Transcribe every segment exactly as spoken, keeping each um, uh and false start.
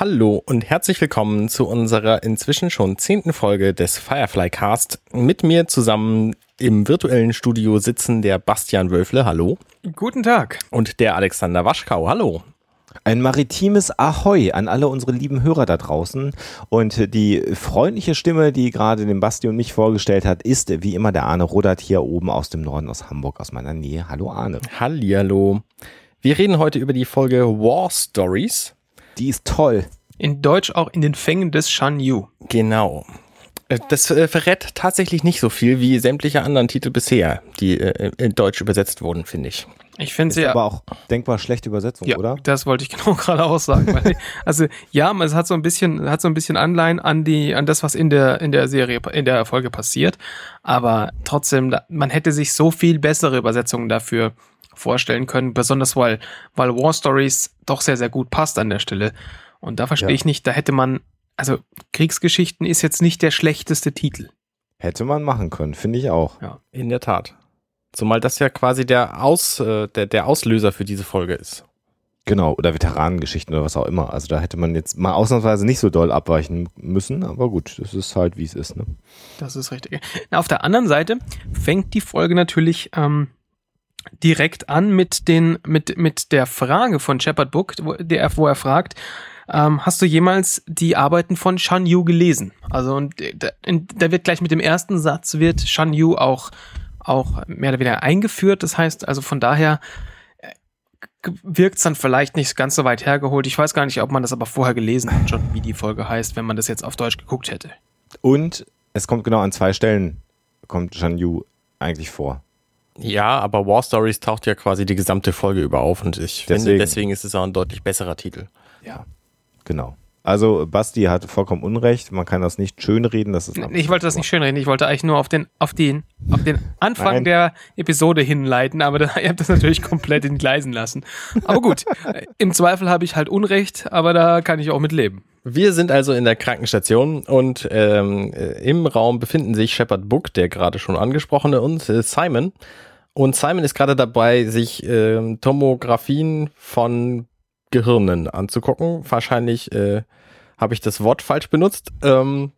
Hallo und herzlich willkommen zu unserer inzwischen schon zehnten Folge des Firefly Cast. Mit mir zusammen im virtuellen Studio sitzen der Bastian Wölfle, hallo. Guten Tag. Und der Alexander Waschkau, hallo. Ein maritimes Ahoi an alle unsere lieben Hörer da draußen. Und die freundliche Stimme, die gerade den Basti und mich vorgestellt hat, ist wie immer der Arne Rodert hier oben aus dem Norden, aus Hamburg, aus meiner Nähe. Hallo Arne. Hallihallo. Wir reden heute über die Folge War Stories. Die ist toll. In Deutsch auch in den Fängen des Shan Yu. Genau. Das äh, verrät tatsächlich nicht so viel wie sämtliche anderen Titel bisher, die äh, in Deutsch übersetzt wurden, finde ich. Ich finde sie ja. ja. Aber auch denkbar schlechte Übersetzung, ja, oder? Das wollte ich genau gerade auch sagen. Weil, also ja, es hat so ein bisschen, hat so ein bisschen Anleihen an die, an das, was in der in der Serie, in der Folge passiert. Aber trotzdem, man hätte sich so viel bessere Übersetzungen dafür vorstellen können, besonders weil, weil War Stories doch sehr, sehr gut passt an der Stelle. Und da verstehe ja. ich nicht, da hätte man, also Kriegsgeschichten ist jetzt nicht der schlechteste Titel. Hätte man machen können, finde ich auch. Ja, in der Tat. Zumal das ja quasi der, Aus, äh, der, der Auslöser für diese Folge ist. Genau, oder Veteranengeschichten oder was auch immer. Also da hätte man jetzt mal ausnahmsweise nicht so doll abweichen müssen, aber gut, das ist halt, wie es ist. Ne? Das ist richtig. Auf der anderen Seite fängt die Folge natürlich ähm, direkt an mit den mit mit der Frage von Shepard Book, wo, der, wo er fragt, ähm, hast du jemals die Arbeiten von Shan Yu gelesen? Also und da, da wird gleich mit dem ersten Satz wird Shan Yu auch auch mehr oder weniger eingeführt. Das heißt, also von daher wirkt es dann vielleicht nicht ganz so weit hergeholt. Ich weiß gar nicht, ob man das aber vorher gelesen hat, schon wie die Folge heißt, wenn man das jetzt auf Deutsch geguckt hätte. Und es kommt genau an zwei Stellen, kommt Shan Yu eigentlich vor. Ja, aber War Stories taucht ja quasi die gesamte Folge über auf und ich deswegen. finde, deswegen ist es auch ein deutlich besserer Titel. Ja, genau. Also Basti hat vollkommen Unrecht, man kann das nicht schönreden. Das ist ich wollte das nicht schönreden, ich wollte eigentlich nur auf den, auf den, auf den Anfang Nein. der Episode hinleiten, aber da, ihr habt das natürlich komplett entgleisen lassen. Aber gut, im Zweifel habe ich halt Unrecht, aber da kann ich auch mit leben. Wir sind also in der Krankenstation und ähm, im Raum befinden sich Shepard Book, der gerade schon angesprochene, und äh, Simon. Und Simon ist gerade dabei, sich äh, Tomographien von Gehirnen anzugucken. Wahrscheinlich äh, habe ich das Wort falsch benutzt. Ähm,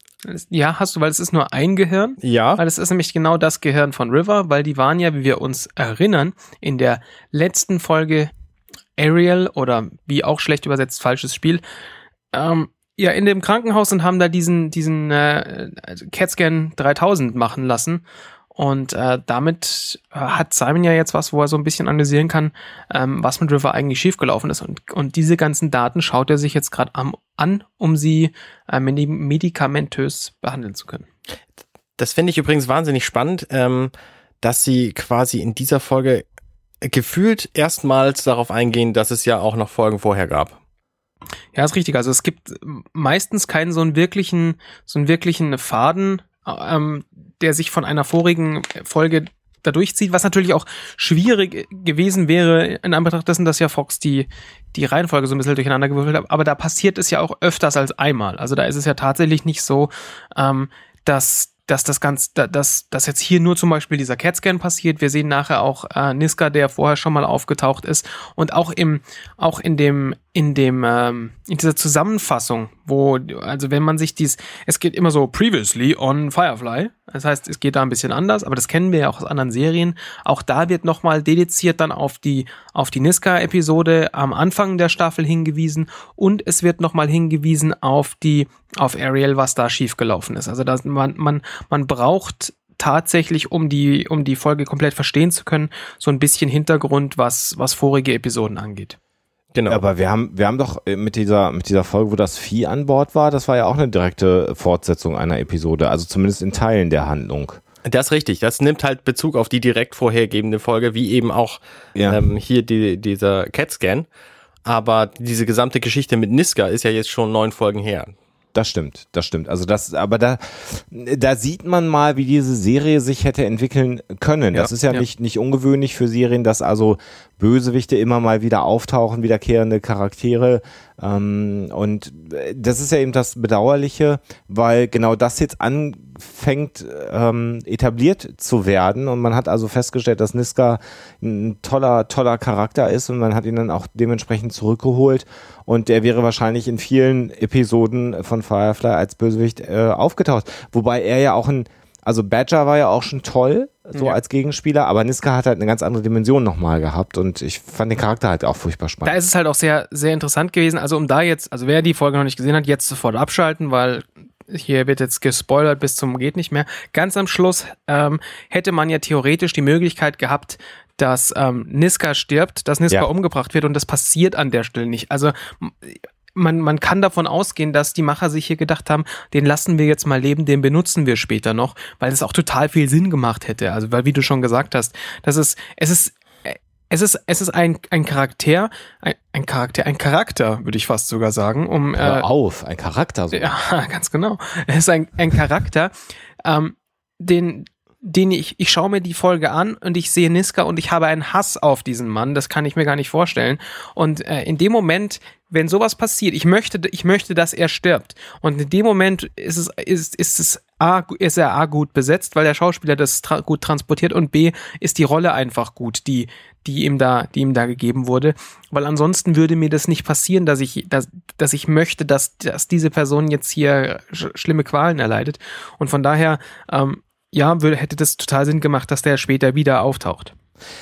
ja, hast du, weil es ist nur ein Gehirn. Ja. Weil es ist nämlich genau das Gehirn von River, weil die waren ja, wie wir uns erinnern, in der letzten Folge Ariel oder wie auch schlecht übersetzt falsches Spiel, ähm, ja, in dem Krankenhaus und haben da diesen, diesen äh, CAT-Scan dreitausend machen lassen. Und äh, damit hat Simon ja jetzt was, wo er so ein bisschen analysieren kann, ähm, was mit River eigentlich schiefgelaufen ist. Und, und diese ganzen Daten schaut er sich jetzt gerade an, um sie äh, medikamentös behandeln zu können. Das finde ich übrigens wahnsinnig spannend, ähm, dass sie quasi in dieser Folge gefühlt erstmals darauf eingehen, dass es ja auch noch Folgen vorher gab. Ja, ist richtig. Also es gibt meistens keinen so einen wirklichen, so einen wirklichen Faden, ähm, der sich von einer vorigen Folge da durchzieht, was natürlich auch schwierig gewesen wäre, in Anbetracht dessen, dass ja Fox die, die Reihenfolge so ein bisschen durcheinander gewürfelt hat. Aber da passiert es ja auch öfters als einmal. Also da ist es ja tatsächlich nicht so, ähm, dass dass das ganz, dass, dass jetzt hier nur zum Beispiel dieser CAT-Scan passiert. Wir sehen nachher auch äh, Niska, der vorher schon mal aufgetaucht ist, und auch im, auch in dem, in dem, ähm, in dieser Zusammenfassung, wo, also wenn man sich dies, es geht immer so previously on Firefly. Das heißt, es geht da ein bisschen anders, aber das kennen wir ja auch aus anderen Serien. Auch da wird nochmal dediziert dann auf die, auf die Niska-Episode am Anfang der Staffel hingewiesen, und es wird nochmal hingewiesen auf die, auf Ariel, was da schiefgelaufen ist. Also das, man, man, man braucht tatsächlich, um die, um die Folge komplett verstehen zu können, so ein bisschen Hintergrund, was, was vorige Episoden angeht. Genau. Aber wir haben, wir haben doch mit dieser, mit dieser Folge, wo das Vieh an Bord war, das war ja auch eine direkte Fortsetzung einer Episode, also zumindest in Teilen der Handlung. Das ist richtig. Das nimmt halt Bezug auf die direkt vorhergebende Folge, wie eben auch ja. ähm, hier die, dieser CAT-Scan. Aber diese gesamte Geschichte mit Niska ist ja jetzt schon neun Folgen her. Das stimmt, das stimmt. Also das, aber da, da sieht man mal, wie diese Serie sich hätte entwickeln können. Das ja, ist ja, ja nicht, nicht ungewöhnlich für Serien, dass also Bösewichte immer mal wieder auftauchen, wiederkehrende Charaktere. Ähm, und das ist ja eben das Bedauerliche, weil genau das jetzt anfängt, ähm, etabliert zu werden. Und man hat also festgestellt, dass Niska ein toller, toller Charakter ist und man hat ihn dann auch dementsprechend zurückgeholt. Und der wäre wahrscheinlich in vielen Episoden von Firefly als Bösewicht äh, aufgetaucht. Wobei er ja auch ein, also Badger war ja auch schon toll, so ja. als Gegenspieler, aber Niska hat halt eine ganz andere Dimension nochmal gehabt und ich fand den Charakter halt auch furchtbar spannend. Da ist es halt auch sehr, sehr interessant gewesen. Also um da jetzt, also wer die Folge noch nicht gesehen hat, jetzt sofort abschalten, weil hier wird jetzt gespoilert bis zum geht nicht mehr. Ganz am Schluss ähm, hätte man ja theoretisch die Möglichkeit gehabt, dass ähm, Niska stirbt, dass Niska ja. umgebracht wird und das passiert an der Stelle nicht. Also man, man kann davon ausgehen, dass die Macher sich hier gedacht haben, den lassen wir jetzt mal leben, den benutzen wir später noch, weil es auch total viel Sinn gemacht hätte. Also weil, wie du schon gesagt hast, das ist, es ist Es ist, es ist ein, ein Charakter, ein, ein Charakter, ein Charakter, würde ich fast sogar sagen, um. Hör äh, auf, ein Charakter sogar. Ja, ganz genau. Es ist ein, ein Charakter, ähm, den, den ich, ich schaue mir die Folge an und ich sehe Niska und ich habe einen Hass auf diesen Mann, das kann ich mir gar nicht vorstellen. Und äh, in dem Moment, wenn sowas passiert, ich möchte, ich möchte, dass er stirbt. Und in dem Moment ist es, ist, ist es A, ist er A gut besetzt, weil der Schauspieler das tra- gut transportiert und B, ist die Rolle einfach gut, die, die ihm da, die ihm da gegeben wurde. Weil ansonsten würde mir das nicht passieren, dass ich, dass, dass ich möchte, dass, dass diese Person jetzt hier sch- schlimme Qualen erleidet. Und von daher, ähm, ja, würde, hätte das total Sinn gemacht, dass der später wieder auftaucht.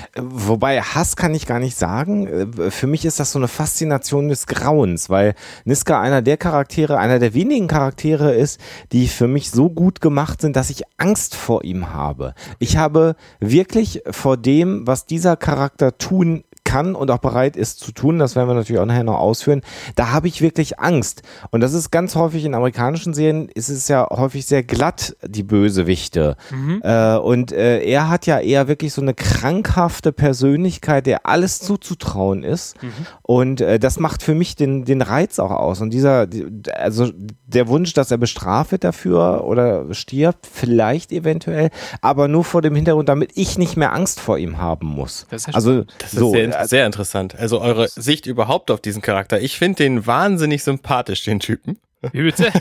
Wobei Hass kann ich gar nicht sagen. Für mich ist das so eine Faszination des Grauens, weil Niska einer der Charaktere, einer der wenigen Charaktere ist, die für mich so gut gemacht sind, dass ich Angst vor ihm habe. Ich habe wirklich vor dem, was dieser Charakter tun kann und auch bereit ist zu tun, das werden wir natürlich auch nachher noch ausführen, da habe ich wirklich Angst. Und das ist ganz häufig in amerikanischen Serien, ist es ja häufig sehr glatt, die Bösewichte. Mhm. Äh, und äh, er hat ja eher wirklich so eine krankhafte Persönlichkeit, der alles zuzutrauen ist. Mhm. Und äh, das macht für mich den, den Reiz auch aus. Und dieser, also der Wunsch, dass er bestraft wird dafür oder stirbt, vielleicht eventuell, aber nur vor dem Hintergrund, damit ich nicht mehr Angst vor ihm haben muss. Das ist also das ist so. Sehr Sehr interessant. Also eure Sicht überhaupt auf diesen Charakter. Ich finde den wahnsinnig sympathisch, den Typen. Wie bitte?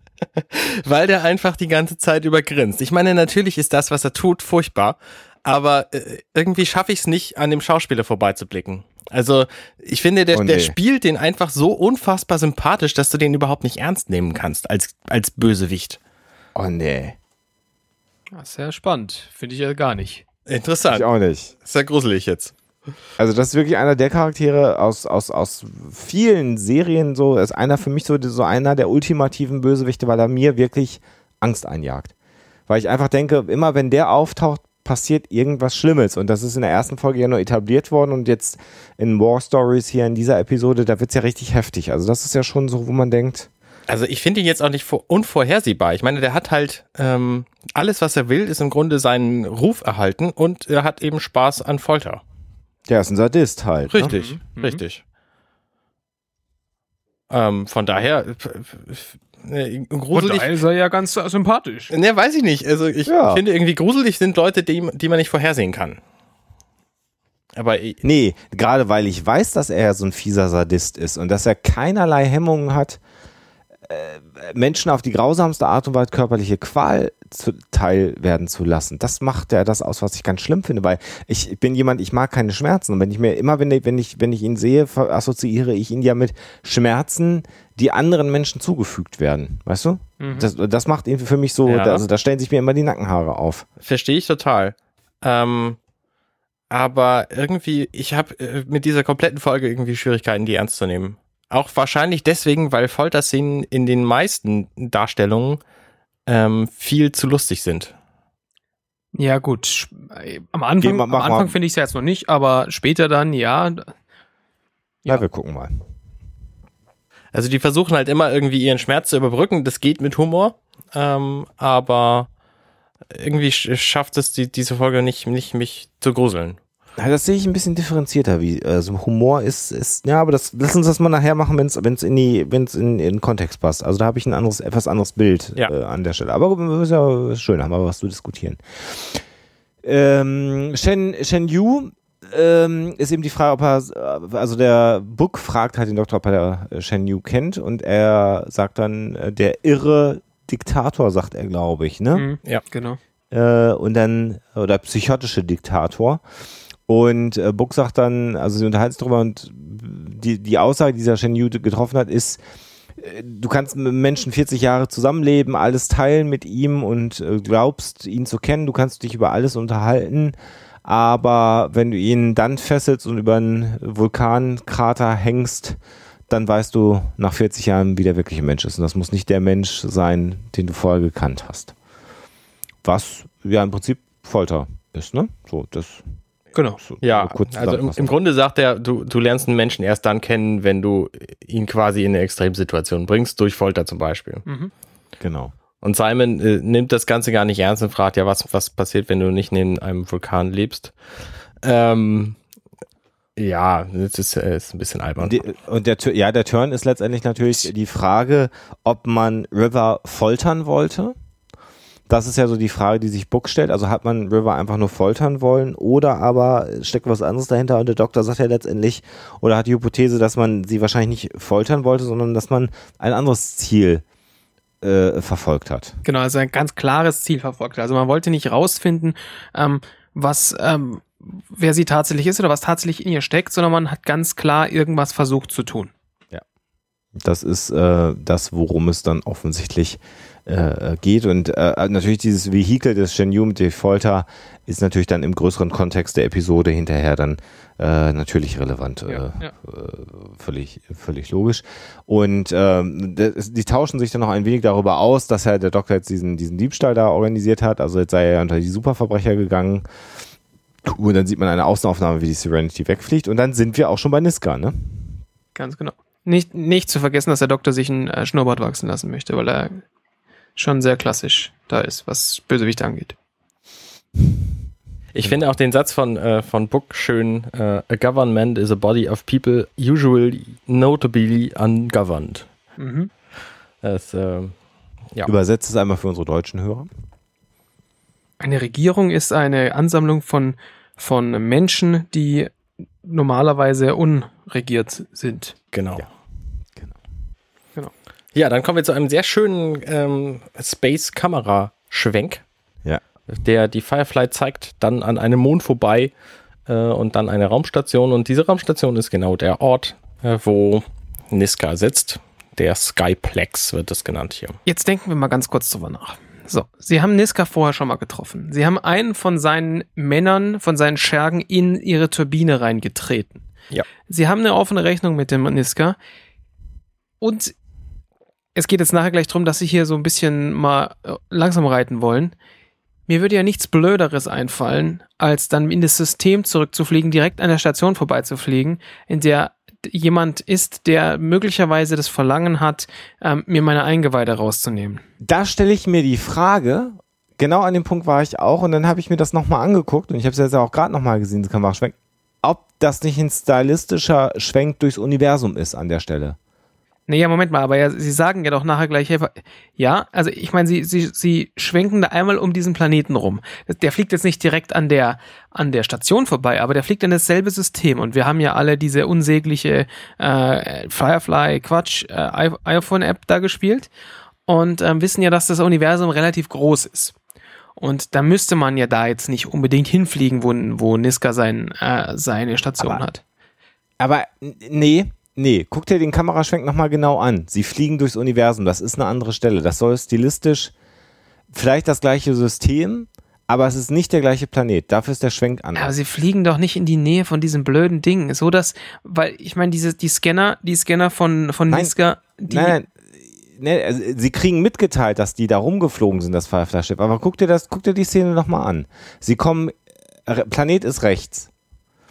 Weil der einfach die ganze Zeit über grinst. Ich meine, natürlich ist das, was er tut, furchtbar. Aber äh, irgendwie schaffe ich es nicht, an dem Schauspieler vorbeizublicken. Also ich finde, der, oh nee. der spielt den einfach so unfassbar sympathisch, dass du den überhaupt nicht ernst nehmen kannst als, als Bösewicht. Oh nee. Das ist sehr spannend. Finde ich ja gar nicht. Interessant. Ich auch nicht. Ist ja gruselig jetzt. Also das ist wirklich einer der Charaktere aus, aus, aus vielen Serien, so ist einer für mich so, so einer der ultimativen Bösewichte, weil er mir wirklich Angst einjagt. Weil ich einfach denke, immer wenn der auftaucht, passiert irgendwas Schlimmes und das ist in der ersten Folge ja nur etabliert worden und jetzt in War Stories hier in dieser Episode, da wird es ja richtig heftig. Also das ist ja schon so, wo man denkt... Also ich finde ihn jetzt auch nicht vor- unvorhersehbar. Ich meine, der hat halt ähm, alles, was er will, ist im Grunde seinen Ruf erhalten und er hat eben Spaß an Folter. Der ist ein Sadist halt. Richtig, ne? richtig. Ähm, von daher äh, gruselig. Von daher ist er ja ganz sympathisch. Ne, weiß ich nicht. Also ich ja. finde irgendwie gruselig sind Leute, die, die man nicht vorhersehen kann. Aber ich, nee, gerade weil ich weiß, dass er so ein fieser Sadist ist und dass er keinerlei Hemmungen hat, Menschen auf die grausamste Art und Weise körperliche Qual zu, teil werden zu lassen. Das macht ja das aus, was ich ganz schlimm finde, weil ich bin jemand, ich mag keine Schmerzen und wenn ich mir immer, wenn ich, wenn ich, wenn ich ihn sehe, assoziiere ich ihn ja mit Schmerzen, die anderen Menschen zugefügt werden, weißt du? Mhm. Das, das macht ihn für mich so, ja. also da stellen sich mir immer die Nackenhaare auf. Verstehe ich total. Ähm, aber irgendwie, ich habe äh, mit dieser kompletten Folge irgendwie Schwierigkeiten, die ernst zu nehmen. Auch wahrscheinlich deswegen, weil Folterszenen in den meisten Darstellungen ähm, viel zu lustig sind. Ja gut, am Anfang, mal, am Anfang finde ich es jetzt noch nicht, aber später dann, ja. Ja, ja, wir gucken mal. Also die versuchen halt immer irgendwie ihren Schmerz zu überbrücken, das geht mit Humor, ähm, aber irgendwie schafft es die, diese Folge nicht, nicht, mich zu gruseln. Ja, das sehe ich ein bisschen differenzierter. Wie, also Humor ist, ist, ja, aber das, lass uns das mal nachher machen, wenn es in die, wenn es in, in den Kontext passt. Also da habe ich ein anderes, etwas anderes Bild ja. äh, an der Stelle. Aber ist ja schön, haben wir was zu diskutieren. Ähm, Shen, Shen Yu ähm, ist eben die Frage, ob er, also der Book fragt halt den Doktor, ob er Shen Yu kennt, und er sagt dann, äh, der irre Diktator, sagt er, glaube ich, ne? Mhm, ja, genau. Äh, und dann, oder psychotische Diktator. Und äh, Book sagt dann, also sie unterhalten sich darüber, und die, die Aussage, die dieser Shen Yu getroffen hat, ist, äh, du kannst mit Menschen vierzig Jahre zusammenleben, alles teilen mit ihm und äh, glaubst, ihn zu kennen, du kannst dich über alles unterhalten, aber wenn du ihn dann fesselst und über einen Vulkankrater hängst, dann weißt du nach vierzig Jahren, wie der wirkliche Mensch ist. Und das muss nicht der Mensch sein, den du vorher gekannt hast. Was ja im Prinzip Folter ist, ne? So, das... Genau. So, ja, also im, im Grunde sagt er, du, du lernst einen Menschen erst dann kennen, wenn du ihn quasi in eine Extremsituation bringst, durch Folter zum Beispiel. Mhm. Genau. Und Simon äh, nimmt das Ganze gar nicht ernst und fragt, ja, was, was passiert, wenn du nicht neben einem Vulkan lebst? Ähm, ja, das ist, äh, ist ein bisschen albern. Die, und der, ja, der Turn ist letztendlich natürlich die Frage, ob man River foltern wollte. Das ist ja so die Frage, die sich Book stellt. Also hat man River einfach nur foltern wollen oder aber steckt was anderes dahinter? Und der Doktor sagt ja letztendlich, oder hat die Hypothese, dass man sie wahrscheinlich nicht foltern wollte, sondern dass man ein anderes Ziel äh, verfolgt hat. Genau, also ein ganz klares Ziel verfolgt hat. Also man wollte nicht rausfinden, ähm, was, ähm, wer sie tatsächlich ist oder was tatsächlich in ihr steckt, sondern man hat ganz klar irgendwas versucht zu tun. Ja. Das ist äh, das, worum es dann offensichtlich Äh, geht, und äh, natürlich dieses Vehikel des Shen Yu mit der Folter ist natürlich dann im größeren Kontext der Episode hinterher dann äh, natürlich relevant, äh, ja, ja. Äh, völlig, völlig logisch. Und ähm, das, die tauschen sich dann noch ein wenig darüber aus, dass ja der Doktor jetzt diesen, diesen Diebstahl da organisiert hat, also jetzt sei er unter die Superverbrecher gegangen, und dann sieht man eine Außenaufnahme, wie die Serenity wegfliegt, und dann sind wir auch schon bei Niska, ne? Ganz genau. Nicht, nicht zu vergessen, dass der Doktor sich einen äh, Schnurrbart wachsen lassen möchte, weil er schon sehr klassisch da ist, was Bösewicht angeht. Ich finde auch den Satz von, äh, von Book schön, äh, a government is a body of people usually notably ungoverned. Mhm. Das, äh, ja. Übersetzt es einmal für unsere deutschen Hörer. Eine Regierung ist eine Ansammlung von, von Menschen, die normalerweise unregiert sind. Genau. Ja. Genau. Genau. Ja, dann kommen wir zu einem sehr schönen ähm, Space-Kamera-Schwenk, Ja. der die Firefly zeigt, dann an einem Mond vorbei äh, und dann eine Raumstation. Und diese Raumstation ist genau der Ort, äh, wo Niska sitzt. Der Skyplex wird das genannt hier. Jetzt denken wir mal ganz kurz drüber nach. So, Sie haben Niska vorher schon mal getroffen. Sie haben einen von seinen Männern, von seinen Schergen in ihre Turbine reingetreten. Ja. Sie haben eine offene Rechnung mit dem Niska. Und es geht jetzt nachher gleich darum, dass Sie hier so ein bisschen mal langsam reiten wollen. Mir würde ja nichts Blöderes einfallen, als dann in das System zurückzufliegen, direkt an der Station vorbeizufliegen, in der jemand ist, der möglicherweise das Verlangen hat, ähm, mir meine Eingeweide rauszunehmen. Da stelle ich mir die Frage, genau an dem Punkt war ich auch, und dann habe ich mir das nochmal angeguckt, und ich habe es jetzt auch gerade nochmal gesehen, das Kameraschwenk, ob das nicht ein stylistischer Schwenk durchs Universum ist an der Stelle. Naja, Moment mal, aber ja, Sie sagen ja doch nachher gleich, ja, also ich meine, Sie, Sie, Sie schwenken da einmal um diesen Planeten rum. Der fliegt jetzt nicht direkt an der, an der Station vorbei, aber der fliegt in dasselbe System, und wir haben ja alle diese unsägliche äh, Firefly-Quatsch äh, iPhone-App da gespielt und äh, wissen ja, dass das Universum relativ groß ist. Und da müsste man ja da jetzt nicht unbedingt hinfliegen, wo, wo Niska sein, äh, seine Station aber, hat. Aber nee, nee, guck dir den Kameraschwenk nochmal genau an. Sie fliegen durchs Universum, das ist eine andere Stelle. Das soll stilistisch vielleicht das gleiche System, aber es ist nicht der gleiche Planet. Dafür ist der Schwenk anders. Aber sie fliegen doch nicht in die Nähe von diesem blöden Ding. So dass, weil ich meine, diese, die Scanner, die Scanner von, von Nein, Niska, die. Nein, nein. Nee, also sie kriegen mitgeteilt, dass die da rumgeflogen sind, das Firefly-Schiff. Aber guck dir das, guck dir die Szene nochmal an. Sie kommen, Planet ist rechts.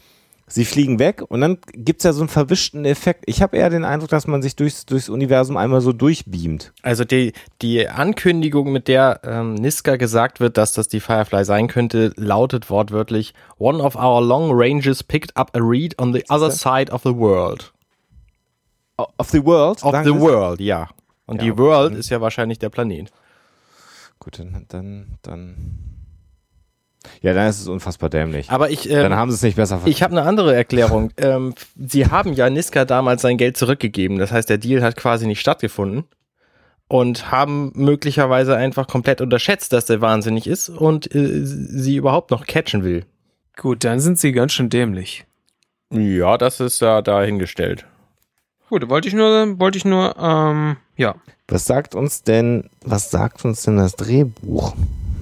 Sie fliegen weg und dann gibt es ja so einen verwischten Effekt. Ich habe eher den Eindruck, dass man sich durchs, durchs Universum einmal so durchbeamt. Also die, die Ankündigung, mit der ähm, Niska gesagt wird, dass das die Firefly sein könnte, lautet wortwörtlich: One of our long ranges picked up a reed on the other side of the world. Of the world? Of the world, ja. Und ja, die okay. World ist ja wahrscheinlich der Planet. Gut, dann, dann, dann. Ja, dann ist es unfassbar dämlich. Aber ich, ähm, dann haben sie es nicht besser verstanden. Ich habe eine andere Erklärung. ähm, sie haben ja Niska damals sein Geld zurückgegeben. Das heißt, der Deal hat quasi nicht stattgefunden. Und haben möglicherweise einfach komplett unterschätzt, dass der wahnsinnig ist und äh, sie überhaupt noch catchen will. Gut, dann sind sie ganz schön dämlich. Ja, das ist ja dahingestellt. Gut, wollte ich nur, wollte ich nur, ähm, ja. Was sagt uns denn, was sagt uns denn das Drehbuch?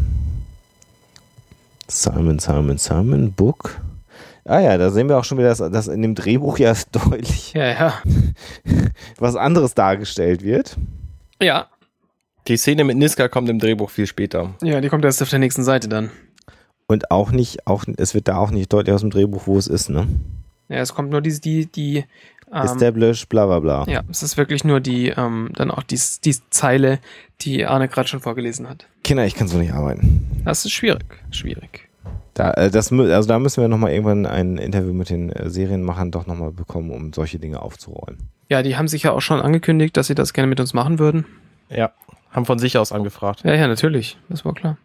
Simon, Simon, Simon, Book. Ah ja, da sehen wir auch schon wieder, dass, dass in dem Drehbuch ja deutlich Ja, ja. was anderes dargestellt wird. Ja. Die Szene mit Niska kommt im Drehbuch viel später. Ja, die kommt erst auf der nächsten Seite dann. Und auch nicht, auch, es wird da auch nicht deutlich aus dem Drehbuch, wo es ist, ne? Ja, es kommt nur die, die, die ähm, Establish, bla bla bla. ja, es ist wirklich nur die, ähm, dann auch die, die Zeile, die Arne gerade schon vorgelesen hat. Kinder, ich kann so nicht arbeiten. Das ist schwierig, schwierig. Da, äh, das, mü- also da müssen wir nochmal irgendwann ein Interview mit den äh, Serienmachern doch nochmal bekommen, um solche Dinge aufzurollen. Ja, die haben sich ja auch schon angekündigt, dass sie das gerne mit uns machen würden. Ja, haben von sich aus angefragt. Ja, ja, natürlich, das war klar.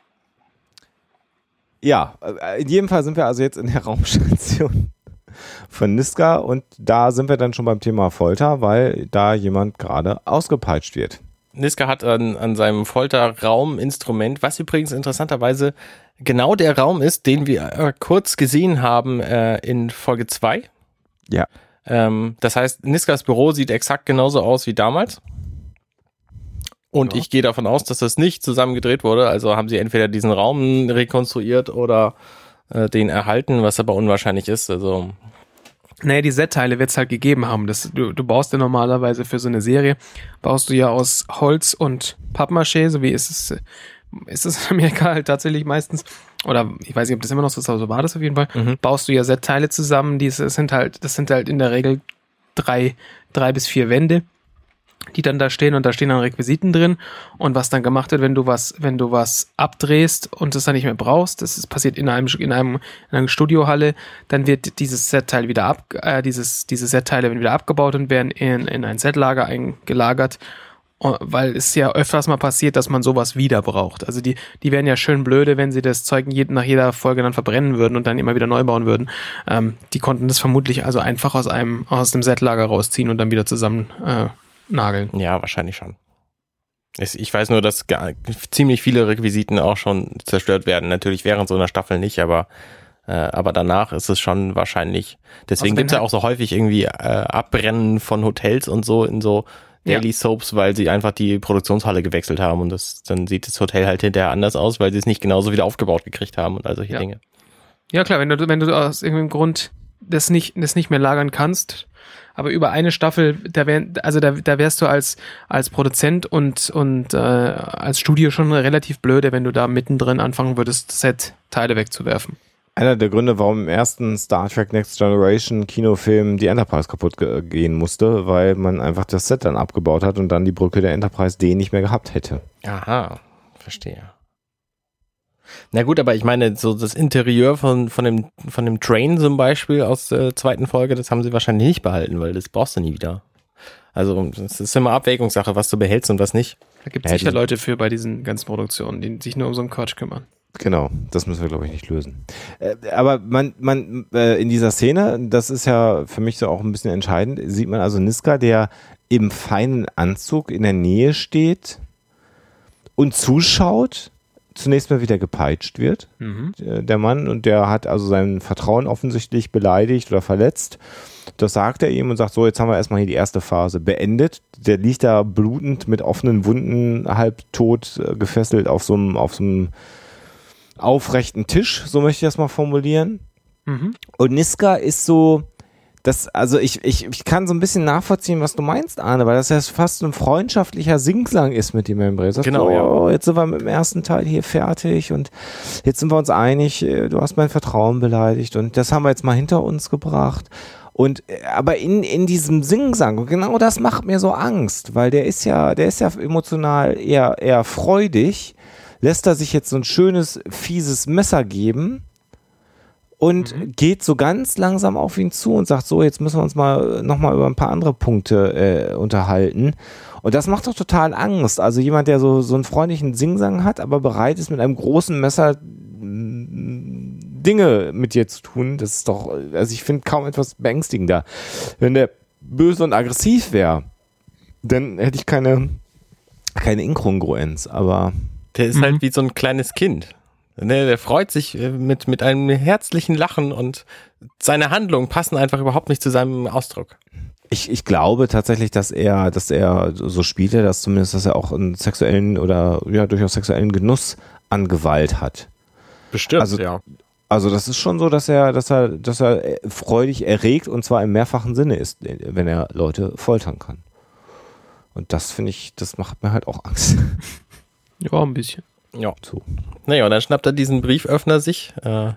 Ja, äh, in jedem Fall sind wir also jetzt in der Raumstation von Niska und da sind wir dann schon beim Thema Folter, weil da jemand gerade ausgepeitscht wird. Niska hat an, an seinem Folterrauminstrument, was übrigens interessanterweise genau der Raum ist, den wir äh, kurz gesehen haben äh, in Folge zwei. Ja. Ähm, das heißt, Niskas Büro sieht exakt genauso aus wie damals. Und Ja. ich gehe davon aus, dass das nicht zusammengedreht wurde. Also haben sie entweder diesen Raum rekonstruiert oder äh, den erhalten, was aber unwahrscheinlich ist. Also Naja, die Set-Teile wird es halt gegeben haben. Das, du, du baust ja normalerweise für so eine Serie, baust du ja aus Holz und Pappmaché, so wie ist es, ist es in Amerika halt tatsächlich meistens, oder ich weiß nicht, ob das immer noch so ist, aber so war das auf jeden Fall, Mhm. baust du ja Set-Teile zusammen, die sind halt, das sind halt in der Regel drei, drei bis vier Wände, die dann da stehen und da stehen dann Requisiten drin und was dann gemacht wird, wenn du was, wenn du was abdrehst und es dann nicht mehr brauchst, das ist passiert in einem, in einem, in einer Studiohalle, dann wird dieses Set-Teil wieder ab, äh, dieses, diese Set-Teile werden wieder abgebaut und werden in, in ein Set-Lager eingelagert, weil es ja öfters mal passiert, dass man sowas wieder braucht. Also die, die wären ja schön blöde, wenn sie das Zeug je, nach jeder Folge dann verbrennen würden und dann immer wieder neu bauen würden. Ähm, die konnten das vermutlich also einfach aus einem, aus dem Set-Lager rausziehen und dann wieder zusammen, äh, nageln. ja, wahrscheinlich schon. Es- Ich weiß nur, dass ga- ziemlich viele Requisiten auch schon zerstört werden. Natürlich während so einer Staffel nicht, aber, äh, aber danach ist es schon wahrscheinlich. Deswegen Also wenn gibt es ja halt- auch so häufig irgendwie äh, Abbrennen von Hotels und so in so Ja. Daily Soaps, weil sie einfach die Produktionshalle gewechselt haben und das, dann sieht das Hotel halt hinterher anders aus, weil sie es nicht genauso wieder aufgebaut gekriegt haben und all solche Ja. Dinge. Ja klar, wenn du, wenn du aus irgendeinem Grund das nicht, das nicht mehr lagern kannst, aber über eine Staffel, da wär, also da, da wärst du als, als Produzent und, und äh, als Studio schon relativ blöde, wenn du da mittendrin anfangen würdest, Set-Teile wegzuwerfen. Einer der Gründe, warum im ersten Star Trek Next Generation Kinofilm die Enterprise kaputt ge- gehen musste, weil man einfach das Set dann abgebaut hat und dann die Brücke der Enterprise D nicht mehr gehabt hätte. Aha, verstehe. Na gut, aber ich meine, so das Interieur von, von, dem, von dem Train zum Beispiel aus der zweiten Folge, das haben sie wahrscheinlich nicht behalten, weil das brauchst du nie wieder. Also es ist immer Abwägungssache, was du behältst und was nicht. Da gibt es Ja, sicher die- Leute für bei diesen ganzen Produktionen, die sich nur um so einen Quatsch kümmern. Genau, das müssen wir, glaube ich, nicht lösen. Äh, aber man, man äh, in dieser Szene, das ist ja für mich so auch ein bisschen entscheidend, sieht man also Niska, der im feinen Anzug in der Nähe steht und zuschaut, zunächst mal wieder gepeitscht wird, Mhm. äh, der Mann, und der hat also sein Vertrauen offensichtlich beleidigt oder verletzt. Das sagt er ihm und sagt, so, jetzt haben wir erstmal hier die erste Phase beendet. Der liegt da blutend mit offenen Wunden, halbtot äh, gefesselt auf so einem, auf so einem aufrechten Tisch, so möchte ich das mal formulieren. Mhm. Und Niska ist so Das, also ich, ich, ich kann so ein bisschen nachvollziehen, was du meinst, Arne, weil das ja fast ein freundschaftlicher Singsang ist mit dem Embrace. Genau, so, ja. Oh, jetzt sind wir mit dem ersten Teil hier fertig und jetzt sind wir uns einig, du hast mein Vertrauen beleidigt und das haben wir jetzt mal hinter uns gebracht. Und aber in, in diesem Singsang, und genau das macht mir so Angst, weil der ist ja, der ist ja emotional eher, eher freudig, lässt er sich jetzt so ein schönes, fieses Messer geben und mhm. geht so ganz langsam auf ihn zu und sagt, so, jetzt müssen wir uns mal nochmal über ein paar andere Punkte äh, unterhalten. Und das macht doch total Angst. Also jemand, der so, so einen freundlichen Singsang hat, aber bereit ist, mit einem großen Messer Dinge mit dir zu tun, das ist doch, also ich finde kaum etwas beängstigender. Wenn der böse und aggressiv wäre, dann hätte ich keine, keine Inkongruenz, aber... Der ist mhm. halt wie so ein kleines Kind. Der, der freut sich mit, mit einem herzlichen Lachen und seine Handlungen passen einfach überhaupt nicht zu seinem Ausdruck. Ich, ich glaube tatsächlich, dass er, dass er so spielte, dass zumindest, dass er auch einen sexuellen oder ja durchaus sexuellen Genuss an Gewalt hat. Bestimmt, also, ja. Also das ist schon so, dass er, dass er, dass er freudig erregt und zwar im mehrfachen Sinne ist, wenn er Leute foltern kann. Und das finde ich, das macht mir halt auch Angst. Ja, ein bisschen. Ja. So. Naja, und dann schnappt er diesen Brieföffner sich. Äh,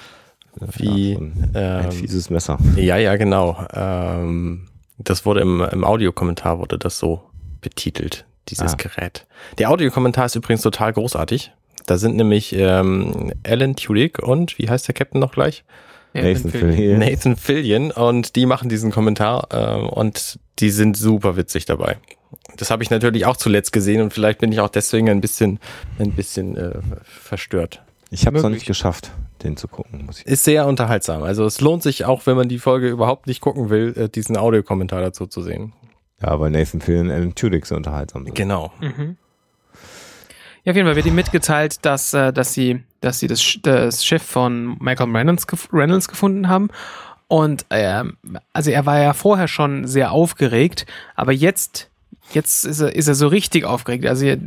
wie ja, so ein, ähm, ein fieses Messer. Ja, ja, genau. Ähm, das wurde im, im Audiokommentar wurde das so betitelt, dieses ah. Gerät. Der Audiokommentar ist übrigens total großartig. Da sind nämlich ähm, Alan Tudyk und, wie heißt der Captain noch gleich? Nathan Fillion. Nathan Fillion und die machen diesen Kommentar äh, und die sind super witzig dabei. Das habe ich natürlich auch zuletzt gesehen und vielleicht bin ich auch deswegen ein bisschen, ein bisschen äh, verstört. Ich habe es noch nicht geschafft, den zu gucken. Muss ich ist sehr unterhaltsam. Also es lohnt sich auch, wenn man die Folge überhaupt nicht gucken will, äh, diesen Audiokommentar dazu zu sehen. Ja, weil Nathan Fillion und Alan Tudyk so unterhaltsam sind. Genau. Mhm. Ja, auf jeden Fall wird ihm mitgeteilt, dass, äh, dass sie, dass sie das, das Schiff von Malcolm Reynolds, gef- Reynolds gefunden haben. Und äh, also er war ja vorher schon sehr aufgeregt, aber jetzt, jetzt ist er, ist er so richtig aufgeregt. Also hier,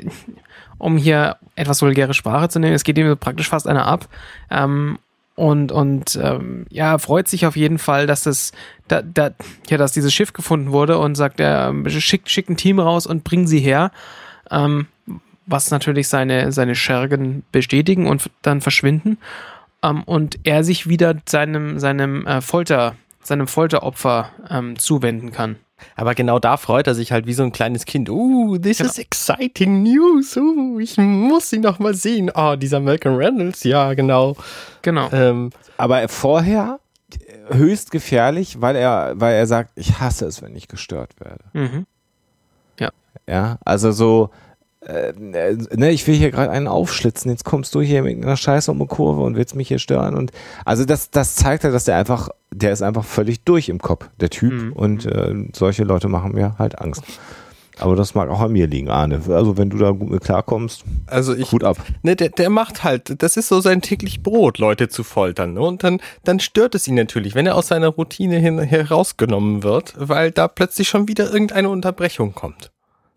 um hier etwas vulgäre Sprache zu nehmen, es geht ihm praktisch fast einer ab. Ähm, und und ähm, ja, freut sich auf jeden Fall, dass das, da, da, ja, dass dieses Schiff gefunden wurde und sagt, er schickt, schickt ein Team raus und bringt sie her. Ähm, was natürlich seine, seine Schergen bestätigen und dann verschwinden. Ähm, und er sich wieder seinem, seinem äh, Folter, seinem Folteropfer ähm, zuwenden kann. Aber genau da freut er sich halt wie so ein kleines Kind. Uh, this genau. is exciting news. Uh, ich muss ihn noch mal sehen. Oh, dieser Malcolm Reynolds, ja, genau. Genau. Ähm, Aber vorher höchst gefährlich, weil er, weil er sagt, ich hasse es, wenn ich gestört werde. Mhm. Ja. Ja, also so, Äh, ne, ich will hier gerade einen aufschlitzen, jetzt kommst du hier mit einer Scheiße um eine Kurve und willst mich hier stören und also das, das zeigt ja, dass der einfach, der ist einfach völlig durch im Kopf, der Typ mhm. und äh, solche Leute machen mir halt Angst. Aber das mag auch an mir liegen, Arne. Also wenn du da gut mit klarkommst, also ich, Hut ab. Ne, der, der macht halt, das ist so sein täglich Brot, Leute zu foltern. Ne? Und dann, dann stört es ihn natürlich, wenn er aus seiner Routine hin, herausgenommen wird, weil da plötzlich schon wieder irgendeine Unterbrechung kommt.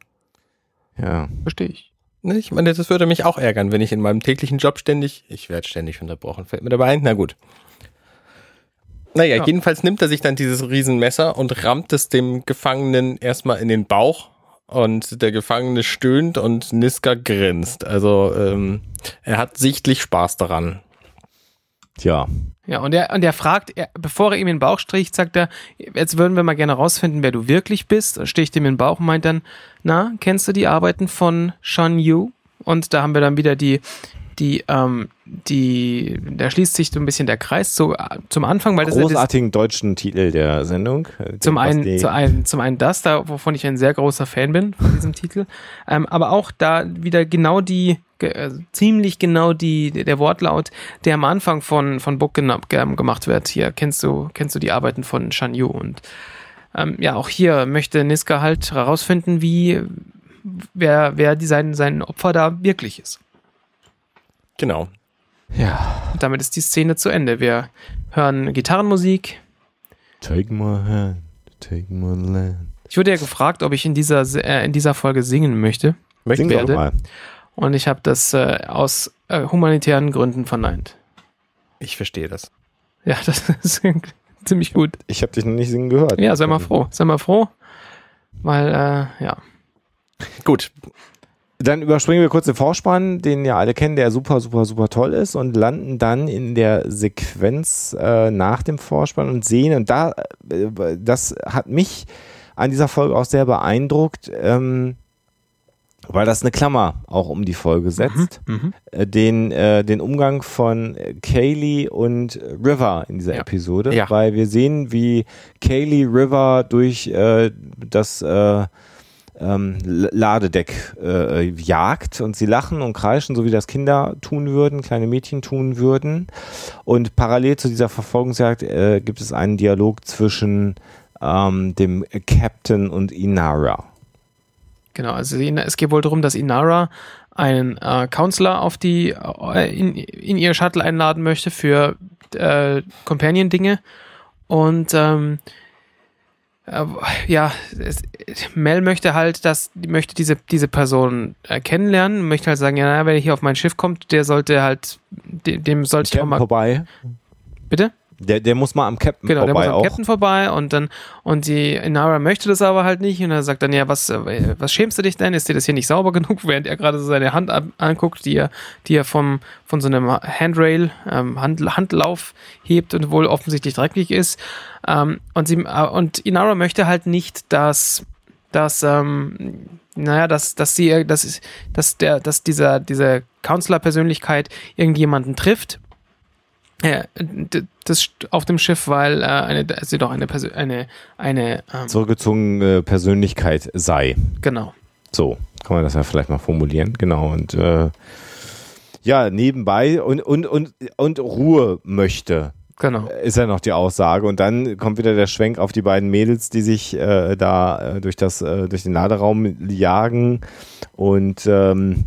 Ja. Verstehe ich. Ich meine, das würde mich auch ärgern, wenn ich in meinem täglichen Job ständig, ich werde ständig unterbrochen, fällt mir dabei ein, na gut. Naja, ja. Jedenfalls nimmt er sich dann dieses Riesenmesser und rammt es dem Gefangenen erstmal in den Bauch und der Gefangene stöhnt und Niska grinst. Also ähm, er hat sichtlich Spaß daran. Tja. Ja, und er, und er fragt, er, bevor er ihm in den Bauch stricht, sagt er, jetzt würden wir mal gerne rausfinden, wer du wirklich bist. Er sticht ihm in den Bauch und meint dann, na, kennst du die Arbeiten von Shan Yu? Und da haben wir dann wieder die, die, ähm, die, da schließt sich so ein bisschen der Kreis so, zum Anfang, weil das großartigen ist, deutschen Titel der Sendung. Zum einen, zum einen, zum einen das, da, wovon ich ein sehr großer Fan bin, von diesem Titel. Ähm, aber auch da wieder genau die, Äh, ziemlich genau die, der Wortlaut, der am Anfang von, von Book gena- ge- gemacht wird. Hier kennst du, kennst du die Arbeiten von Shan Yu. Und ähm, ja, auch hier möchte Niska halt herausfinden, wie, wer, wer die, sein, sein Opfer da wirklich ist. Genau. Ja. Und damit ist die Szene zu Ende. Wir hören Gitarrenmusik. Take my hand, take my land. Ich wurde ja gefragt, ob ich in dieser, äh, in dieser Folge singen möchte. Sing doch mal. Und ich habe das äh, aus äh, humanitären Gründen verneint. Ich verstehe das. Ja, das ist ziemlich gut. Ich habe dich noch nicht singen gehört. Ja, sei mal froh. Sei mal froh, weil, äh, ja. Gut. Dann überspringen wir kurz den Vorspann, den ja alle kennen, der super, super, super toll ist und landen dann in der Sequenz äh, nach dem Vorspann und sehen, und da, äh, das hat mich an dieser Folge auch sehr beeindruckt, ähm, weil das eine Klammer auch um die Folge setzt, Mhm, äh, den, äh, den Umgang von Kaylee und River in dieser Ja. Episode, Ja. weil wir sehen, wie Kaylee River durch äh, das äh, ähm, Ladedeck äh, jagt und sie lachen und kreischen, so wie das Kinder tun würden, kleine Mädchen tun würden. Und parallel zu dieser Verfolgungsjagd äh, gibt es einen Dialog zwischen ähm, dem Captain und Inara. Genau, also es geht wohl darum, dass Inara einen äh, Counselor auf die äh, in, in ihr Shuttle einladen möchte für äh, Companion-Dinge. Und ähm, äh, ja, es, Mel möchte halt, dass möchte diese diese Person äh, kennenlernen, möchte halt sagen, ja, na, wenn er hier auf mein Schiff kommt, der sollte halt, dem, dem sollte ich auch mal. Vorbei. Bitte? Der, der muss mal am Captain Genau, der vorbei muss am auch. Captain vorbei und dann, und die Inara möchte das aber halt nicht und er sagt dann, ja, was, äh, was schämst du dich denn? Ist dir das hier nicht sauber genug? Während er gerade so seine Hand ab, anguckt, die er, die er vom, von so einem Handrail, ähm, Hand, Handlauf hebt und wohl offensichtlich dreckig ist. Ähm, und sie, äh, und Inara möchte halt nicht, dass, dass, ähm, naja, dass, dass sie, dass, dass der, dass dieser, diese Counselor-Persönlichkeit irgendjemanden trifft. Ja, das auf dem Schiff, weil äh, eine, sie doch eine Persön- eine, eine ähm, Zurückgezogene Persönlichkeit sei. genau. So, kann man das ja vielleicht mal formulieren. Genau. Und äh, ja, nebenbei und, und, und, und Ruhe möchte. Genau. Ist ja noch die Aussage. Und dann kommt wieder der Schwenk auf die beiden Mädels, die sich äh, da äh, durch, das, äh, durch den Laderaum jagen. Und ähm,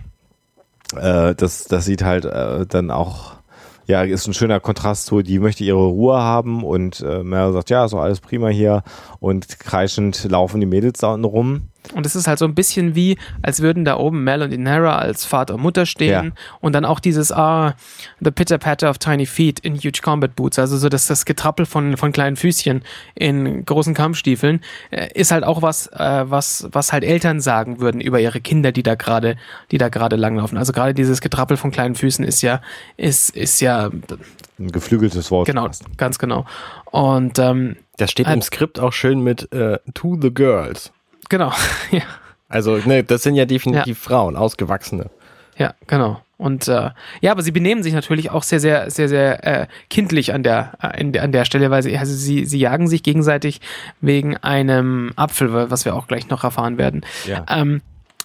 äh, das, das sieht halt äh, dann auch. Ja, ist ein schöner Kontrast zu, die möchte ihre Ruhe haben und äh, Mel sagt, ja, ist doch alles prima hier und kreischend laufen die Mädels da unten rum. Und es ist halt so ein bisschen wie, als würden da oben Mel und Inara als Vater und Mutter stehen Ja. und dann auch dieses, ah, the pitter-patter of tiny feet in huge combat boots, also so das, das Getrappel von, von kleinen Füßchen in großen Kampfstiefeln, äh, ist halt auch was, äh, was, was halt Eltern sagen würden über ihre Kinder, die da gerade, die da gerade langlaufen. Also gerade dieses Getrappel von kleinen Füßen ist ja, ist, ist ja, Ein geflügeltes Wort. genau, ganz genau. Und, ähm, Das steht im Skript auch schön mit äh, to the girls. genau, ja. Also, ne, das sind ja definitiv Ja. Frauen, ausgewachsene. Ja, genau. Und äh, ja, aber sie benehmen sich natürlich auch sehr, sehr, sehr, sehr äh, kindlich an der, äh, in der, an der Stelle, weil sie, also sie, sie jagen sich gegenseitig wegen einem Apfel, was wir auch gleich noch erfahren werden. Ja. Ähm,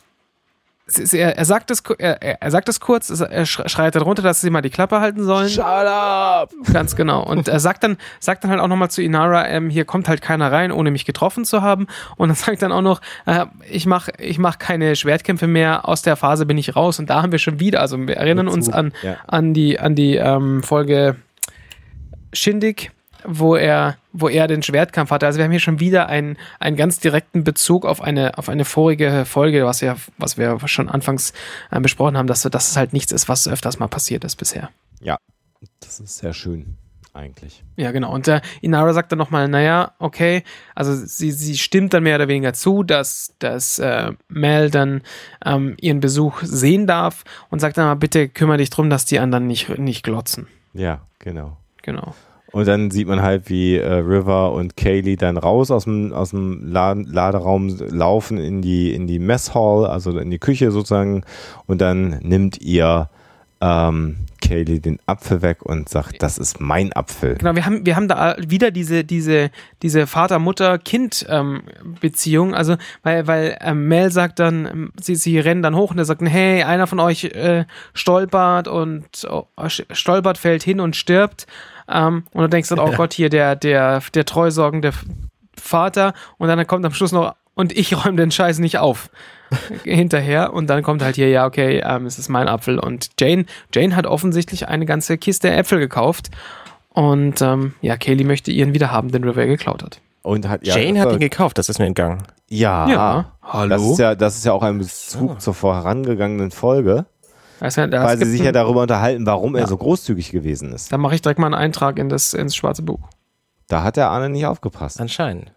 es ist- er, er sagt es, er, er sagt es kurz, er schreit dann runter, dass sie mal die Klappe halten sollen. Shut up! Ganz genau. Und er sagt dann, sagt dann halt auch nochmal zu Inara, ähm, hier kommt halt keiner rein, ohne mich getroffen zu haben. Und dann sagt dann auch noch, äh, ich mach, ich mach keine Schwertkämpfe mehr, aus der Phase bin ich raus. Und da haben wir schon wieder, also wir erinnern uns an, Ja. an die, an die ähm, Folge Shindig, wo er, wo er den Schwertkampf hatte. Also wir haben hier schon wieder einen, einen ganz direkten Bezug auf eine, auf eine vorige Folge, was wir, was wir schon anfangs äh, besprochen haben, dass, dass es halt nichts ist, was öfters mal passiert ist bisher. Ja, das ist sehr schön, eigentlich. Ja, genau. Und äh, Inara sagt dann nochmal, naja, okay, also sie, sie stimmt dann mehr oder weniger zu, dass, dass äh, Mel dann ähm, ihren Besuch sehen darf und sagt dann mal, bitte kümmere dich drum, dass die anderen nicht, nicht glotzen. Ja, genau. Genau. Und dann sieht man halt, wie äh, River und Kaylee dann raus aus dem, aus dem Laden, Laderaum laufen in die, in die Messhall, also in die Küche sozusagen. Und dann nimmt ihr ähm, Kaylee den Apfel weg und sagt, das ist mein Apfel. Genau, wir haben, wir haben da wieder diese, diese, diese Vater-Mutter-Kind-Beziehung. also, weil, weil ähm, Mel sagt dann, ähm, sie, sie rennen dann hoch und er sagt, hey, einer von euch äh, stolpert und oh, stolpert, fällt hin und stirbt. Ähm, und du denkst dann, oh Gott, hier der, der, der treusorgende Vater. Und dann kommt am Schluss noch, und ich räume den Scheiß nicht auf. Hinterher. Und dann kommt halt hier, ja, okay, ähm, es ist mein Apfel. Und Jane, Jane hat offensichtlich eine ganze Kiste Äpfel gekauft. Und ähm, ja, Kaylee möchte ihren wiederhaben, den River geklaut hat. Und hat, ja, Jane das hat war- ihn gekauft, das ist mir entgangen. Ja, Ja, hallo. Das ist ja, das ist ja auch ein Bezug zur vorangegangenen Folge, Weißt du, da weil sie gibt sich ein- ja darüber unterhalten, warum er Ja. so großzügig gewesen ist. Da mache ich direkt mal einen Eintrag in das, ins schwarze Buch. Da hat der Arne nicht aufgepasst. Anscheinend.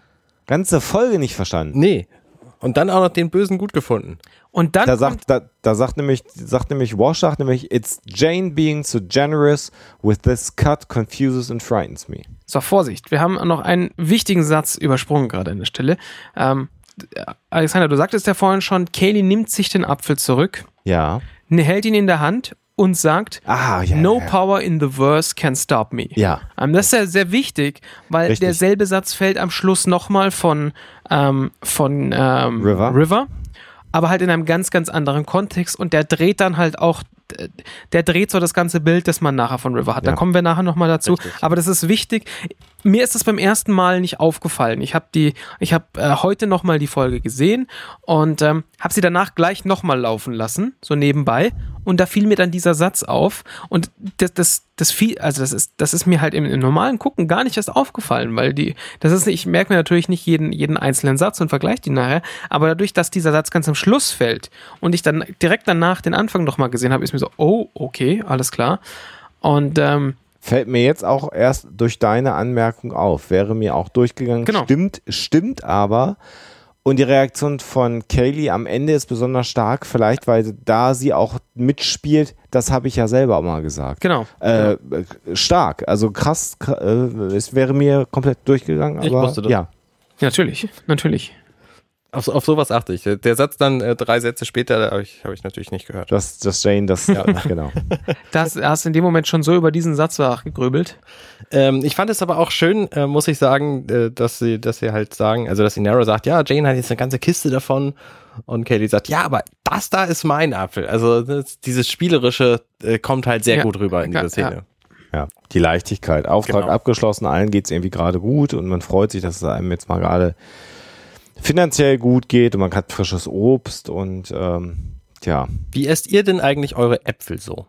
Ganze Folge nicht verstanden. Nee. Und dann auch noch den Bösen gut gefunden. Und dann Da sagt, da, da sagt nämlich, sagt nämlich Wash, sagt nämlich, it's Jane being so generous with this cut confuses and frightens me. So, Vorsicht, wir haben noch einen wichtigen Satz übersprungen gerade an der Stelle. Ähm, Alexander, du sagtest ja vorhin schon, Kaylee nimmt sich den Apfel zurück, Ja. hält ihn in der Hand und sagt, Ah, ja. no ja. power in the verse can stop me. Ja. Ähm, das ist ja sehr wichtig, weil Richtig. derselbe Satz fällt am Schluss nochmal von, ähm, von ähm, River. River, aber halt in einem ganz, ganz anderen Kontext und der dreht dann halt auch, der dreht so das ganze Bild, das man nachher von River hat. Ja. Da kommen wir nachher nochmal dazu. Richtig. Aber das ist wichtig. Mir ist das beim ersten Mal nicht aufgefallen. Ich habe die, ich habe äh, heute nochmal die Folge gesehen und ähm, habe sie danach gleich nochmal laufen lassen, so nebenbei. Und da fiel mir dann dieser Satz auf. Und das, das, das fiel, also das ist, das ist mir halt im, im normalen Gucken gar nicht erst aufgefallen, weil die, das ist, ich merke mir natürlich nicht jeden, jeden einzelnen Satz und vergleiche die nachher. Aber dadurch, dass dieser Satz ganz am Schluss fällt und ich dann direkt danach den Anfang nochmal gesehen habe, ist mir so, oh, okay, alles klar. Und ähm, Fällt mir jetzt auch erst durch deine Anmerkung auf. Wäre mir auch durchgegangen. Genau. Stimmt, stimmt aber. Und die Reaktion von Kaylee am Ende ist besonders stark. Vielleicht, weil da sie auch mitspielt. Das habe ich ja selber auch mal gesagt. genau. Äh, stark. Also krass. kr- Äh, es wäre mir komplett durchgegangen. Aber Ich wusste das. ja. Ja, natürlich, natürlich. Auf, auf sowas achte ich. Der Satz dann äh, drei Sätze später, habe ich, hab ich natürlich nicht gehört. Dass, dass Jane das, ja, genau. Das hast du in dem Moment schon so über diesen Satz gegrübelt. Ähm, ich fand es aber auch schön, äh, muss ich sagen, äh, dass sie, dass sie halt sagen, also dass Inara sagt, ja, Jane hat jetzt eine ganze Kiste davon und Kaylee sagt, ja, aber das da ist mein Apfel. Also das, dieses Spielerische äh, kommt halt sehr Ja, gut rüber in ja, dieser Szene. Ja, die Leichtigkeit. Auftrag Genau. abgeschlossen, allen geht es irgendwie gerade gut und man freut sich, dass es einem jetzt mal gerade finanziell gut geht und man hat frisches Obst und ähm, tja. Wie esst ihr denn eigentlich eure Äpfel so?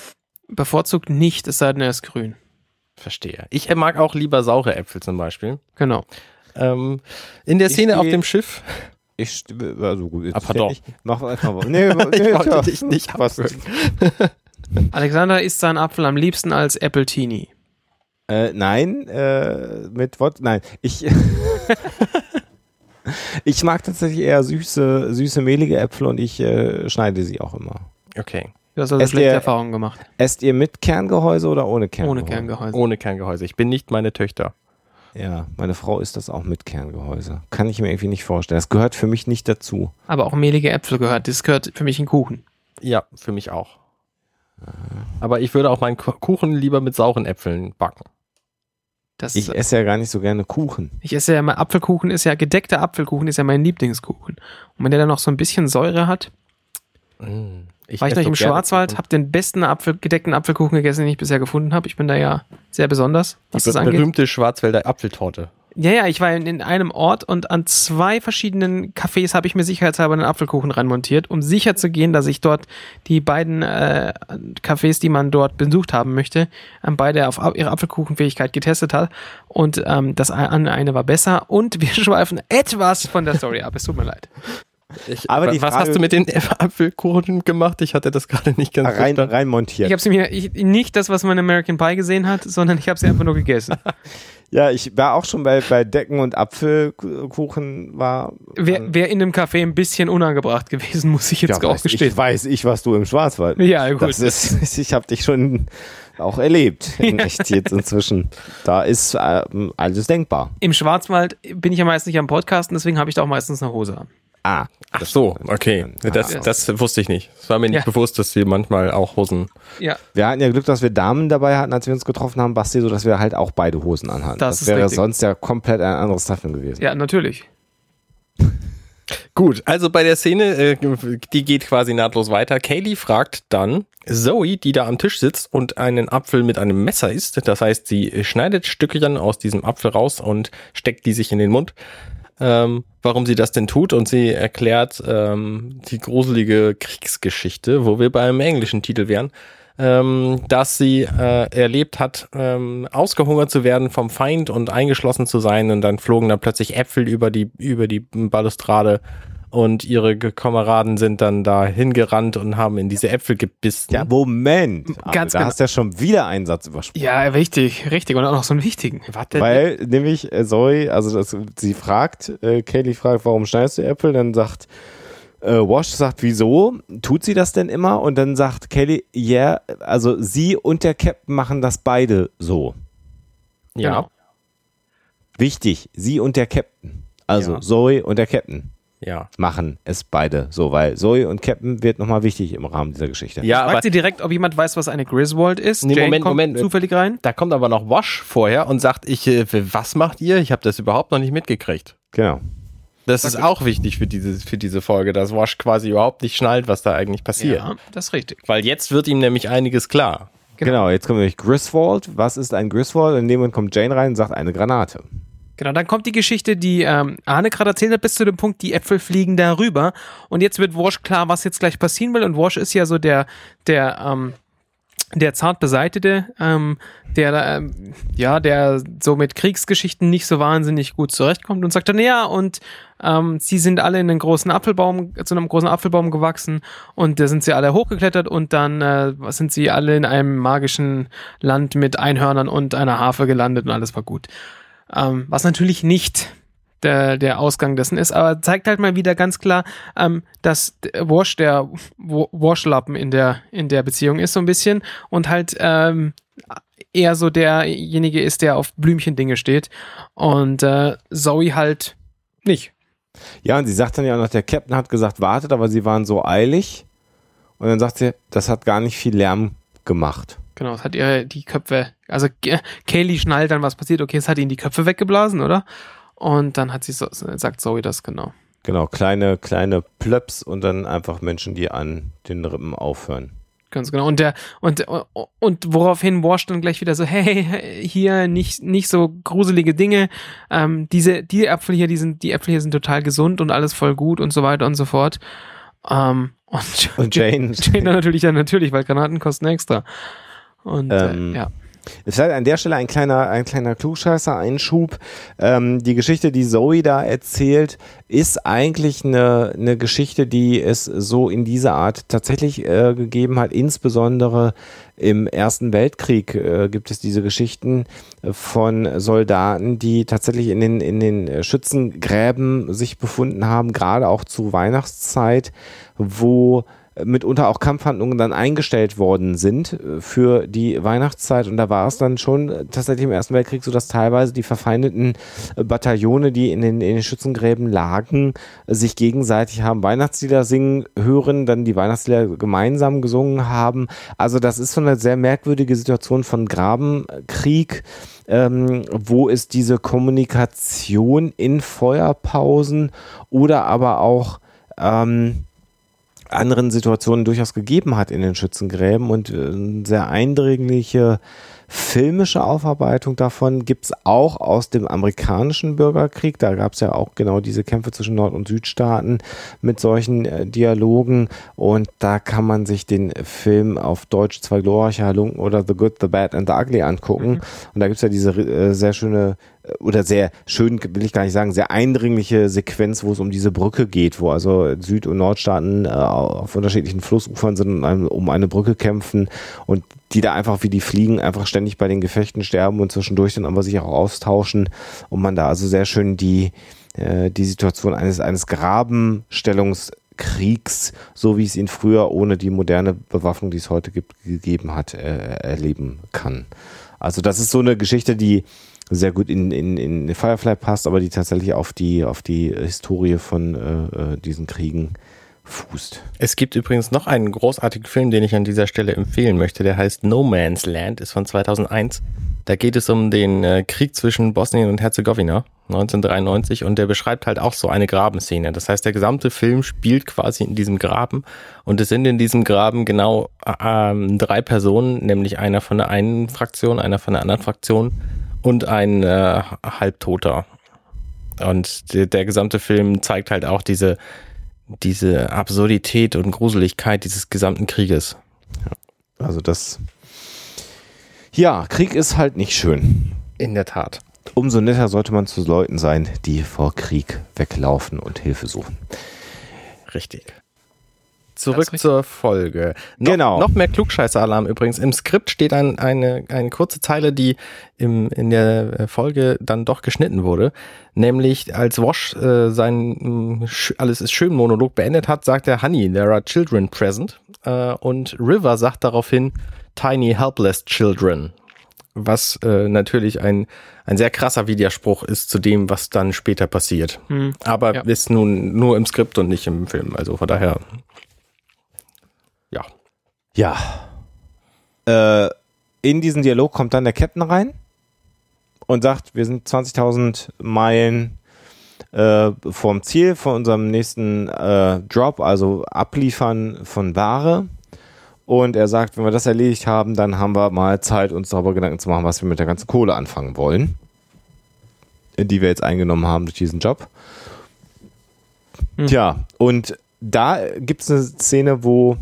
Bevorzugt nicht, es sei denn, er ist grün. Verstehe. Ich mag auch lieber saure Äpfel zum Beispiel. Genau. Ähm, in der Ich Szene auf geh- dem Schiff. Ich stimme, also gut. jetzt Ah, pardon. Ich, mach einfach nee, nee, Ich wollte tja, dich nicht was, abwürgen. Alexander isst seinen Apfel am liebsten als Appletini. äh, Nein, äh, mit Wort, nein, ich ich mag tatsächlich eher süße, süße, mehlige Äpfel und ich äh, schneide sie auch immer. Okay. Du hast also Esst schlechte ihr- Erfahrungen gemacht. Esst ihr mit Kerngehäuse oder ohne Kerngehäuse? Ohne Kerngehäuse. Ohne Kerngehäuse. Ich bin nicht meine Töchter. Ja, meine Frau isst das auch mit Kerngehäuse. Kann ich mir irgendwie nicht vorstellen. Das gehört für mich nicht dazu. Aber auch mehlige Äpfel gehört. Das gehört für mich in Kuchen. Ja, für mich auch. Aber ich würde auch meinen Ku- Kuchen lieber mit sauren Äpfeln backen. Das, Ich esse ja gar nicht so gerne Kuchen. ich esse ja mal Apfelkuchen, ist ja gedeckter Apfelkuchen, ist ja mein Lieblingskuchen. Und wenn der dann noch so ein bisschen Säure hat, Ich war ich esse noch im so gerne Schwarzwald, Kuchen. habe den besten Apfel, gedeckten Apfelkuchen gegessen, den ich bisher gefunden habe. Ich bin da ja sehr besonders, was Die das angeht. berühmte Schwarzwälder Apfeltorte. Ja, ja, ich war in, in einem Ort und an zwei verschiedenen Cafés habe ich mir sicherheitshalber einen Apfelkuchen reinmontiert, um sicher zu gehen, dass ich dort die beiden äh, Cafés, die man dort besucht haben möchte, ähm, beide auf Ap- ihre Apfelkuchenfähigkeit getestet hat. Und ähm, das eine eine war besser. Und wir schweifen etwas von der Story ab. Es tut mir leid. Ich, Aber wa- die was Frage- hast du mit den Apfelkuchen gemacht? Ich hatte das gerade nicht ganz Rein, verstanden. rein Ich montiert. habe sie mir ich, nicht das, was man in American Pie gesehen hat, sondern ich habe sie einfach nur gegessen. Ja, ich war auch schon bei, bei Decken und Apfelkuchen war. Wäre wär in dem Café ein bisschen unangebracht gewesen, muss ich jetzt ja, auch weiß, gestehen. ich weiß ich, was du im Schwarzwald. Ja, gut. Das ist, ich habe dich schon auch erlebt. In echt jetzt inzwischen. Da ist ähm, alles denkbar. Im Schwarzwald bin ich ja meistens nicht am Podcasten, deswegen habe ich da auch meistens eine Hose an. Ah, Ach so, okay. Das, Ja. das wusste ich nicht. Es war mir nicht Ja. bewusst, dass wir manchmal auch Hosen. Ja, wir hatten ja Glück, dass wir Damen dabei hatten, als wir uns getroffen haben, Basti, so dass wir halt auch beide Hosen anhatten. Das Das, ist wäre richtig. sonst ja komplett ein anderes Treffen gewesen. ja, natürlich. Gut, also bei der Szene, äh, die geht quasi nahtlos weiter. Kaylee fragt dann Zoe, die da am Tisch sitzt und einen Apfel mit einem Messer isst. Das heißt, sie schneidet Stückchen aus diesem Apfel raus und steckt die sich in den Mund. Ähm, warum sie das denn tut, und sie erklärt ähm, die gruselige Kriegsgeschichte, wo wir beim englischen Titel wären, ähm, dass sie äh, erlebt hat, ähm, ausgehungert zu werden vom Feind und eingeschlossen zu sein, und dann flogen da plötzlich Äpfel über die über die Balustrade und ihre Kameraden sind dann da hingerannt und haben in diese Äpfel gebissen. Ja, Moment. Ganz da genau. hast du ja schon wieder einen Satz übersprungen. Ja, richtig, richtig. Und auch noch so einen wichtigen. Warte, Weil nämlich äh, Zoe, also das, sie fragt, äh, Kaylee fragt, warum schneidest du Äpfel? Dann sagt äh, Wash, sagt, wieso? Tut sie das denn immer? Und dann sagt Kaylee, ja, yeah, also sie und der Captain machen das beide so. ja. Genau. Wichtig, sie und der Captain. Also Ja. Zoe und der Captain Ja. machen es beide so, weil Zoe und Captain wird nochmal wichtig im Rahmen dieser Geschichte. Ja, Fragt aber sie direkt, ob jemand weiß, was eine Griswold ist. Nee, Jane Moment, kommt Moment. zufällig rein. da kommt aber noch Wash vorher und sagt, ich, äh, was macht ihr? Ich habe das überhaupt noch nicht mitgekriegt. Genau. Das ist auch wichtig für diese, für diese Folge, dass Wash quasi überhaupt nicht schnallt, was da eigentlich passiert. Ja, das ist richtig. Weil jetzt wird ihm nämlich einiges klar. Genau. Genau, jetzt kommt nämlich Griswold. Was ist ein Griswold? Und in dem Moment kommt Jane rein und sagt, eine Granate. Genau, dann kommt die Geschichte, die ähm, Arne gerade erzählt hat, bis zu dem Punkt, die Äpfel fliegen darüber. Und jetzt wird Wash klar, was jetzt gleich passieren will. Und Wash ist ja so der, der, ähm, der zart beseitete, ähm, der, ähm, ja, der so mit Kriegsgeschichten nicht so wahnsinnig gut zurechtkommt und sagt dann, ja, und ähm, sie sind alle in einen großen Apfelbaum, zu einem großen Apfelbaum gewachsen und da sind sie alle hochgeklettert und dann äh, sind sie alle in einem magischen Land mit Einhörnern und einer Harfe gelandet und alles war gut. Ähm, was natürlich nicht der, der Ausgang dessen ist, aber zeigt halt mal wieder ganz klar, ähm, dass Wash der Washlappen in der, in der Beziehung ist so ein bisschen und halt ähm, eher so derjenige ist, der auf Blümchen-Dinge steht und äh, Zoe halt nicht. Ja, und sie sagt dann ja auch noch, der Captain hat gesagt, wartet, aber sie waren so eilig. Und dann sagt sie, das hat gar nicht viel Lärm gemacht. Genau, es hat ihr die Köpfe, also G- Kaylee schnallt dann, was passiert, okay, es hat ihnen die Köpfe weggeblasen, oder? Und dann hat sie so, sagt Zoe das genau. Genau, kleine, kleine Plöps und dann einfach Menschen, die an den Rippen aufhören. Ganz genau. Und der, und, und woraufhin Wash dann gleich wieder so, hey, hier nicht, nicht so gruselige Dinge. Ähm, diese, die Äpfel hier, die sind, die Äpfel hier sind total gesund und alles voll gut und so weiter und so fort. Ähm, und, Und Jane. Jane dann natürlich, ja, natürlich, weil Granaten kosten extra. Und, Ähm, äh, ja. Es ist an der Stelle ein kleiner, ein kleiner Klugscheißer-Einschub. Ähm, die Geschichte, die Zoe da erzählt, ist eigentlich eine, eine Geschichte, die es so in dieser Art tatsächlich äh, gegeben hat. Insbesondere im Ersten Weltkrieg äh, gibt es diese Geschichten von Soldaten, die tatsächlich in den, in den Schützengräben sich befunden haben, gerade auch zu Weihnachtszeit, wo mitunter auch Kampfhandlungen dann eingestellt worden sind für die Weihnachtszeit. Und da war es dann schon tatsächlich im Ersten Weltkrieg so, dass teilweise die verfeindeten Bataillone, die in den, in den Schützengräben lagen, sich gegenseitig haben Weihnachtslieder singen hören, dann die Weihnachtslieder gemeinsam gesungen haben. Also das ist so eine sehr merkwürdige Situation von Grabenkrieg, ähm, wo es diese Kommunikation in Feuerpausen oder aber auch ähm, anderen Situationen durchaus gegeben hat in den Schützengräben und eine sehr eindringliche filmische Aufarbeitung davon gibt es auch aus dem amerikanischen Bürgerkrieg. Da gab es ja auch genau diese Kämpfe zwischen Nord- und Südstaaten mit solchen äh, Dialogen und da kann man sich den Film auf Deutsch Zwei glorreiche Halunken oder The Good, The Bad and The Ugly angucken. Mhm. Und da gibt es ja diese äh, sehr schöne oder sehr schön, will ich gar nicht sagen, sehr eindringliche Sequenz, wo es um diese Brücke geht, wo also Süd- und Nordstaaten äh, auf unterschiedlichen Flussufern sind und um, um eine Brücke kämpfen und die da einfach wie die Fliegen einfach ständig bei den Gefechten sterben und zwischendurch dann aber sich auch austauschen und man da also sehr schön die, äh, die Situation eines, eines Grabenstellungskriegs, so wie es ihn früher ohne die moderne Bewaffnung, die es heute gibt, gegeben hat, äh, erleben kann. Also das ist so eine Geschichte, die sehr gut in, in, in Firefly passt, aber die tatsächlich auf die, auf die Historie von äh, diesen Kriegen fußt. Es gibt übrigens noch einen großartigen Film, den ich an dieser Stelle empfehlen möchte, der heißt No Man's Land, ist von zweitausendeins. Da geht es um den äh, Krieg zwischen Bosnien und Herzegowina neunzehnhundertdreiundneunzig und der beschreibt halt auch so eine Grabenszene. Das heißt, der gesamte Film spielt quasi in diesem Graben und es sind in diesem Graben genau äh, drei Personen, nämlich einer von der einen Fraktion, einer von der anderen Fraktion und ein äh, Halbtoter. Und der, der gesamte Film zeigt halt auch diese, diese Absurdität und Gruseligkeit dieses gesamten Krieges. Ja, also das, ja, Krieg ist halt nicht schön. In der Tat. Umso netter sollte man zu Leuten sein, die vor Krieg weglaufen und Hilfe suchen. Richtig. Zurück richtig. zur Folge. No, Genau. Noch mehr Klugscheißer-Alarm übrigens. Im Skript steht ein, eine, eine kurze Zeile, die im, in der Folge dann doch geschnitten wurde. Nämlich, als Wash äh, seinen sch- Alles ist schön Monolog beendet hat, sagt er, Honey, there are children present. Äh, und River sagt daraufhin, Tiny helpless children. Was äh, natürlich ein, ein sehr krasser Widerspruch ist zu dem, was dann später passiert. Hm. Aber Ja. ist nun nur im Skript und nicht im Film. Also von daher... Ja. Ja. Äh, in diesen Dialog kommt dann der Captain rein und sagt, wir sind zwanzigtausend Meilen äh, vom Ziel, von unserem nächsten äh, Drop, also Abliefern von Ware. Und er sagt, wenn wir das erledigt haben, dann haben wir mal Zeit, uns darüber Gedanken zu machen, was wir mit der ganzen Kohle anfangen wollen, die wir jetzt eingenommen haben durch diesen Job. Hm. Tja, und da gibt es eine Szene, wo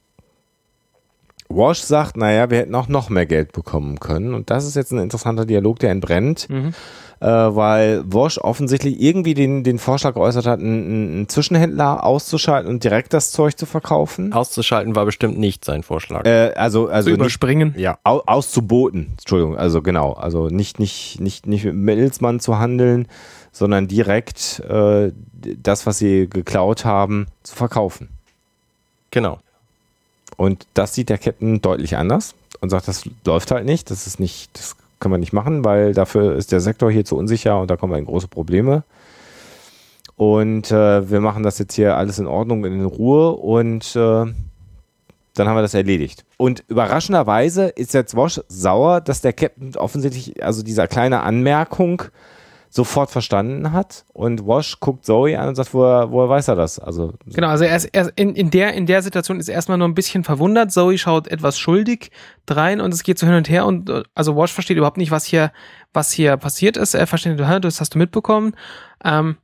Wash sagt, naja, wir hätten auch noch mehr Geld bekommen können. Und das ist jetzt ein interessanter Dialog, der entbrennt, Mhm. äh, weil Wash offensichtlich irgendwie den, den Vorschlag geäußert hat, einen, einen Zwischenhändler auszuschalten und direkt das Zeug zu verkaufen. Auszuschalten war bestimmt nicht sein Vorschlag. Äh, also Zu also nicht, überspringen. ja. au, auszuboten, Entschuldigung, also genau, also nicht, nicht, nicht, nicht mit dem Mittelsmann zu handeln, sondern direkt äh, das, was sie geklaut haben, zu verkaufen. Genau. Und das sieht der Captain deutlich anders und sagt, das läuft halt nicht, das ist nicht, das können wir nicht machen, weil dafür ist der Sektor hier zu unsicher und da kommen wir in große Probleme. Und äh, wir machen das jetzt hier alles in Ordnung, in Ruhe und äh, dann haben wir das erledigt. Und überraschenderweise ist jetzt Wash sauer, dass der Captain offensichtlich, also dieser kleine Anmerkung, sofort verstanden hat. Und Wash guckt Zoe an und sagt, woher, woher weiß er das? Also Genau, also er ist, er ist in, in, der, in der Situation ist er erstmal nur ein bisschen verwundert. Zoe schaut etwas schuldig drein und es geht so hin und her und äh, also Wash versteht überhaupt nicht, was hier, was hier passiert ist. Er versteht, "Hä, das hast du mitbekommen. Ähm,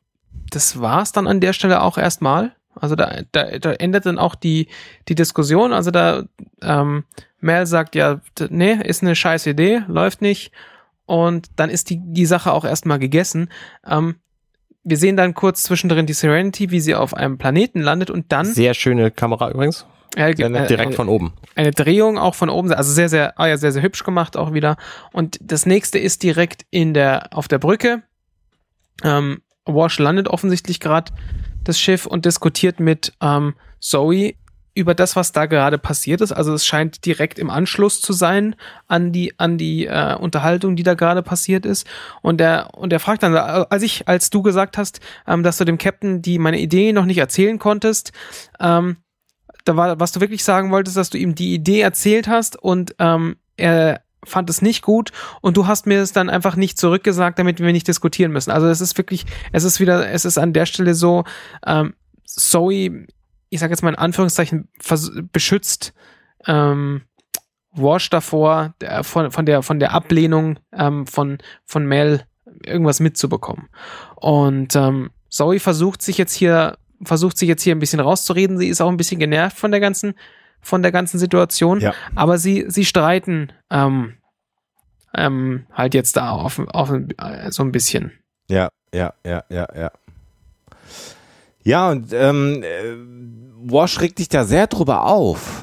das war's dann an der Stelle auch erstmal. Also da, da, da endet dann auch die, die Diskussion. Also da ähm, Mel sagt, ja, d- nee, ist eine scheiß Idee, läuft nicht. Und dann ist die, die Sache auch erstmal gegessen. Ähm, wir sehen dann kurz zwischendrin die Serenity, wie sie auf einem Planeten landet und dann Sehr schöne Kamera übrigens. äh, Direkt äh, von oben. eine Drehung auch von oben, also sehr, sehr, ah ja, sehr, sehr hübsch gemacht auch wieder. Und das nächste ist direkt in der, auf der Brücke. Ähm, Wash landet offensichtlich gerade das Schiff und diskutiert mit ähm, Zoe über das, was da gerade passiert ist. Also es scheint direkt im Anschluss zu sein an die, an die äh, Unterhaltung, die da gerade passiert ist. Und er, und er fragt dann, als ich, als du gesagt hast, ähm, dass du dem Captain die meine Idee noch nicht erzählen konntest, ähm, da war, was du wirklich sagen wolltest, dass du ihm die Idee erzählt hast und ähm, er fand es nicht gut und du hast mir es dann einfach nicht zurückgesagt, damit wir nicht diskutieren müssen. Also es ist wirklich, es ist wieder, es ist an der Stelle so, ähm, Zoe, ich sage jetzt mal in Anführungszeichen, vers- beschützt ähm, Wash davor, der, von, von, der, von der Ablehnung ähm, von, von Mel irgendwas mitzubekommen. Und ähm, Zoe versucht sich jetzt hier, versucht sich jetzt hier ein bisschen rauszureden. Sie ist auch ein bisschen genervt von der ganzen, von der ganzen Situation. Ja. Aber sie, sie streiten ähm, ähm, halt jetzt da auf, auf äh, so ein bisschen. Ja, ja, ja, ja, ja. Ja, und ähm, äh, Wash regt dich da sehr drüber auf,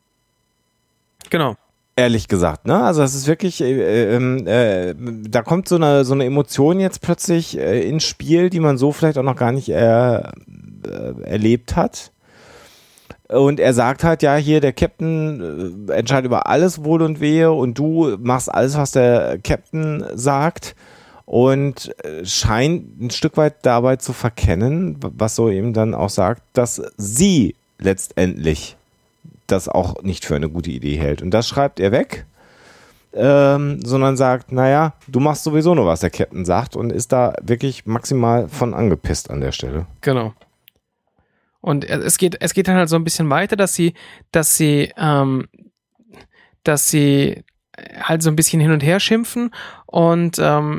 Genau. ehrlich gesagt, ne? Also das ist wirklich, äh, äh, äh, da kommt so eine, so eine Emotion jetzt plötzlich äh, ins Spiel, die man so vielleicht auch noch gar nicht äh, äh, erlebt hat. Und er sagt halt, ja, hier der Captain äh, entscheidet über alles Wohl und Wehe und du machst alles, was der Captain sagt. Und äh, scheint ein Stück weit dabei zu verkennen, was so eben dann auch sagt, dass sie letztendlich das auch nicht für eine gute Idee hält. Und das schreibt er weg, ähm, sondern sagt, naja, du machst sowieso nur, was der Captain sagt und ist da wirklich maximal von angepisst an der Stelle. Genau. Und es geht, es geht dann halt so ein bisschen weiter, dass sie, dass sie, ähm, dass sie halt so ein bisschen hin und her schimpfen und ähm,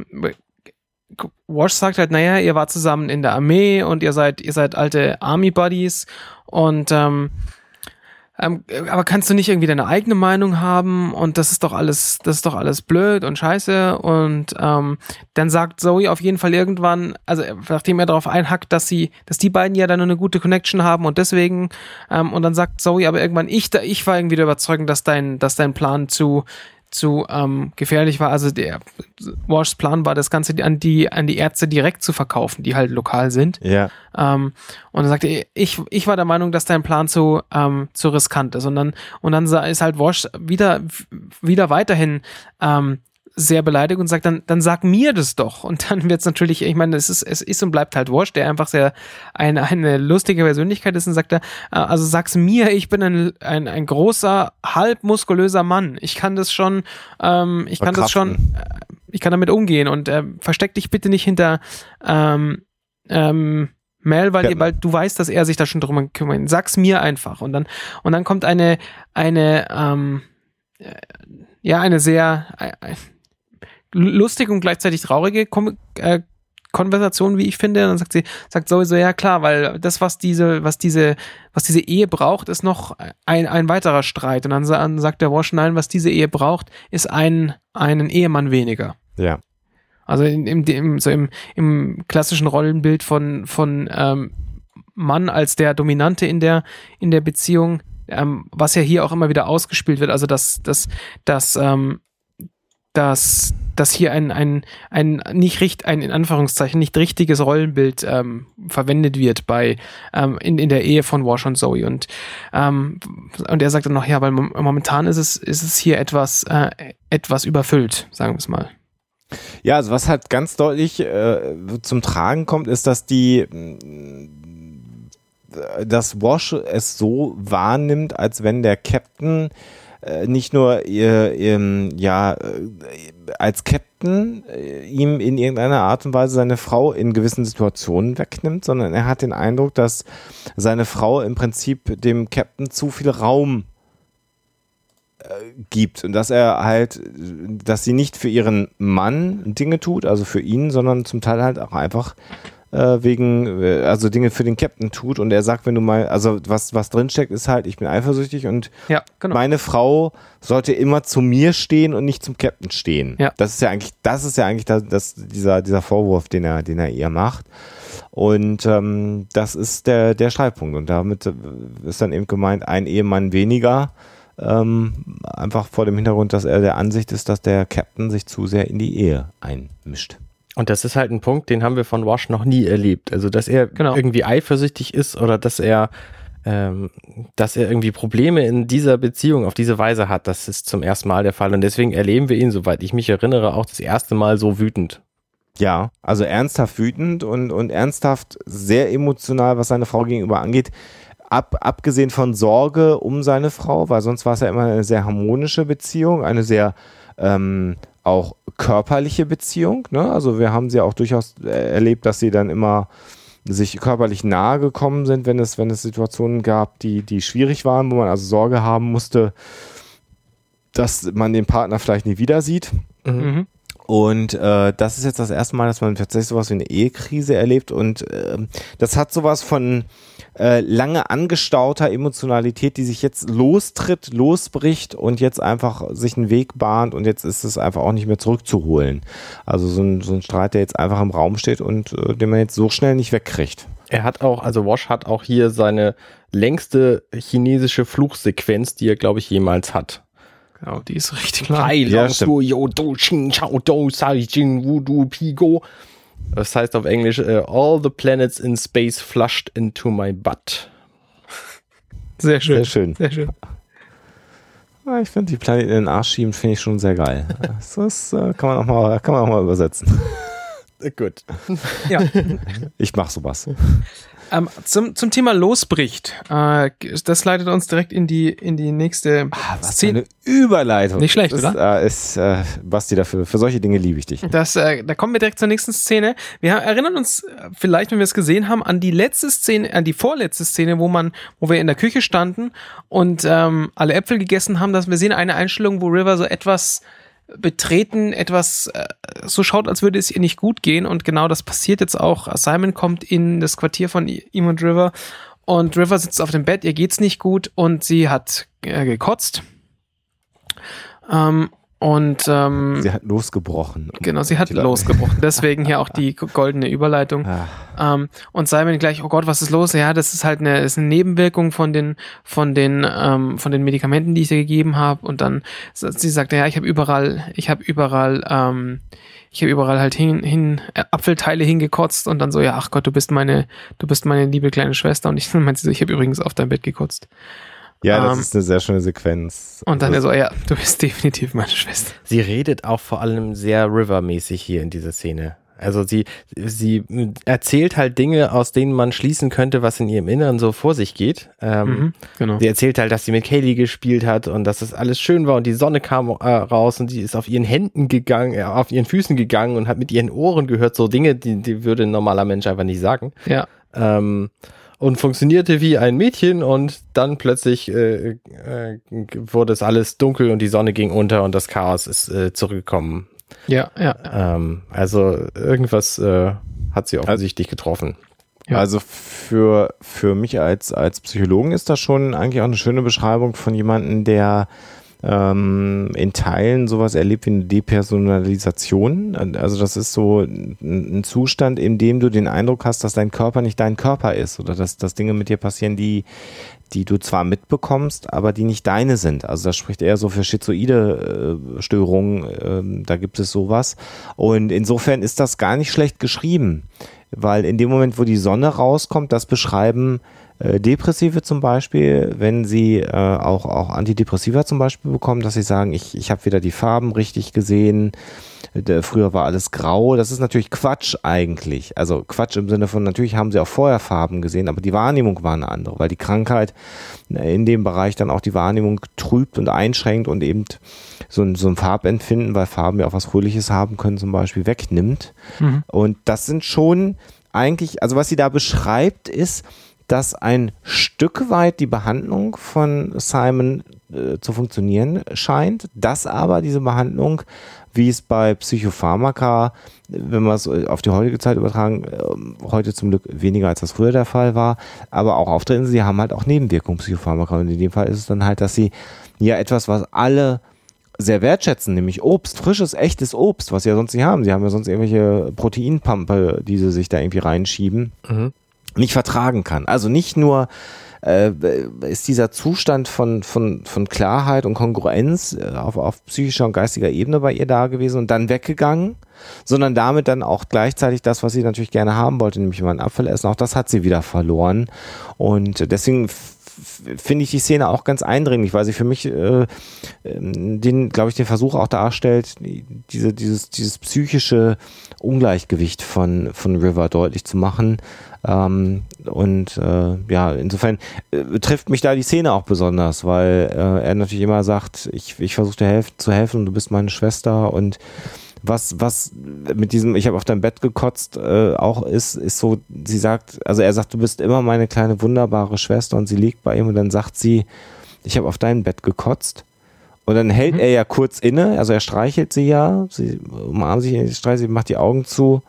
Wash sagt halt, naja, ihr wart zusammen in der Armee und ihr seid, ihr seid alte Army Buddies und ähm, ähm, aber kannst du nicht irgendwie deine eigene Meinung haben und das ist doch alles, das ist doch alles blöd und scheiße und ähm, dann sagt Zoe auf jeden Fall irgendwann, also nachdem er darauf einhackt, dass sie, dass die beiden ja dann eine gute Connection haben und deswegen ähm, und dann sagt Zoe aber irgendwann, ich, ich war irgendwie der Überzeugung, dass dein, dass dein Plan zu zu ähm, gefährlich war. Also der Washs Plan war, das Ganze an die an die Ärzte direkt zu verkaufen, die halt lokal sind. Ja. Ähm, und dann sagte er, ich ich war der Meinung, dass dein Plan zu ähm, zu riskant ist. Und dann und dann ist halt Wash wieder wieder weiterhin ähm, sehr beleidigt und sagt dann, dann sag mir das doch. Und dann wird's natürlich, ich meine, es ist, es ist und bleibt halt Wash, der einfach sehr eine, eine lustige Persönlichkeit ist und sagt er, also sag's mir, ich bin ein, ein, ein großer, halb muskulöser Mann. Ich kann das schon, ähm, ich kann das schon, äh, ich kann damit umgehen und äh, versteck dich bitte nicht hinter ähm, ähm, Mel, weil, ja. weil du weißt, dass er sich da schon drum kümmert. Sag's mir einfach. Und dann, und dann kommt eine, eine, ähm, äh, ja, eine sehr, äh, lustige und gleichzeitig traurige Kom- äh, Konversation, wie ich finde. Und dann sagt sie, sagt sowieso, ja klar, weil das, was diese, was diese, was diese Ehe braucht, ist noch ein, ein weiterer Streit. Und dann, dann sagt der Wash, nein, was diese Ehe braucht, ist ein, einen Ehemann weniger. Ja. Also im, im, im, so im, im klassischen Rollenbild von, von ähm, Mann als der Dominante in der, in der Beziehung, ähm, was ja hier auch immer wieder ausgespielt wird, also dass, dass, dass, ähm, dass, dass hier ein, ein, ein nicht richt, ein in Anführungszeichen nicht richtiges Rollenbild ähm, verwendet wird bei ähm, in, in der Ehe von Wash und Zoe. Und, ähm, und er sagt dann noch, ja, weil momentan ist es, ist es hier etwas, äh, etwas überfüllt, sagen wir es mal. Ja, also was halt ganz deutlich äh, zum Tragen kommt, ist, dass die dass Wash es so wahrnimmt, als wenn der Captain nicht nur äh, ähm, ja äh, als Captain äh, ihm in irgendeiner Art und Weise seine Frau in gewissen Situationen wegnimmt, sondern er hat den Eindruck, dass seine Frau im Prinzip dem Captain zu viel Raum äh, gibt und dass er halt, dass sie nicht für ihren Mann Dinge tut, also für ihn, sondern zum Teil halt auch einfach äh, wegen, äh, also Dinge für den Captain tut und er sagt, wenn du mal, also was, was drinsteckt, ist halt, ich bin eifersüchtig und ja, genau. meine Frau sollte immer zu mir stehen und nicht zum Captain stehen. Ja. Das ist ja eigentlich, das ist ja eigentlich das, das, dieser, dieser Vorwurf, den er, den er ihr macht. Und ähm, das ist der, der Streitpunkt. Und damit ist dann eben gemeint, ein Ehemann weniger, ähm, einfach vor dem Hintergrund, dass er der Ansicht ist, dass der Captain sich zu sehr in die Ehe einmischt. Und das ist halt ein Punkt, den haben wir von Wash noch nie erlebt. Also, dass er genau. irgendwie eifersüchtig ist oder dass er, ähm, dass er irgendwie Probleme in dieser Beziehung auf diese Weise hat, das ist zum ersten Mal der Fall. Und deswegen erleben wir ihn, soweit ich mich erinnere, auch das erste Mal so wütend. Ja, also ernsthaft wütend und, und ernsthaft sehr emotional, was seine Frau gegenüber angeht. Ab, abgesehen von Sorge um seine Frau, weil sonst war es ja immer eine sehr harmonische Beziehung, eine sehr ähm, auch körperliche Beziehung, ne? Also wir haben sie auch durchaus erlebt, dass sie dann immer sich körperlich nahe gekommen sind, wenn es, wenn es Situationen gab, die, die schwierig waren, wo man also Sorge haben musste, dass man den Partner vielleicht nie wieder sieht. Mhm. Und äh, das ist jetzt das erste Mal, dass man tatsächlich sowas wie eine Ehekrise erlebt und äh, das hat sowas von äh, lange angestauter Emotionalität, die sich jetzt lostritt, losbricht und jetzt einfach sich einen Weg bahnt und jetzt ist es einfach auch nicht mehr zurückzuholen. Also so ein, so ein Streit, der jetzt einfach im Raum steht und äh, den man jetzt so schnell nicht wegkriegt. Er hat auch, also Wash hat auch hier seine längste chinesische Fluchsequenz, die er, glaube ich, jemals hat. Genau, die ist richtig lang. Ja, das heißt auf Englisch, uh, all the planets in space flushed into my butt. Sehr schön. Sehr schön. Sehr schön. Ja, ich finde, die Planeten in den Arsch schieben, finde ich schon sehr geil. Das ist, äh, kann man auch mal, kann man auch mal übersetzen. Gut. Ja. Ich mach sowas. Ähm, zum, zum Thema losbricht. Äh, das leitet uns direkt in die, in die nächste ah, was Szene. Eine Überleitung. Nicht schlecht, das, oder? Äh, ist, äh, Basti, dafür, für solche Dinge liebe ich dich. Das, äh, da kommen wir direkt zur nächsten Szene. Wir erinnern uns vielleicht, wenn wir es gesehen haben, an die letzte Szene, an die vorletzte Szene, wo man, wo wir in der Küche standen und ähm, alle Äpfel gegessen haben. Dass wir sehen eine Einstellung, wo River so etwas betreten, etwas äh, so schaut, als würde es ihr nicht gut gehen und genau das passiert jetzt auch. Simon kommt in das Quartier von ihm und River und River sitzt auf dem Bett, ihr geht's nicht gut und sie hat äh, gekotzt. Ähm, und ähm, sie hat losgebrochen. Genau, sie hat losgebrochen. Deswegen hier auch die goldene Überleitung. Ähm, und Simon gleich, oh Gott, was ist los? Ja, das ist halt eine, ist eine Nebenwirkung von den, von den, ähm, von den Medikamenten, die ich dir gegeben habe. Und dann, sie sagt, ja, ich habe überall, ich habe überall, ähm, ich habe überall halt hin, hin äh, Apfelteile hingekotzt und dann so, ja, ach Gott, du bist meine, du bist meine liebe kleine Schwester. Und ich meinte so, ich habe übrigens auf dein Bett gekotzt. Ja, das ähm, ist eine sehr schöne Sequenz. Und dann also, er so, ja, du bist definitiv meine Schwester. Sie redet auch vor allem sehr River-mäßig hier in dieser Szene. Also sie, sie erzählt halt Dinge, aus denen man schließen könnte, was in ihrem Inneren so vor sich geht. Ähm, Mhm, genau. Sie erzählt halt, dass sie mit Kaylee gespielt hat und dass das alles schön war und die Sonne kam äh, raus und sie ist auf ihren Händen gegangen, äh, auf ihren Füßen gegangen und hat mit ihren Ohren gehört, so Dinge, die, die würde ein normaler Mensch einfach nicht sagen. Ja. Ähm, und funktionierte wie ein Mädchen und dann plötzlich äh, äh, wurde es alles dunkel und die Sonne ging unter und das Chaos ist äh, zurückgekommen. Ja, ja. ja. Ähm, also irgendwas äh, hat sie offensichtlich getroffen. Ja. Also für, für mich als, als Psychologen ist das schon eigentlich auch eine schöne Beschreibung von jemandem, der ähm, in Teilen sowas erlebt wie eine Depersonalisation. Also das ist so ein, ein Zustand, in dem du den Eindruck hast, dass dein Körper nicht dein Körper ist oder dass, dass Dinge mit dir passieren, die die du zwar mitbekommst, aber die nicht deine sind. Also das spricht eher so für schizoide äh, Störungen, äh, da gibt es sowas. Und insofern ist das gar nicht schlecht geschrieben, weil in dem Moment, wo die Sonne rauskommt, das beschreiben äh, Depressive zum Beispiel, wenn sie äh, auch, auch Antidepressiva zum Beispiel bekommen, dass sie sagen, ich, ich habe wieder die Farben richtig gesehen, Der, früher war alles grau. Das ist natürlich Quatsch eigentlich. Also Quatsch im Sinne von, natürlich haben sie auch vorher Farben gesehen, aber die Wahrnehmung war eine andere, weil die Krankheit in dem Bereich dann auch die Wahrnehmung trübt und einschränkt und eben so ein, so ein Farbempfinden, weil Farben ja auch was Fröhliches haben können, zum Beispiel wegnimmt. Mhm. Und das sind schon eigentlich, also was sie da beschreibt, ist, dass ein Stück weit die Behandlung von Simon äh, zu funktionieren scheint, dass aber diese Behandlung, wie es bei Psychopharmaka, wenn wir es auf die heutige Zeit übertragen, äh, heute zum Glück weniger als das früher der Fall war, aber auch auftreten, sie haben halt auch Nebenwirkungen Psychopharmaka und in dem Fall ist es dann halt, dass sie ja etwas, was alle sehr wertschätzen, nämlich Obst, frisches, echtes Obst, was sie ja sonst nicht haben. Sie haben ja sonst irgendwelche Proteinpampe, die sie sich da irgendwie reinschieben. Mhm. Nicht vertragen kann. Also nicht nur äh, ist dieser Zustand von, von, von Klarheit und Kongruenz äh, auf, auf psychischer und geistiger Ebene bei ihr da gewesen und dann weggegangen, sondern damit dann auch gleichzeitig das, was sie natürlich gerne haben wollte, nämlich mal einen Apfel essen, auch das hat sie wieder verloren. Und deswegen finde ich die Szene auch ganz eindringlich, weil sie für mich äh, den, glaube ich, den Versuch auch darstellt, diese, dieses, dieses psychische Ungleichgewicht von, von River deutlich zu machen. Ähm, und äh, ja, insofern äh, trifft mich da die Szene auch besonders, weil äh, er natürlich immer sagt, ich, ich versuche dir helf- zu helfen und du bist meine Schwester und was, was mit diesem, ich habe auf dein Bett gekotzt, äh, auch ist, ist so, sie sagt, also er sagt, du bist immer meine kleine wunderbare Schwester und sie liegt bei ihm und dann sagt sie, ich habe auf dein Bett gekotzt und dann hält mhm. er ja kurz inne, also er streichelt sie ja, sie umarmt sich, streichelt sie, macht die Augen zu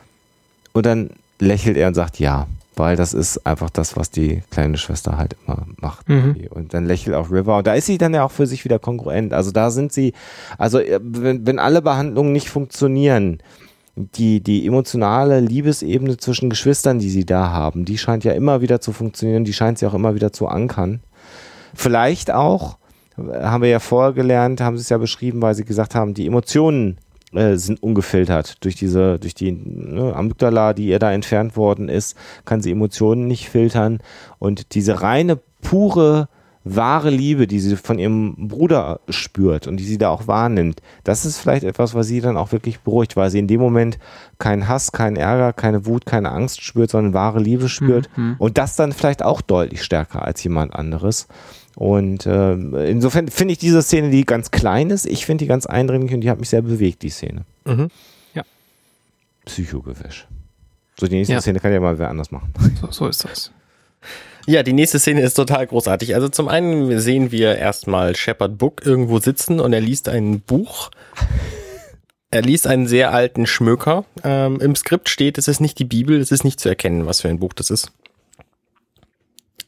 und dann lächelt er und sagt ja, weil das ist einfach das, was die kleine Schwester halt immer macht. Mhm. Und dann lächelt auch River. Und da ist sie dann ja auch für sich wieder kongruent. Also da sind sie, also wenn, wenn alle Behandlungen nicht funktionieren, die, die emotionale Liebesebene zwischen Geschwistern, die sie da haben, die scheint ja immer wieder zu funktionieren, die scheint sie auch immer wieder zu ankern. Vielleicht auch, haben wir ja vorher gelernt, haben sie es ja beschrieben, weil sie gesagt haben, die Emotionen sind ungefiltert. Durch diese, durch die ne, Amygdala, die ihr da entfernt worden ist, kann sie Emotionen nicht filtern. Und diese reine, pure, wahre Liebe, die sie von ihrem Bruder spürt und die sie da auch wahrnimmt, das ist vielleicht etwas, was sie dann auch wirklich beruhigt, weil sie in dem Moment keinen Hass, keinen Ärger, keine Wut, keine Angst spürt, sondern wahre Liebe spürt. Mhm. Und das dann vielleicht auch deutlich stärker als jemand anderes. Und äh, insofern finde ich diese Szene, die ganz klein ist, ich finde die ganz eindringlich und die hat mich sehr bewegt, die Szene. Mhm. Ja. Psychogewäsch. So, die nächste ja. Szene kann ja mal wer anders machen. So, so ist das. Ja, die nächste Szene ist total großartig. Also zum einen sehen wir erstmal Shepard Book irgendwo sitzen und er liest ein Buch. Er liest einen sehr alten Schmöker. Ähm, im Skript steht, es ist nicht die Bibel, es ist nicht zu erkennen, was für ein Buch das ist.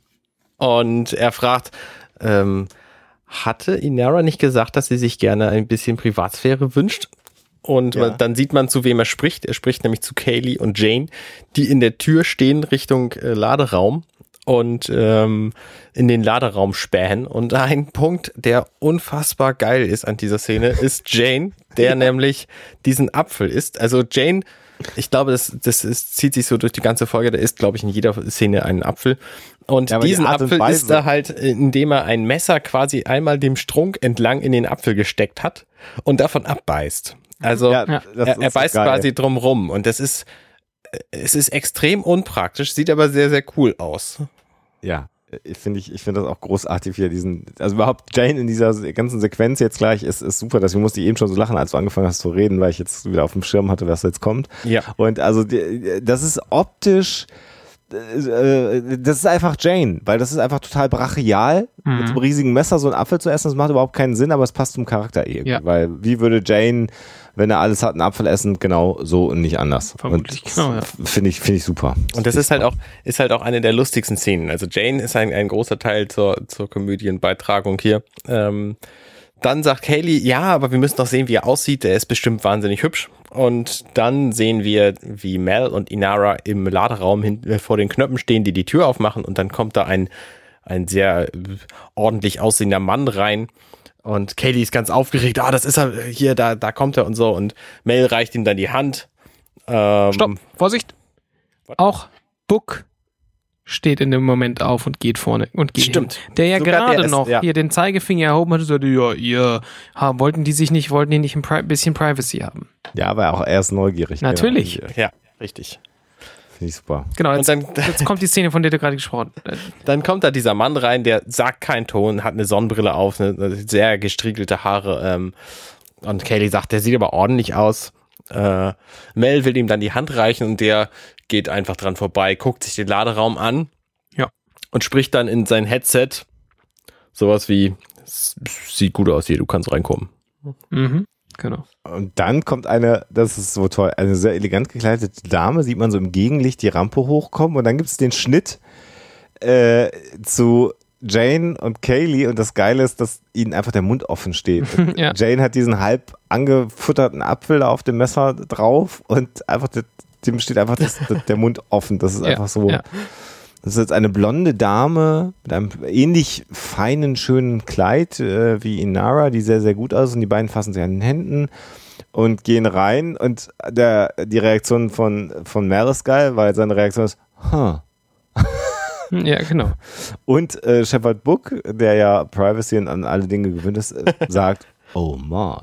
Und er fragt, ähm, hatte Inara nicht gesagt, dass sie sich gerne ein bisschen Privatsphäre wünscht? Und Ja. dann sieht man, zu wem er spricht. Er spricht nämlich zu Kaylee und Jane, die in der Tür stehen Richtung äh, Laderaum und ähm, in den Laderaum spähen. Und ein Punkt, der unfassbar geil ist an dieser Szene, ist Jane, der ja. nämlich diesen Apfel isst. Also Jane, ich glaube, das, das ist, zieht sich so durch die ganze Folge, der isst, glaube ich, in jeder Szene einen Apfel. Und ja, diesen die Apfel isst er halt, indem er ein Messer quasi einmal dem Strunk entlang in den Apfel gesteckt hat und davon abbeißt. Also ja, er, er beißt so quasi drum rum und das ist, es ist extrem unpraktisch, sieht aber sehr, sehr cool aus. Ja, ich finde ich, ich finde das auch großartig, wie er diesen, also überhaupt Jane in dieser ganzen Sequenz jetzt gleich ist, ist super, deswegen musste ich eben schon so lachen, als du angefangen hast zu reden, weil ich jetzt wieder auf dem Schirm hatte, was jetzt kommt. Ja. Und also die, das ist optisch, das ist einfach Jane, weil das ist einfach total brachial, mhm. mit so einem riesigen Messer so einen Apfel zu essen, das macht überhaupt keinen Sinn, aber es passt zum Charakter irgendwie, ja. Weil wie würde Jane, wenn er alles hat, einen Apfel essen, genau so und nicht anders. Vermutlich, und genau, ja. Finde ich, finde ich super. Und das ist halt auch, ist halt auch eine der lustigsten Szenen. Also Jane ist ein, ein großer Teil zur, zur Komödienbeitragung hier. Ähm, dann sagt Kaylee, ja, aber wir müssen doch sehen, wie er aussieht. Der ist bestimmt wahnsinnig hübsch. Und dann sehen wir, wie Mel und Inara im Laderaum hin, vor den Knöpfen stehen, die die Tür aufmachen. Und dann kommt da ein, ein sehr ordentlich aussehender Mann rein. Und Kaylee ist ganz aufgeregt. Ah, das ist er hier, da, da kommt er und so. Und Mel reicht ihm dann die Hand. Ähm, Stopp, Vorsicht. What? Auch Book steht in dem Moment auf und geht vorne und geht Stimmt. Hin. Der ja Sogar gerade der ist, noch ja. hier den Zeigefinger erhoben hat und sagte, ja, ihr haben, wollten die sich nicht, wollten die nicht ein Pri- bisschen Privacy haben. Ja, aber auch er ist neugierig. Natürlich. Genau. Ja, richtig. Finde ich super. Genau, jetzt, und dann, jetzt kommt die Szene, von der du gerade gesprochen hast. Dann kommt da dieser Mann rein, der sagt keinen Ton, hat eine Sonnenbrille auf, eine sehr gestriegelte Haare. Ähm, und Kaylee sagt, der sieht aber ordentlich aus. Äh, Mel will ihm dann die Hand reichen und der geht einfach dran vorbei, guckt sich den Laderaum an. Ja. Und spricht dann in sein Headset sowas wie, sieht gut aus hier, du kannst reinkommen. Mhm. Genau. Und dann kommt eine, das ist so toll, eine sehr elegant gekleidete Dame, sieht man so im Gegenlicht die Rampe hochkommen und dann gibt es den Schnitt äh, zu Jane und Kaylee und das Geile ist, dass ihnen einfach der Mund offen steht. Ja. Jane hat diesen halb angefutterten Apfel da auf dem Messer drauf und einfach dem steht einfach das, der Mund offen. Das ist ja, einfach so. Ja. Das ist jetzt eine blonde Dame mit einem ähnlich feinen, schönen Kleid äh, wie Inara, die sehr, sehr gut aussieht. Und die beiden fassen sich an den Händen und gehen rein. Und der, die Reaktion von, von Mel ist geil, weil seine Reaktion ist, huh. Ja, genau. Und äh, Shepard Book, der ja Privacy und an alle Dinge gewöhnt ist, äh, sagt, oh my.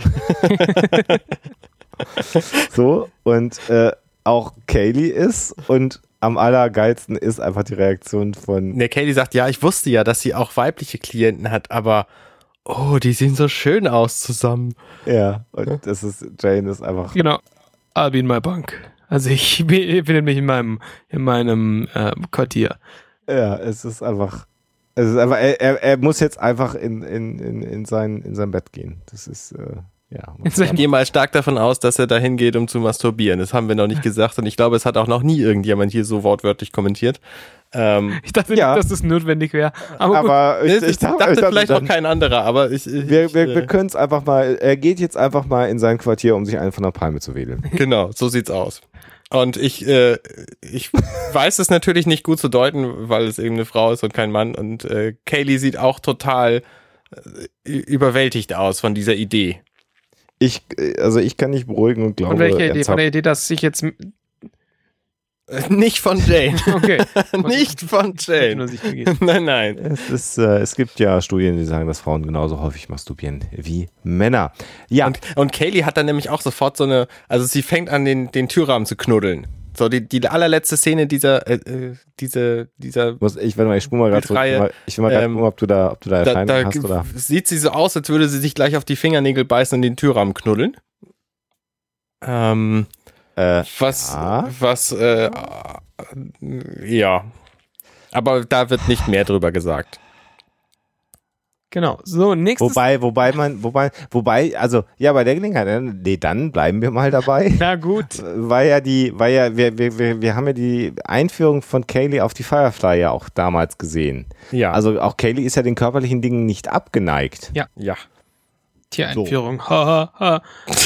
So, und äh, auch Kaylee ist und am allergeilsten ist einfach die Reaktion von... Der Kaylee sagt, ja, ich wusste ja, dass sie auch weibliche Klienten hat, aber oh, die sehen so schön aus zusammen. Ja, und das ist, Jane ist einfach... Genau, I'll be in my bunk. Also ich befinde mich in meinem, in meinem äh, Quartier. Ja, es ist einfach... Es ist einfach er, er, er muss jetzt einfach in, in, in, in, sein, in sein Bett gehen. Das ist... Äh, Ja, ich gehe mal stark davon aus, dass er dahin geht, um zu masturbieren. Das haben wir noch nicht gesagt und ich glaube, es hat auch noch nie irgendjemand hier so wortwörtlich kommentiert. Ähm, ich dachte ja. nicht, dass das notwendig wäre. Aber, aber ich, ich, ich, ich dachte, ich dachte vielleicht dann, auch kein anderer, aber ich, ich wir, wir, wir können es einfach mal, er geht jetzt einfach mal in sein Quartier, um sich einen von der Palme zu wedeln. Genau, so sieht's aus. Und ich, äh, ich weiß es natürlich nicht gut zu deuten, weil es eben eine Frau ist und kein Mann. Und äh, Kaylee sieht auch total äh, überwältigt aus von dieser Idee. Ich, also ich kann nicht beruhigen und glaube... Von welcher Idee? Von der Idee, dass ich jetzt... Nicht von Jane. Okay. Nicht von Jane. Nein, nein. Es, ist, äh, es gibt ja Studien, die sagen, dass Frauen genauso häufig masturbieren wie Männer. Ja. Und, und Kaylee hat dann nämlich auch sofort so eine... Also sie fängt an, den, den Türrahmen zu knuddeln. So, die, die allerletzte Szene dieser, äh, diese, dieser. Muss, ich warte mal, ich spule mal gerade zurück. Ich will mal gerade ähm, gucken, ob du da, ob du da Erscheinungen da, da hast, oder? Sieht sie so aus, als würde sie sich gleich auf die Fingernägel beißen und den Türrahmen knuddeln. Ähm, äh, was, ja. was, äh, ja. Aber da wird nicht mehr drüber gesagt. Genau. So, nächstes. Wobei, wobei man, wobei, wobei, also, ja, bei der Gelegenheit, nee, dann bleiben wir mal dabei. Na gut. Weil ja die, weil ja, wir, wir, wir, wir haben ja die Einführung von Kaylee auf die Firefly ja auch damals gesehen. Ja. Also auch Kaylee ist ja den körperlichen Dingen nicht abgeneigt. Ja. Ja. Tiereinführung. Ha, ha, ha.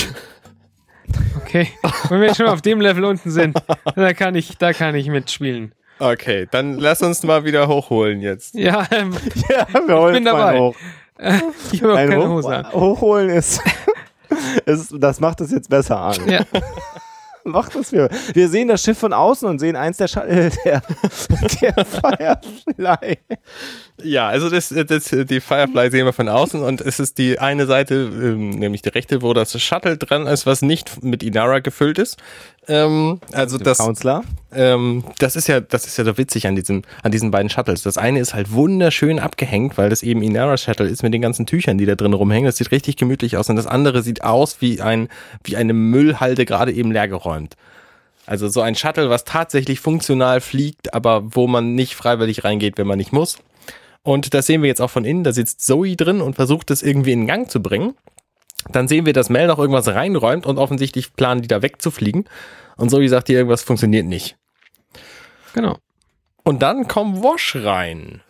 Okay. Wenn wir jetzt schon auf dem Level unten sind, da kann ich, da kann ich mitspielen. Okay, dann lass uns mal wieder hochholen jetzt. Ja, ähm, Ja, wir holen bin jetzt mal dabei. hoch. ich habe auch Ein keine hoch, Hose an. Hochholen ist, ist, das macht es jetzt besser an. Ja. Macht das wir. Wir sehen das Schiff von außen und sehen eins der Shuttle der, der Firefly. Ja, also das, das, die Firefly sehen wir von außen und es ist die eine Seite, ähm, nämlich die rechte, wo das Shuttle dran ist, was nicht mit Inara gefüllt ist. Ähm, also das, Counselor. ähm, das ist ja, das ist ja so witzig an diesen, an diesen beiden Shuttles. Das eine ist halt wunderschön abgehängt, weil das eben Inaras Shuttle ist mit den ganzen Tüchern, die da drin rumhängen. Das sieht richtig gemütlich aus und das andere sieht aus wie ein, wie eine Müllhalde gerade eben leergeräumt. Also so ein Shuttle, was tatsächlich funktional fliegt, aber wo man nicht freiwillig reingeht, wenn man nicht muss. Und das sehen wir jetzt auch von innen. Da sitzt Zoe drin und versucht das irgendwie in Gang zu bringen. Dann sehen wir, dass Mel noch irgendwas reinräumt und offensichtlich planen die da wegzufliegen. Und Zoe sagt hier, irgendwas funktioniert nicht. Genau. Und dann kommt Wash rein.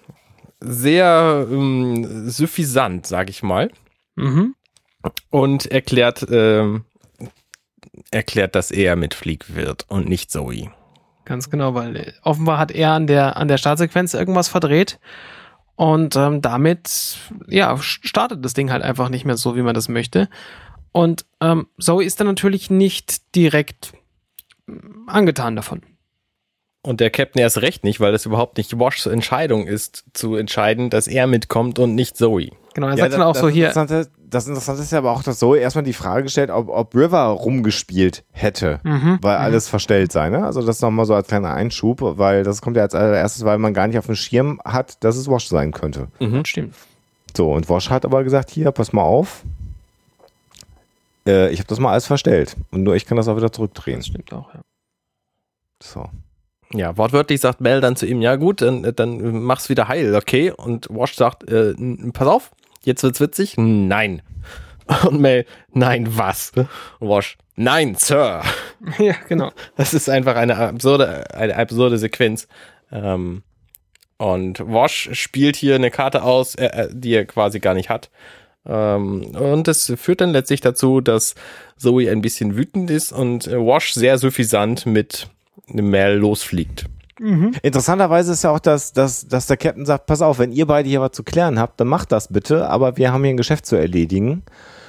Sehr ähm, suffisant, sag ich mal. Mhm. Und erklärt, ähm, erklärt, dass er mitfliegen wird und nicht Zoe. Ganz genau, weil äh, offenbar hat er an der, an der Startsequenz irgendwas verdreht. Und ähm, damit, ja, startet das Ding halt einfach nicht mehr so, wie man das möchte. Und ähm, Zoe ist dann natürlich nicht direkt angetan davon. Und der Captain erst recht nicht, weil das überhaupt nicht Washs Entscheidung ist, zu entscheiden, dass er mitkommt und nicht Zoe. Genau, er Ja, sagt dann auch das so hier. Interessante, das Interessante ist ja aber auch, dass Zoe erstmal die Frage stellt, ob, ob River rumgespielt hätte, Mhm, weil mhm. alles verstellt sei. Ne? Also das nochmal so als kleiner Einschub, weil das kommt ja als allererstes, weil man gar nicht auf dem Schirm hat, dass es Wash sein könnte. Mhm. Stimmt. So, und Wash hat aber gesagt, hier, pass mal auf, äh, ich habe das mal alles verstellt und nur ich kann das auch wieder zurückdrehen. Das stimmt auch, ja. So. Ja, wortwörtlich sagt Mel dann zu ihm, ja gut, dann, dann mach's wieder heil, okay? Und Wash sagt, äh, pass auf, jetzt wird's witzig. Nein. Und Mel, nein, was? Und Wash, nein, Sir. Ja, genau. Das ist einfach eine absurde, eine absurde Sequenz. Ähm, und Wash spielt hier eine Karte aus, äh, die er quasi gar nicht hat. Ähm, und das führt dann letztlich dazu, dass Zoe ein bisschen wütend ist und äh, Wash sehr suffisant mit Mel losfliegt. Mhm. Interessanterweise ist ja auch, dass, dass, dass der Captain sagt, pass auf, wenn ihr beide hier was zu klären habt, dann macht das bitte, aber wir haben hier ein Geschäft zu erledigen.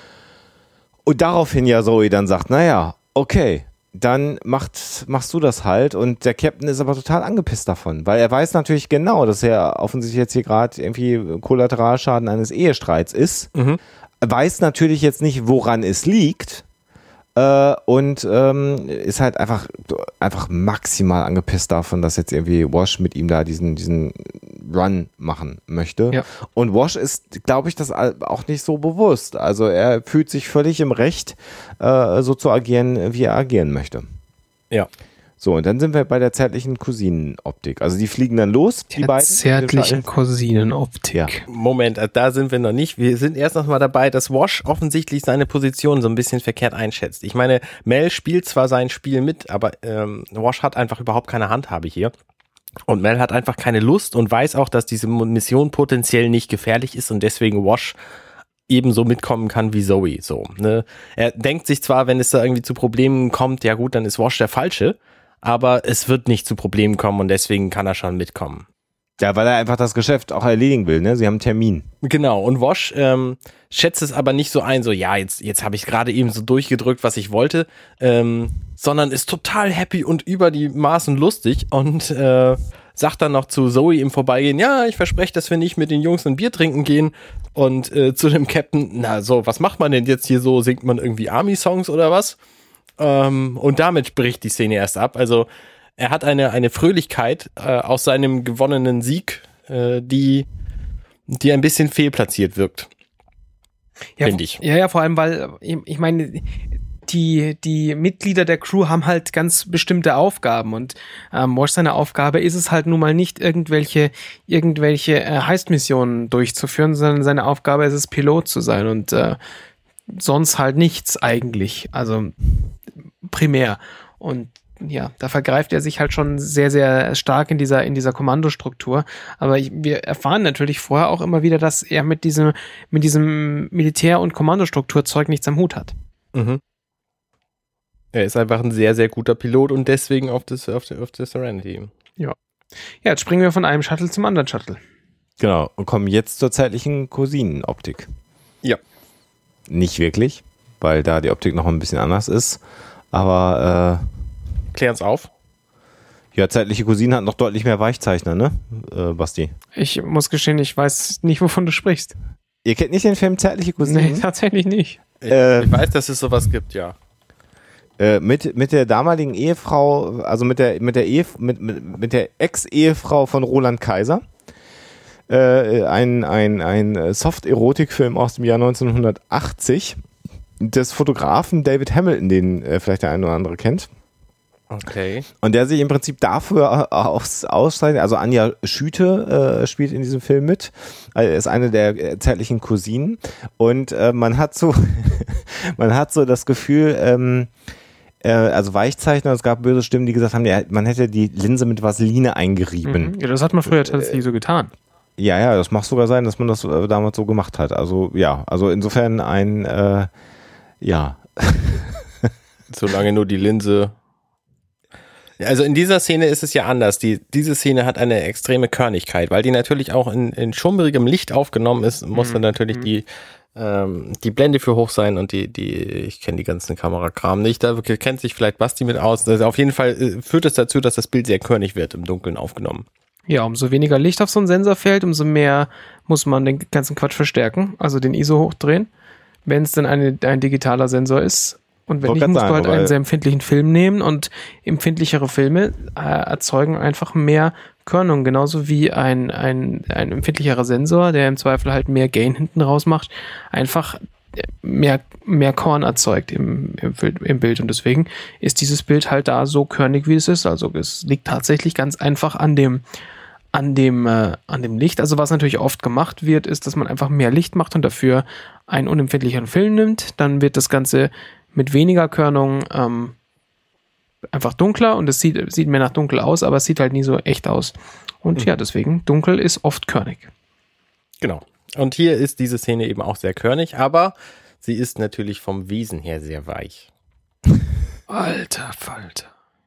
Und daraufhin ja Zoe dann sagt, naja, okay, dann macht, machst du das halt. Und der Captain ist aber total angepisst davon, weil er weiß natürlich genau, dass er offensichtlich jetzt hier gerade irgendwie Kollateralschaden eines Ehestreits ist. Mhm. Weiß natürlich jetzt nicht, woran es liegt. Äh, und ähm, ist halt einfach, einfach maximal angepisst davon, dass jetzt irgendwie Wash mit ihm da diesen, diesen Run machen möchte. Ja. Und Wash ist, glaube ich, das auch nicht so bewusst. Also er fühlt sich völlig im Recht, äh, so zu agieren, wie er agieren möchte. Ja. So, und dann sind wir bei der zärtlichen Cousinenoptik. Also die fliegen dann los, die Der beiden. zärtlichen Cousinenoptik. Ja. Moment, da sind wir noch nicht. Wir sind erst noch mal dabei, dass Wash offensichtlich seine Position so ein bisschen verkehrt einschätzt. Ich meine, Mel spielt zwar sein Spiel mit, aber ähm, Wash hat einfach überhaupt keine Handhabe hier. Und Mel hat einfach keine Lust und weiß auch, dass diese Mission potenziell nicht gefährlich ist und deswegen Wash ebenso mitkommen kann wie Zoe. So, ne? Er denkt sich zwar, wenn es da irgendwie zu Problemen kommt, ja gut, dann ist Wash der Falsche, aber es wird nicht zu Problemen kommen und deswegen kann er schon mitkommen. Ja, weil er einfach das Geschäft auch erledigen will, ne? Sie haben einen Termin. Genau, und Wash ähm, schätzt es aber nicht so ein, so ja, jetzt, jetzt habe ich gerade eben so durchgedrückt, was ich wollte, ähm, sondern ist total happy und über die Maßen lustig und äh, sagt dann noch zu Zoe im Vorbeigehen, ja, ich verspreche, dass wir nicht mit den Jungs ein Bier trinken gehen und äh, zu dem Captain, na so, was macht man denn jetzt hier so, singt man irgendwie Army-Songs oder was? Ähm, und damit bricht die Szene erst ab, also er hat eine, eine Fröhlichkeit äh, aus seinem gewonnenen Sieg, äh, die, die ein bisschen fehlplatziert wirkt. Ja, Finde ich. Ja, ja, vor allem, weil, ich, ich meine, die, die Mitglieder der Crew haben halt ganz bestimmte Aufgaben und ähm, Wash, seine Aufgabe ist es halt nun mal nicht, irgendwelche, irgendwelche äh, Heist-Missionen durchzuführen, sondern seine Aufgabe ist es, Pilot zu sein und äh, sonst halt nichts eigentlich, also primär. Und ja, da vergreift er sich halt schon sehr, sehr stark in dieser, in dieser Kommandostruktur. Aber ich, wir erfahren natürlich vorher auch immer wieder, dass er mit diesem, mit diesem Militär- und Kommandostrukturzeug nichts am Hut hat. Mhm. Er ist einfach ein sehr, sehr guter Pilot und deswegen auf das, auf, auf das Serenity. Ja. Ja, jetzt springen wir von einem Shuttle zum anderen Shuttle. Genau, und kommen jetzt zur zeitlichen Cousinenoptik. Ja. Nicht wirklich, weil da die Optik noch ein bisschen anders ist. Aber äh, klär's auf. ja, zeitliche Cousine hat noch deutlich mehr Weichzeichner, ne, äh, Basti? Ich muss gestehen, ich weiß nicht, wovon du sprichst. Ihr kennt nicht den Film Zärtliche Cousine? Nee, tatsächlich nicht. Ich, Äh, ich weiß, dass es sowas gibt, ja. Äh, mit, mit der damaligen Ehefrau, also mit der, mit der, Ehe, mit, mit, mit der Ex-Ehefrau von Roland Kaiser. Äh, ein ein, ein Soft-Erotik-Film aus dem Jahr neunzehnhundertachtzig des Fotografen David Hamilton, den äh, vielleicht der eine oder andere kennt. Okay. Und der sich im Prinzip dafür aus, auszeichnet, also Anja Schüte äh, spielt in diesem Film mit, äh, ist eine der äh, zärtlichen Cousinen und äh, man hat so man hat so das Gefühl, ähm, äh, also Weichzeichner, es gab böse Stimmen, die gesagt haben, ja, man hätte die Linse mit Vaseline eingerieben. Mhm. Ja, das hat man früher tatsächlich so getan. Ja, ja, das mag sogar sein, dass man das äh, damals so gemacht hat. Also ja, also insofern ein, äh, ja. Solange nur die Linse... Also in dieser Szene ist es ja anders. Die, diese Szene hat eine extreme Körnigkeit, weil die natürlich auch in, in schummrigem Licht aufgenommen ist, muss Mhm. dann natürlich die, ähm, die Blende für hoch sein und die, die, ich kenne die ganzen Kamerakram nicht, da kennt sich vielleicht Basti mit aus. Also auf jeden Fall äh, führt es dazu, dass das Bild sehr körnig wird, im Dunkeln aufgenommen. Ja, umso weniger Licht auf so einen Sensor fällt, umso mehr muss man den ganzen Quatsch verstärken, also den I S O hochdrehen, wenn es dann eine, ein digitaler Sensor ist. Und wenn Wollte nicht, grad musst du sagen, halt aber- einen sehr empfindlichen Film nehmen und empfindlichere Filme äh, erzeugen einfach mehr Körnung, genauso wie ein, ein, ein empfindlicherer Sensor, der im Zweifel halt mehr Gain hinten raus macht, einfach mehr, mehr Korn erzeugt im, im, im Bild. Und deswegen ist dieses Bild halt da so körnig, wie es ist. Also es liegt tatsächlich ganz einfach an dem, an dem, äh, an dem Licht. Also was natürlich oft gemacht wird, ist, dass man einfach mehr Licht macht und dafür einen unempfindlicheren Film nimmt. Dann wird das Ganze mit weniger Körnung ähm, einfach dunkler und es sieht, sieht mehr nach dunkel aus, aber es sieht halt nie so echt aus. Und Mhm. ja, deswegen, dunkel ist oft körnig. Genau. Und hier ist diese Szene eben auch sehr körnig, aber sie ist natürlich vom Wesen her sehr weich. Alter Falter.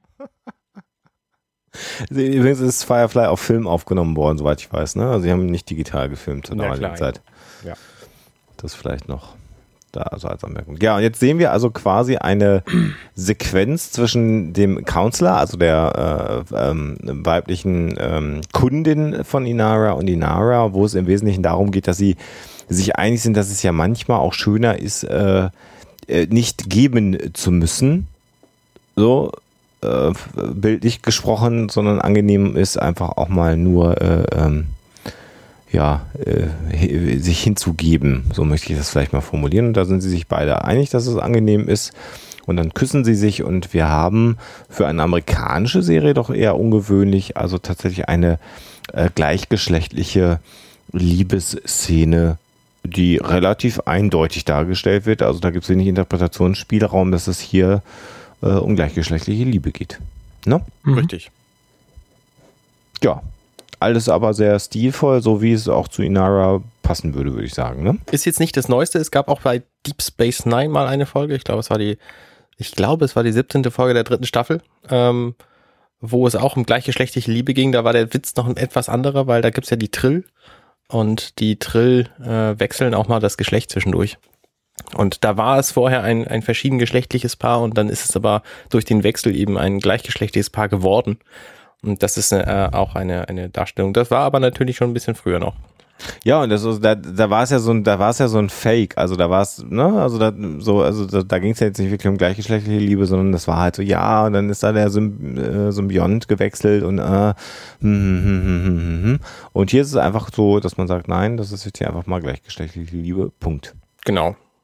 Übrigens ist Firefly auf Film aufgenommen worden, soweit ich weiß, ne? Also sie haben nicht digital gefilmt zur Ja, damaligen klar, Zeit. ja. Das vielleicht noch da also als Anmerkung. Ja, und jetzt sehen wir also quasi eine Sequenz zwischen dem Counselor, also der äh, ähm, weiblichen ähm, Kundin von Inara und Inara, wo es im Wesentlichen darum geht, dass sie sich einig sind, dass es ja manchmal auch schöner ist, äh, äh, nicht geben zu müssen, so äh, bildlich gesprochen, sondern angenehm ist, einfach auch mal nur äh, ähm, ja, äh, sich hinzugeben, so möchte ich das vielleicht mal formulieren. Und da sind sie sich beide einig, dass es angenehm ist. Und dann küssen sie sich und wir haben für eine amerikanische Serie doch eher ungewöhnlich, also tatsächlich eine äh, gleichgeschlechtliche Liebesszene, die relativ eindeutig dargestellt wird. Also da gibt es wenig Interpretationsspielraum, dass es hier äh, um gleichgeschlechtliche Liebe geht. Ne? Mhm. Richtig. Ja. Alles aber sehr stilvoll, so wie es auch zu Inara passen würde, würde ich sagen. Ne? Ist jetzt nicht das Neueste. Es gab auch bei Deep Space Nine mal eine Folge. Ich glaube, es war die, ich glaube, es war die siebzehnte Folge der dritten Staffel, ähm, wo es auch um gleichgeschlechtliche Liebe ging. Da war der Witz noch ein etwas anderer, weil da gibt's ja die Trill und die Trill äh, wechseln auch mal das Geschlecht zwischendurch. Und da war es vorher ein, ein verschiedengeschlechtliches Paar und dann ist es aber durch den Wechsel eben ein gleichgeschlechtliches Paar geworden. Und das ist äh, auch eine, eine Darstellung. Das war aber natürlich schon ein bisschen früher noch. Ja, und das ist, da, da war es ja so ein, da war es ja so ein Fake. Also da war es, ne, also da so, also da, da ging es ja jetzt nicht wirklich um gleichgeschlechtliche Liebe, sondern das war halt so, ja, und dann ist da der Symb äh, Symbiont gewechselt und äh, hm, hm, hm, hm, hm, hm. Und hier ist es einfach so, dass man sagt, nein, das ist jetzt hier einfach mal gleichgeschlechtliche Liebe. Punkt. Genau.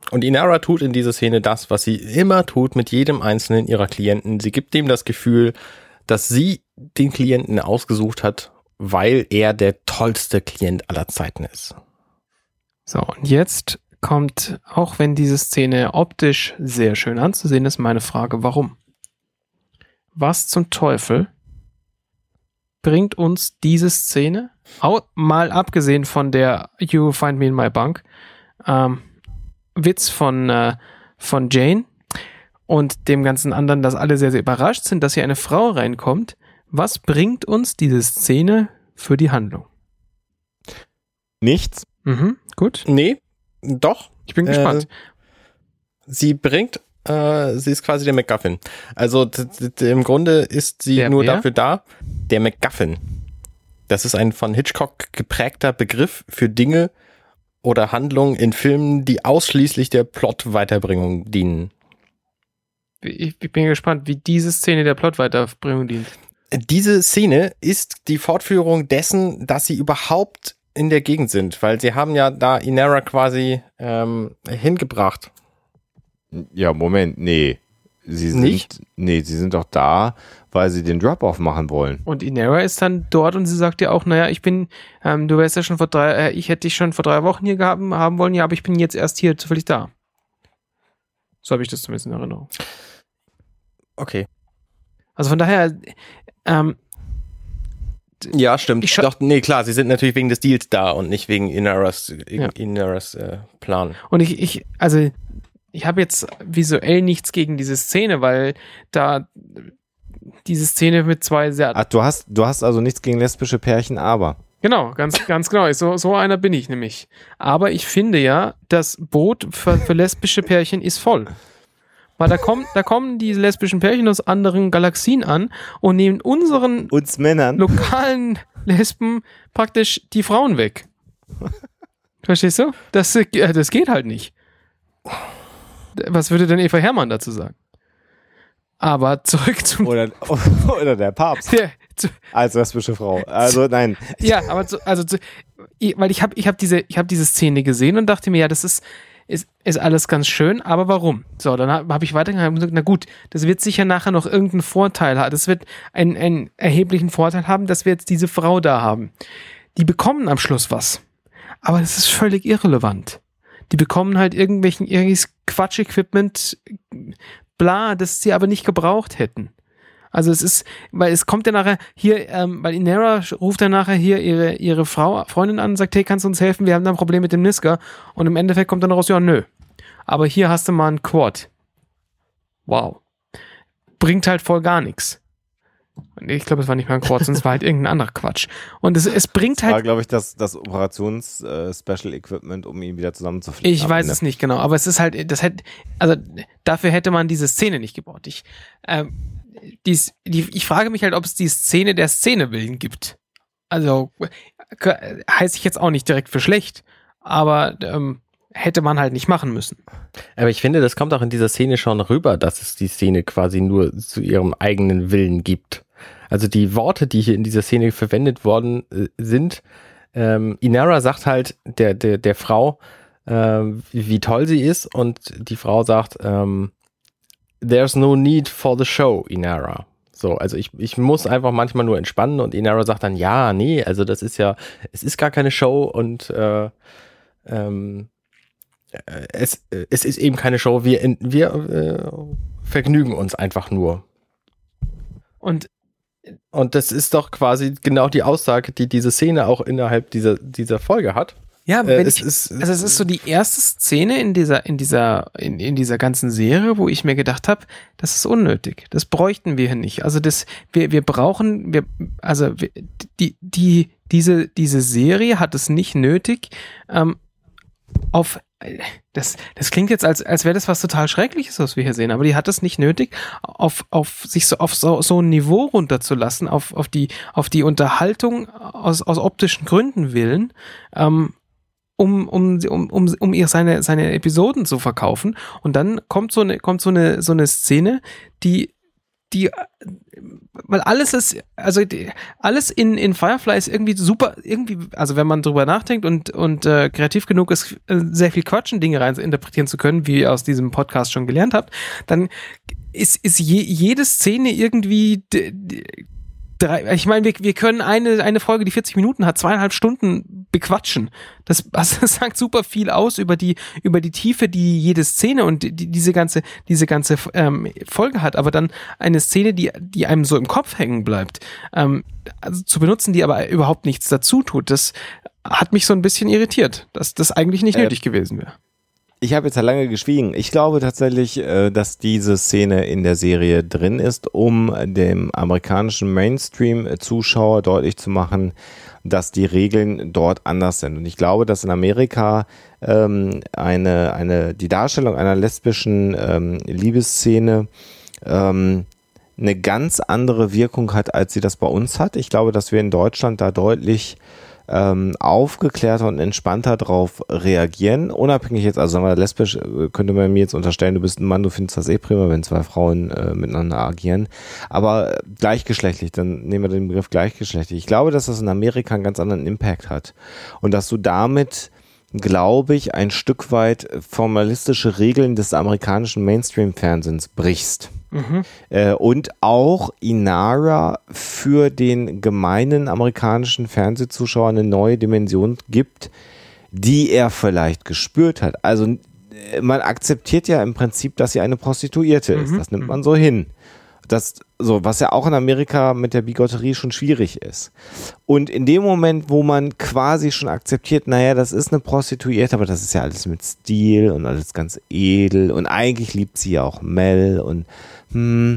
Und Inara tut in dieser Szene das, was sie immer tut mit jedem einzelnen ihrer Klienten. Sie gibt dem das Gefühl, dass sie den Klienten ausgesucht hat, weil er der tollste Klient aller Zeiten ist. So, und jetzt kommt, auch wenn diese Szene optisch sehr schön anzusehen ist, meine Frage, warum? Was zum Teufel bringt uns diese Szene, auch mal abgesehen von der You Find Me in My Bunk, ähm, Witz von, äh, von Jane und dem ganzen anderen, dass alle sehr, sehr überrascht sind, dass hier eine Frau reinkommt. Was bringt uns diese Szene für die Handlung? Nichts. Mhm, gut. Nee, doch. Ich bin gespannt. Äh, sie bringt, äh, sie ist quasi der MacGuffin. Also d- d- im Grunde ist sie Der nur wer? dafür da, der MacGuffin. Das ist ein von Hitchcock geprägter Begriff für Dinge oder Handlungen in Filmen, die ausschließlich der Plot-Weiterbringung dienen. Ich, ich bin gespannt, wie diese Szene der Plot-Weiterbringung dient. Diese Szene ist die Fortführung dessen, dass sie überhaupt in der Gegend sind, weil sie haben ja da Inara quasi ähm, hingebracht. Ja, Moment, nee. Sie sind, Nicht? Nee, sie sind doch da, weil sie den Drop-Off machen wollen. Und Inara ist dann dort und sie sagt ja auch, naja, ich bin, ähm, du wärst ja schon vor drei, äh, ich hätte dich schon vor drei Wochen hier gehabt, haben wollen, ja, aber ich bin jetzt erst hier zufällig da. So habe ich das zumindest in Erinnerung. Okay. Also von daher, ähm, Ja, stimmt. Ich scha- Doch, nee, klar, sie sind natürlich wegen des Deals da und nicht wegen Inaras, Ja. Inaras äh, Plan. und ich, ich, also, ich habe jetzt visuell nichts gegen diese Szene, weil da diese Szene mit zwei sehr, Ach, du hast, du hast also nichts gegen lesbische Pärchen, aber. genau, ganz, ganz genau, so, so einer bin ich nämlich. Aber ich finde ja, das Boot für, für lesbische Pärchen ist voll. Weil da kommen, da kommen die lesbischen Pärchen aus anderen Galaxien an und nehmen unseren Uns Männern. lokalen Lesben praktisch die Frauen weg. Verstehst du? Das, äh, das geht halt nicht. Was würde denn Eva Herrmann dazu sagen? Aber zurück zum... Oder, oder der Papst. Ja, zu, Als lesbische Frau. Also nein. ja, aber zu, also zu, ich, weil ich habe ich hab diese, ich hab diese Szene gesehen und dachte mir, ja, das ist, ist, ist alles ganz schön, aber warum? So, dann habe hab ich weitergegangen und gesagt, na gut, das wird sicher nachher noch irgendeinen Vorteil haben. Das wird einen, einen erheblichen Vorteil haben, dass wir jetzt diese Frau da haben. Die bekommen am Schluss was. Aber das ist völlig irrelevant. Die bekommen halt irgendwelchen, irgendwelches Quatsch-Equipment, bla, das sie aber nicht gebraucht hätten. Also es ist, weil es kommt ja nachher hier, ähm, weil Inara ruft dann nachher hier ihre, ihre Frau, Freundin an und sagt, hey, kannst du uns helfen? Wir haben da ein Problem mit dem Nisker. Und im Endeffekt kommt dann raus, ja, nö. Aber hier hast du mal einen Quad. Wow. Bringt halt voll gar nichts. Ich glaube, es war nicht mal ein Quad, sonst war halt irgendein anderer Quatsch. Und es, es bringt Das war, halt... glaube ich, das, das Operations-Special-Equipment, um ihn wieder zusammenzufliegen. Ich weiß es nicht genau, aber es ist halt, das hätte, also dafür hätte man diese Szene nicht gebaut. Ich, ähm, dies, die, ich frage mich halt, ob es die Szene der Szene willen gibt. Also k- heiße ich jetzt auch nicht direkt für schlecht, aber ähm, hätte man halt nicht machen müssen. Aber ich finde, das kommt auch in dieser Szene schon rüber, dass es die Szene quasi nur zu ihrem eigenen Willen gibt. Also die Worte, die hier in dieser Szene verwendet worden äh, sind, ähm, Inara sagt halt der, der, der Frau, ähm, wie, wie toll sie ist, und die Frau sagt, ähm, there's no need for the show, Inara. So, also ich, ich muss einfach manchmal nur entspannen, und Inara sagt dann, ja, nee, also das ist ja, es ist gar keine Show, und äh, ähm, es, es ist eben keine Show, wir, wir äh, vergnügen uns einfach nur. Und Und das ist doch quasi genau die Aussage, die diese Szene auch innerhalb dieser, dieser Folge hat. ja, Äh, wenn es ich, ist, also es ist so die erste Szene in dieser, in dieser, in, in dieser ganzen Serie, wo ich mir gedacht habe, das ist unnötig. Das bräuchten wir hier nicht. Also das, wir, wir brauchen, wir, also wir, die, die, diese, diese Serie hat es nicht nötig, ähm, auf, das, das klingt jetzt, als, als wäre das was total Schreckliches, was wir hier sehen, aber die hat es nicht nötig, auf, auf sich so auf so, so ein Niveau runterzulassen, auf, auf die, auf die Unterhaltung aus, aus optischen Gründen willen, ähm, um, um, um, um, um ihr seine, seine Episoden zu verkaufen. Und dann kommt so eine, kommt so eine, so eine Szene, die die, weil alles ist, also die, alles in, in Firefly ist irgendwie super, irgendwie, also wenn man drüber nachdenkt und, und äh, kreativ genug ist, sehr viel Quatsch in Dinge rein interpretieren zu können, wie ihr aus diesem Podcast schon gelernt habt, dann ist, ist je, jede Szene irgendwie d, d, drei, ich meine, wir, wir können eine, eine Folge, die vierzig Minuten hat, zweieinhalb Stunden bequatschen. Das, also das sagt super viel aus über die, über die Tiefe, die jede Szene und die, diese ganze, diese ganze ähm, Folge hat. Aber dann eine Szene, die, die einem so im Kopf hängen bleibt, ähm, also zu benutzen, die aber überhaupt nichts dazu tut, das hat mich so ein bisschen irritiert, dass das eigentlich nicht äh, nötig gewesen wäre. Ich habe jetzt ja lange geschwiegen. Ich glaube tatsächlich, dass diese Szene in der Serie drin ist, um dem amerikanischen Mainstream-Zuschauer deutlich zu machen, dass die Regeln dort anders sind. Und ich glaube, dass in Amerika ähm, eine, eine, die Darstellung einer lesbischen ähm, Liebesszene ähm, eine ganz andere Wirkung hat, als sie das bei uns hat. Ich glaube, dass wir in Deutschland da deutlich Ähm, aufgeklärter und entspannter drauf reagieren, unabhängig jetzt, also sagen wir lesbisch, könnte man mir jetzt unterstellen, du bist ein Mann, du findest das eh prima, wenn zwei Frauen äh, miteinander agieren, aber gleichgeschlechtlich, dann nehmen wir den Begriff gleichgeschlechtlich. Ich glaube, dass das in Amerika einen ganz anderen Impact hat und dass du damit, glaube ich, ein Stück weit formalistische Regeln des amerikanischen Mainstream-Fernsehens brichst. Mhm. Äh, und auch Inara für den gemeinen amerikanischen Fernsehzuschauer eine neue Dimension gibt, die er vielleicht gespürt hat. Also man akzeptiert ja im Prinzip, dass sie eine Prostituierte ist. Mhm. Das nimmt man so hin. Das, so, was ja auch in Amerika mit der Bigotterie schon schwierig ist. Und in dem Moment, wo man quasi schon akzeptiert, naja, das ist eine Prostituierte, aber das ist ja alles mit Stil und alles ganz edel und eigentlich liebt sie ja auch Mel und hm,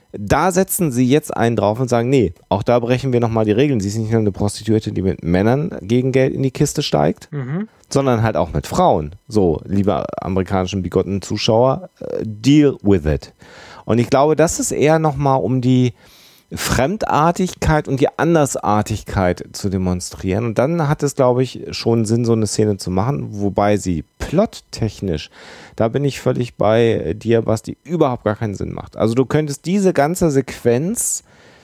da setzen sie jetzt einen drauf und sagen, nee, auch da brechen wir nochmal die Regeln. Sie ist nicht nur eine Prostituierte, die mit Männern gegen Geld in die Kiste steigt, mhm. sondern halt auch mit Frauen. So, liebe amerikanischen bigotten Zuschauer, uh, deal with it. Und ich glaube, das ist eher nochmal, um die Fremdartigkeit und die Andersartigkeit zu demonstrieren. Und dann hat es, glaube ich, schon Sinn, so eine Szene zu machen, wobei sie plottechnisch, da bin ich völlig bei dir, Basti, überhaupt gar keinen Sinn macht. Also du könntest diese ganze Sequenz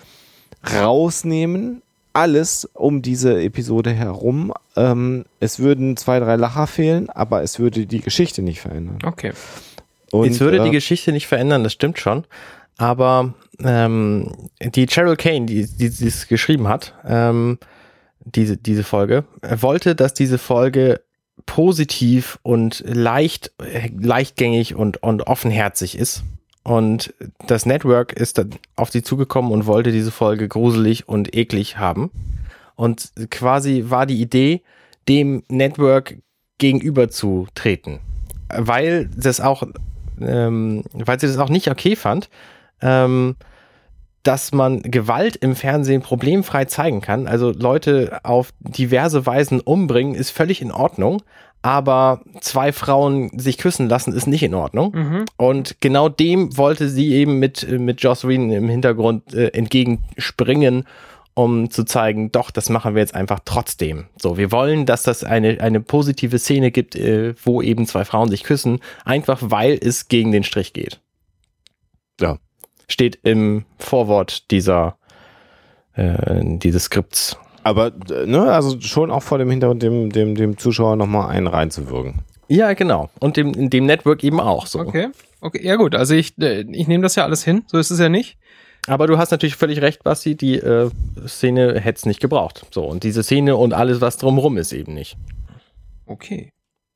rausnehmen, alles um diese Episode herum. Ähm, es würden zwei, drei Lacher fehlen, aber es würde die Geschichte nicht verändern. Okay. Und, es würde äh, die Geschichte nicht verändern, das stimmt schon. Aber ähm, die Cheryl Kane, die, die, die es geschrieben hat, ähm, diese, diese Folge, wollte, dass diese Folge positiv und leicht, leichtgängig und, und offenherzig ist. Und das Network ist dann auf sie zugekommen und wollte diese Folge gruselig und eklig haben. Und quasi war die Idee, dem Network gegenüberzutreten. Weil das auch, ähm, weil sie das auch nicht okay fand, ähm, dass man Gewalt im Fernsehen problemfrei zeigen kann. Also Leute auf diverse Weisen umbringen, ist völlig in Ordnung. Aber zwei Frauen sich küssen lassen, ist nicht in Ordnung. Mhm. Und genau dem wollte sie eben mit, mit Joss Whedon im Hintergrund äh, entgegenspringen, um zu zeigen, doch, das machen wir jetzt einfach trotzdem. So, wir wollen, dass das eine, eine positive Szene gibt, äh, wo eben zwei Frauen sich küssen, einfach weil es gegen den Strich geht. Ja. Steht im Vorwort dieser, äh, dieses Skripts. Aber, ne, also schon auch vor dem Hintergrund, dem, dem, dem Zuschauer nochmal einen reinzuwirken. Ja, genau. Und dem, dem Network eben auch so. Okay. Okay, ja gut, also ich, ich nehme das ja alles hin, so ist es ja nicht. Aber du hast natürlich völlig recht, Basti, die äh, Szene hätte es nicht gebraucht. So, und diese Szene und alles, was drumherum ist, eben nicht. Okay.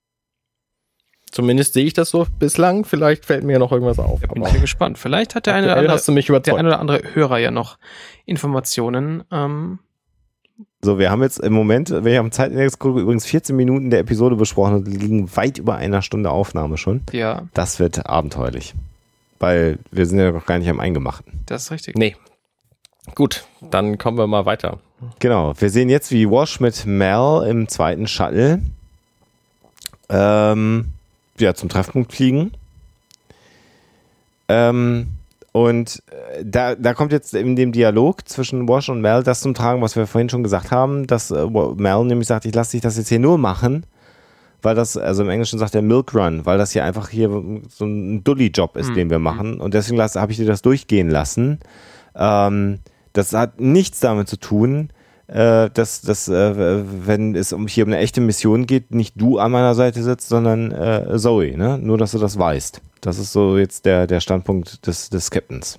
Zumindest sehe ich das so bislang. Vielleicht fällt mir ja noch irgendwas auf. Da bin ich ja gespannt. Vielleicht hat der eine, oder andere, hast du mich überzeugt. Der eine oder andere Hörer ja noch Informationen. Ähm So, wir haben jetzt im Moment, wenn ich am Zeitindex gucke, übrigens vierzehn Minuten der Episode besprochen und liegen weit über einer Stunde Aufnahme schon. Ja. Das wird abenteuerlich. Weil wir sind ja noch gar nicht am Eingemachten. Das ist richtig. Nee. Gut, dann kommen wir mal weiter. Genau, wir sehen jetzt, wie Wash mit Mel im zweiten Shuttle ähm, ja, zum Treffpunkt fliegen. Ähm, und da, da kommt jetzt in dem Dialog zwischen Wash und Mel das zum Tragen, was wir vorhin schon gesagt haben, dass äh, Mel nämlich sagt, ich lasse dich das jetzt hier nur machen, weil das, also im Englischen sagt er Milk Run, weil das hier einfach hier so ein Dulli-Job ist, mhm. den wir machen. Und deswegen habe ich dir das durchgehen lassen. Ähm, das hat nichts damit zu tun, äh, dass, dass äh, wenn es um hier um eine echte Mission geht, nicht du an meiner Seite sitzt, sondern äh, Zoe. Ne? Nur, dass du das weißt. Das ist so jetzt der, der Standpunkt des, des Captains.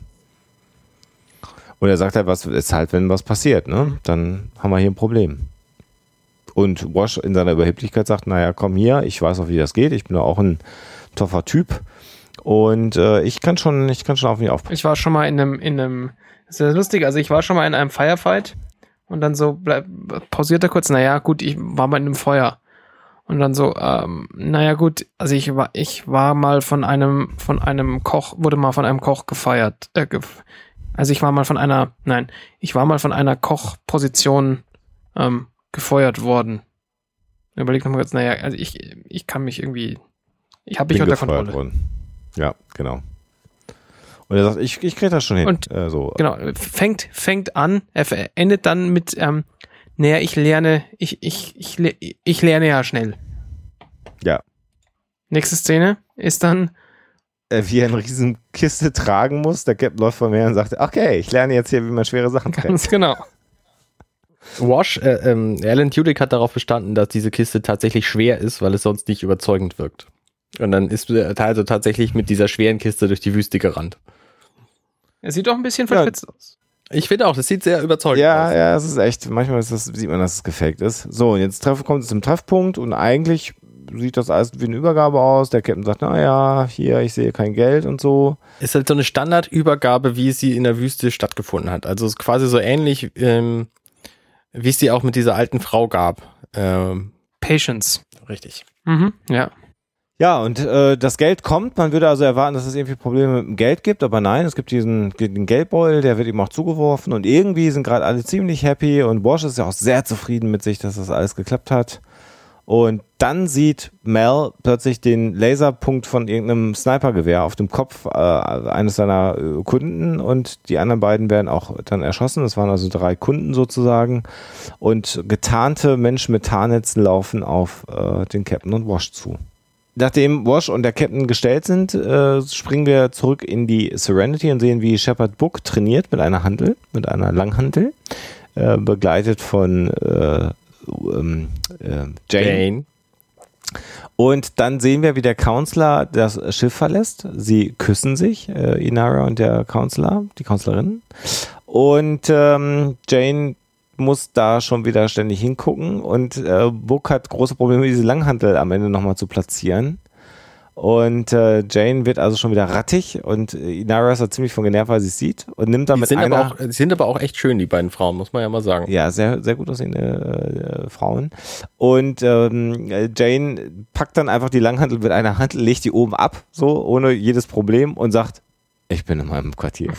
Und er sagt halt, was ist halt, wenn was passiert, ne? Dann haben wir hier ein Problem. Und Wash in seiner Überheblichkeit sagt, naja, komm hier, ich weiß auch, wie das geht, ich bin ja auch ein toffer Typ und äh, ich kann schon, ich kann schon auf mich aufpassen. Ich war schon mal in einem, in einem, das ist ja lustig, also ich war schon mal in einem Firefight und dann so, bleib, pausiert er kurz, naja, gut, ich war mal in einem Feuer. Und dann so, ähm, naja, gut, also ich war, ich war mal von einem, von einem Koch, wurde mal von einem Koch gefeiert, äh, ge- also ich war mal von einer, nein, ich war mal von einer Kochposition, ähm, gefeuert worden. Überleg nochmal kurz, naja, also ich, ich kann mich irgendwie, ich habe mich unter Kontrolle. Worden. Ja, genau. Und er sagt, ich, ich kriege das schon hin. Und äh, so. Genau, fängt, fängt an, er endet dann mit, ähm, naja, ich lerne, ich, ich, ich, ich lerne ja schnell. Ja. Nächste Szene ist dann, äh, wie er eine riesen Kiste tragen muss. Der Captain läuft vor mir und sagt, okay, ich lerne jetzt hier, wie man schwere Sachen trägt. Ganz genau. Wash, äh, ähm, Alan Tudyk hat darauf bestanden, dass diese Kiste tatsächlich schwer ist, weil es sonst nicht überzeugend wirkt. Und dann ist er also tatsächlich mit dieser schweren Kiste durch die Wüste gerannt. Er sieht doch ein bisschen verschwitzt ja. aus. Ich finde auch, das sieht sehr überzeugend ja, aus. Ja, ja, es ist echt, manchmal ist das, sieht man, dass es gefaked ist. So, und jetzt treff, kommt es zum Treffpunkt und eigentlich sieht das alles wie eine Übergabe aus. Der Captain sagt, naja, hier, ich sehe kein Geld und so. Ist halt so eine Standardübergabe, wie sie in der Wüste stattgefunden hat. Also es ist quasi so ähnlich, ähm, wie es sie auch mit dieser alten Frau gab. Ähm, Patience. Richtig. Mhm, ja. Ja, und äh, das Geld kommt. Man würde also erwarten, dass es irgendwie Probleme mit dem Geld gibt, aber nein, es gibt diesen den Geldbeutel, der wird ihm auch zugeworfen und irgendwie sind gerade alle ziemlich happy und Wash ist ja auch sehr zufrieden mit sich, dass das alles geklappt hat. Und dann sieht Mel plötzlich den Laserpunkt von irgendeinem Snipergewehr auf dem Kopf äh, eines seiner äh, Kunden und die anderen beiden werden auch dann erschossen. Das waren also drei Kunden sozusagen und getarnte Menschen mit Tarnnetzen laufen auf äh, den Captain und Wash zu. Nachdem Wash und der Captain gestellt sind, äh, springen wir zurück in die Serenity und sehen, wie Shepard Book trainiert mit einer Hantel, mit einer Langhantel, äh, begleitet von äh, ähm, äh, Jane. Jane. Und dann sehen wir, wie der Counselor das Schiff verlässt. Sie küssen sich, äh, Inara und der Counselor, die Counselorin. Und ähm, Jane muss da schon wieder ständig hingucken und äh, Book hat große Probleme, diese Langhantel am Ende nochmal zu platzieren. Und äh, Jane wird also schon wieder rattig und Inara ist da ziemlich von genervt, weil sie es sieht und nimmt damit die sind einer... Aber auch, die sind aber auch echt schön, die beiden Frauen, muss man ja mal sagen. Ja, sehr, sehr gut aussehende äh, Frauen. Und ähm, Jane packt dann einfach die Langhantel mit einer Hand, legt die oben ab, so ohne jedes Problem und sagt, ich bin in meinem Quartier.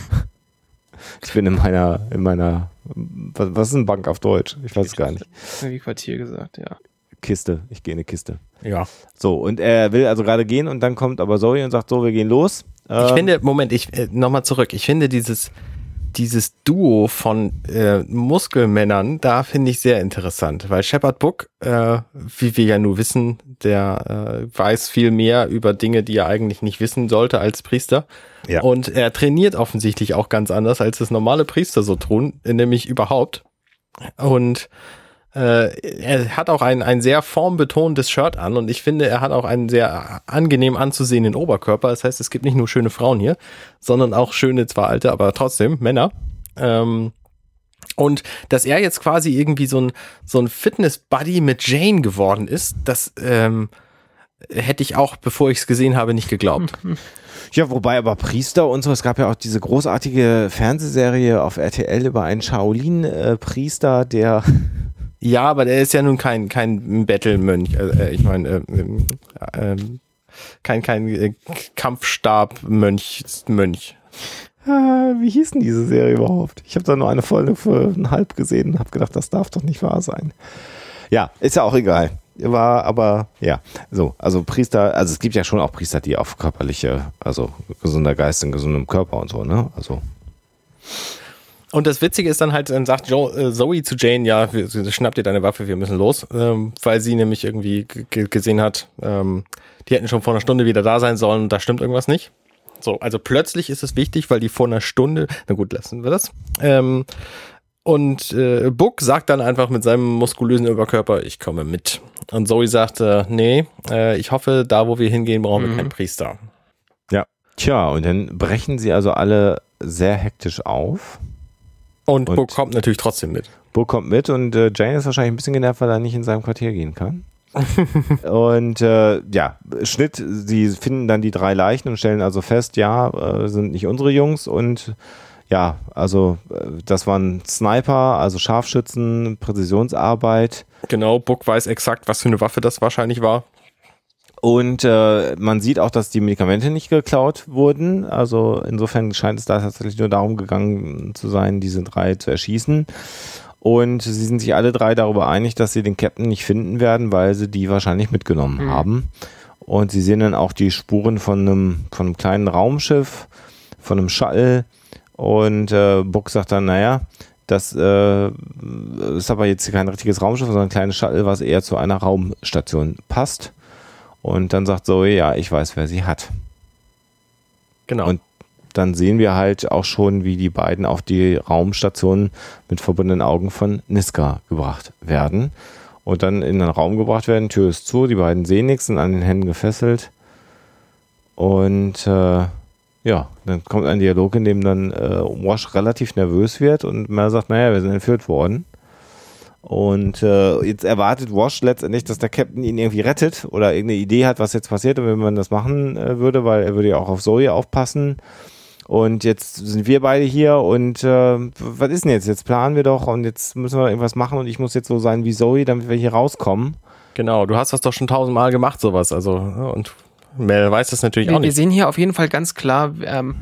Ich bin in meiner, in meiner, was, was ist eine Bank auf Deutsch? Ich weiß es gar nicht. Wie Quartier gesagt, ja. Kiste, ich gehe in eine Kiste. Ja. So, und er will also gerade gehen und dann kommt aber Zoe und sagt, so, wir gehen los. Ich ähm, finde, Moment, ich äh, nochmal zurück. Ich finde dieses, dieses Duo von äh, Muskelmännern, da finde ich sehr interessant, weil Shepard Book, äh, wie wir ja nur wissen, der äh, weiß viel mehr über Dinge, die er eigentlich nicht wissen sollte als Priester. Ja. Und er trainiert offensichtlich auch ganz anders, als es normale Priester so tun, nämlich überhaupt. Und äh, er hat auch ein, ein sehr formbetontes Shirt an und ich finde, er hat auch einen sehr angenehm anzusehenden Oberkörper. Das heißt, es gibt nicht nur schöne Frauen hier, sondern auch schöne, zwar alte, aber trotzdem Männer. Ähm, und dass er jetzt quasi irgendwie so ein, so ein Fitness-Buddy mit Jane geworden ist, das ähm, hätte ich auch, bevor ich es gesehen habe, nicht geglaubt. Ja, wobei aber Priester und so, es gab ja auch diese großartige Fernsehserie auf R T L über einen Shaolin-Priester, der... Ja, aber der ist ja nun kein, kein Battle-Mönch, äh, ich meine, äh, äh, kein, kein äh, Kampfstab-Mönch, Mönch. Ah, wie hieß denn diese Serie überhaupt? Ich habe da nur eine Folge für einen Halb gesehen und habe gedacht, das darf doch nicht wahr sein. Ja, ist ja auch egal. War aber, ja, so, also Priester, also es gibt ja schon auch Priester, die auf körperliche, also gesunder Geist in gesundem Körper und so, ne, also. Und das Witzige ist dann halt, dann sagt Joe, äh, Zoe zu Jane, ja, wir, schnapp dir deine Waffe, wir müssen los, ähm, weil sie nämlich irgendwie g- gesehen hat, ähm, die hätten schon vor einer Stunde wieder da sein sollen, da stimmt irgendwas nicht. So, also plötzlich ist es wichtig, weil die vor einer Stunde, na gut, lassen wir das. Ähm, und äh, Book sagt dann einfach mit seinem muskulösen Überkörper, ich komme mit. Und Zoe sagt, äh, nee, äh, ich hoffe, da wo wir hingehen, brauchen wir Mhm. keinen Priester. Ja. Tja, und dann brechen sie also alle sehr hektisch auf. Und, Und- Book kommt natürlich trotzdem mit. Book kommt mit und äh, Jane ist wahrscheinlich ein bisschen genervt, weil er nicht in seinem Quartier gehen kann. Und äh, ja, Schnitt, sie finden dann die drei Leichen und stellen also fest, ja, äh, sind nicht unsere Jungs und ja, also äh, das waren Sniper, also Scharfschützen, Präzisionsarbeit Genau, Book weiß exakt, was für eine Waffe das wahrscheinlich war. und äh, man sieht auch, dass die Medikamente nicht geklaut wurden, also insofern scheint es da tatsächlich nur darum gegangen zu sein, diese drei zu erschießen. Und sie sind sich alle drei darüber einig, dass sie den Captain nicht finden werden, weil sie die wahrscheinlich mitgenommen Mhm. haben. Und sie sehen dann auch die Spuren von einem, von einem kleinen Raumschiff, von einem Shuttle. Und äh, Book sagt dann, naja, das äh, ist aber jetzt kein richtiges Raumschiff, sondern ein kleines Shuttle, was eher zu einer Raumstation passt. Und dann sagt Zoe, ja, ich weiß, wer sie hat. Genau. Und dann sehen wir halt auch schon, wie die beiden auf die Raumstation mit verbundenen Augen von Niska gebracht werden. Und dann in den Raum gebracht werden, Tür ist zu, die beiden sehen nichts, sind an den Händen gefesselt. Und äh, ja, dann kommt ein Dialog, in dem dann äh, Wash relativ nervös wird und Mel sagt, naja, wir sind entführt worden. Und äh, jetzt erwartet Wash letztendlich, dass der Captain ihn irgendwie rettet oder irgendeine Idee hat, was jetzt passiert und wenn man das machen äh, würde, weil er würde ja auch auf Zoe aufpassen. Und jetzt sind wir beide hier und äh, was ist denn jetzt? Jetzt planen wir doch und jetzt müssen wir irgendwas machen und ich muss jetzt so sein wie Zoe, damit wir hier rauskommen. Genau, du hast das doch schon tausendmal gemacht, sowas. Also, und Mel weiß das natürlich Wir, auch wir nicht. sehen hier auf jeden Fall ganz klar, ähm,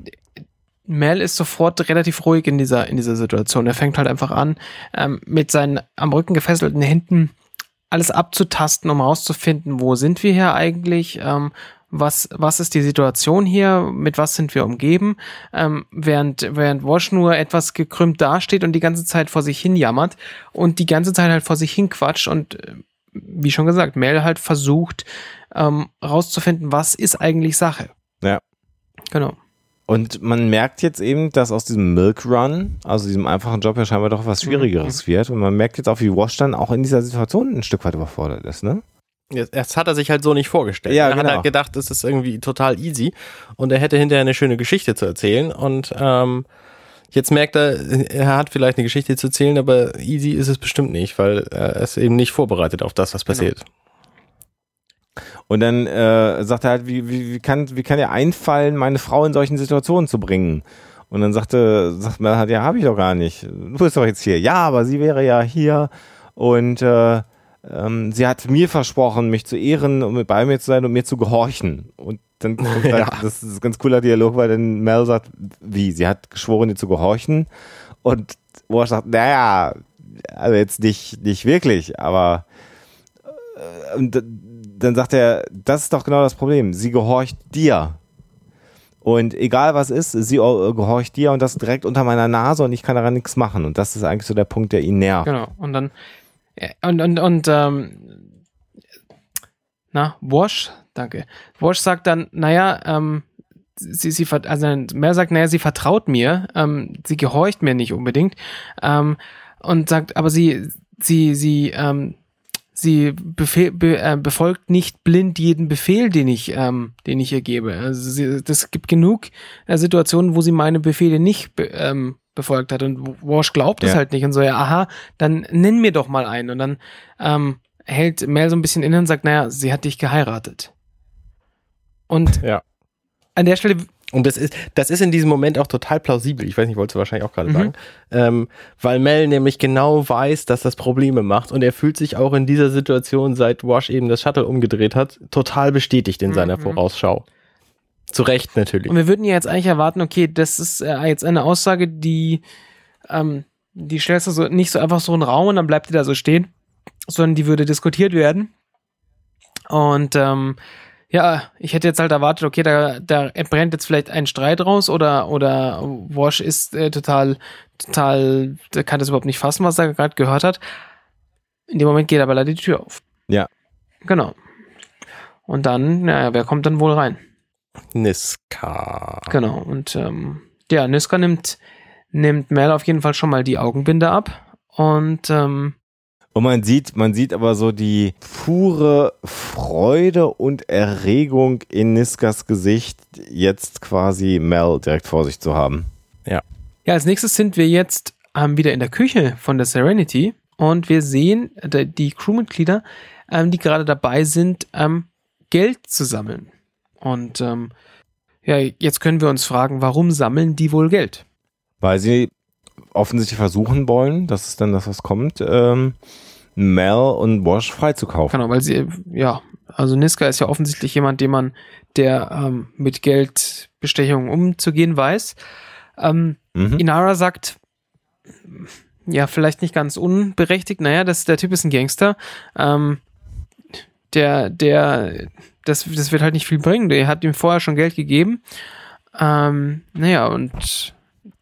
Mel ist sofort relativ ruhig in dieser, in dieser Situation. Er fängt halt einfach an, ähm, mit seinen am Rücken gefesselten Händen alles abzutasten, um herauszufinden, wo sind wir hier eigentlich, ähm, was, was ist die Situation hier, mit was sind wir umgeben, ähm, während, während Wash nur etwas gekrümmt dasteht und die ganze Zeit vor sich hin jammert und die ganze Zeit halt vor sich hin quatscht und äh, wie schon gesagt, Mel halt versucht, ähm, rauszufinden, was ist eigentlich Sache. Ja. Genau. Und man merkt jetzt eben, dass aus diesem Milk Run, also diesem einfachen Job ja scheinbar doch was Schwierigeres wird. Und man merkt jetzt auch, wie Wash dann auch in dieser Situation ein Stück weit überfordert ist, ne? Jetzt, jetzt hat er sich halt so nicht vorgestellt. Ja, er genau. hat halt gedacht, es ist irgendwie total easy und er hätte hinterher eine schöne Geschichte zu erzählen und ähm, jetzt merkt er, er hat vielleicht eine Geschichte zu erzählen, aber easy ist es bestimmt nicht, weil er ist eben nicht vorbereitet auf das, was passiert. Und dann äh, sagt er halt, wie, wie, wie, kann, wie kann dir einfallen, meine Frau in solchen Situationen zu bringen? Und dann sagte, sagt man halt, ja, habe ich doch gar nicht. Du bist doch jetzt hier. Ja, aber sie wäre ja hier und äh, ähm, sie hat mir versprochen, mich zu ehren und mit bei mir zu sein und mir zu gehorchen. Und dann kommt Ja. halt, das ist ein ganz cooler Dialog, weil dann Mel sagt, wie, sie hat geschworen, dir zu gehorchen. Und Wash sagt, naja, also jetzt nicht, nicht wirklich, aber äh, und dann sagt er, das ist doch genau das Problem. Sie gehorcht dir. Und egal was ist, sie äh, gehorcht dir und das direkt unter meiner Nase und ich kann daran nichts machen. Und das ist eigentlich so der Punkt, der ihn nervt. Genau. Und dann, äh, und, und, und, ähm, na, Wash, danke. Wash sagt dann, naja, ähm, sie, sie, vert- also Mel sagt, naja, sie vertraut mir, ähm, sie gehorcht mir nicht unbedingt, ähm, und sagt, aber sie, sie, sie, ähm, sie befehl, be, äh, befolgt nicht blind jeden Befehl, den ich, ähm, den ich ihr gebe. Also sie, das gibt genug äh, Situationen, wo sie meine Befehle nicht be, ähm, befolgt hat und Wash glaubt es Ja. halt nicht und so, ja, aha, dann nenn mir doch mal einen und dann ähm, hält Mel so ein bisschen inne und sagt, naja, sie hat dich geheiratet. Und Ja. an der Stelle Und das ist, das ist in diesem Moment auch total plausibel. Ich weiß nicht, wolltest du wahrscheinlich auch gerade Mhm. sagen. Ähm, weil Mel nämlich genau weiß, dass das Probleme macht. Und er fühlt sich auch in dieser Situation, seit Wash eben das Shuttle umgedreht hat, total bestätigt in seiner Mhm. Vorausschau. Zu Recht natürlich. Und wir würden ja jetzt eigentlich erwarten, okay, das ist äh, jetzt eine Aussage, die, ähm, die stellst du so nicht so einfach so in den Raum und dann bleibt die da so stehen, sondern die würde diskutiert werden. Und ähm, Ja, ich hätte jetzt halt erwartet, okay, da, da brennt jetzt vielleicht ein Streit raus oder, oder Wash ist äh, total, total, der kann das überhaupt nicht fassen, was er gerade gehört hat. In dem Moment geht aber leider die Tür auf. Ja. Genau. Und dann, naja, wer kommt dann wohl rein? Niska. Genau. Und ähm, ja, Niska nimmt, nimmt Mel auf jeden Fall schon mal die Augenbinde ab. Und ähm, Und man sieht, man sieht aber so die pure Freude und Erregung in Niskas Gesicht, jetzt quasi Mel direkt vor sich zu haben. Ja. Ja, als nächstes sind wir jetzt ähm, wieder in der Küche von der Serenity und wir sehen äh, die Crewmitglieder, ähm, die gerade dabei sind, ähm, Geld zu sammeln. Und ähm, ja, jetzt können wir uns fragen, warum sammeln die wohl Geld? Weil sie offensichtlich versuchen wollen, das ist dann das, was kommt, ähm, Mel und Wash freizukaufen. Genau, weil sie, ja, also Niska ist ja offensichtlich jemand, den man, der ähm, mit Geldbestechungen umzugehen weiß. Ähm, Mhm. Inara sagt, ja, vielleicht nicht ganz unberechtigt, naja, das, der Typ ist ein Gangster, ähm, der, der, das, das wird halt nicht viel bringen, der hat ihm vorher schon Geld gegeben, ähm, naja, und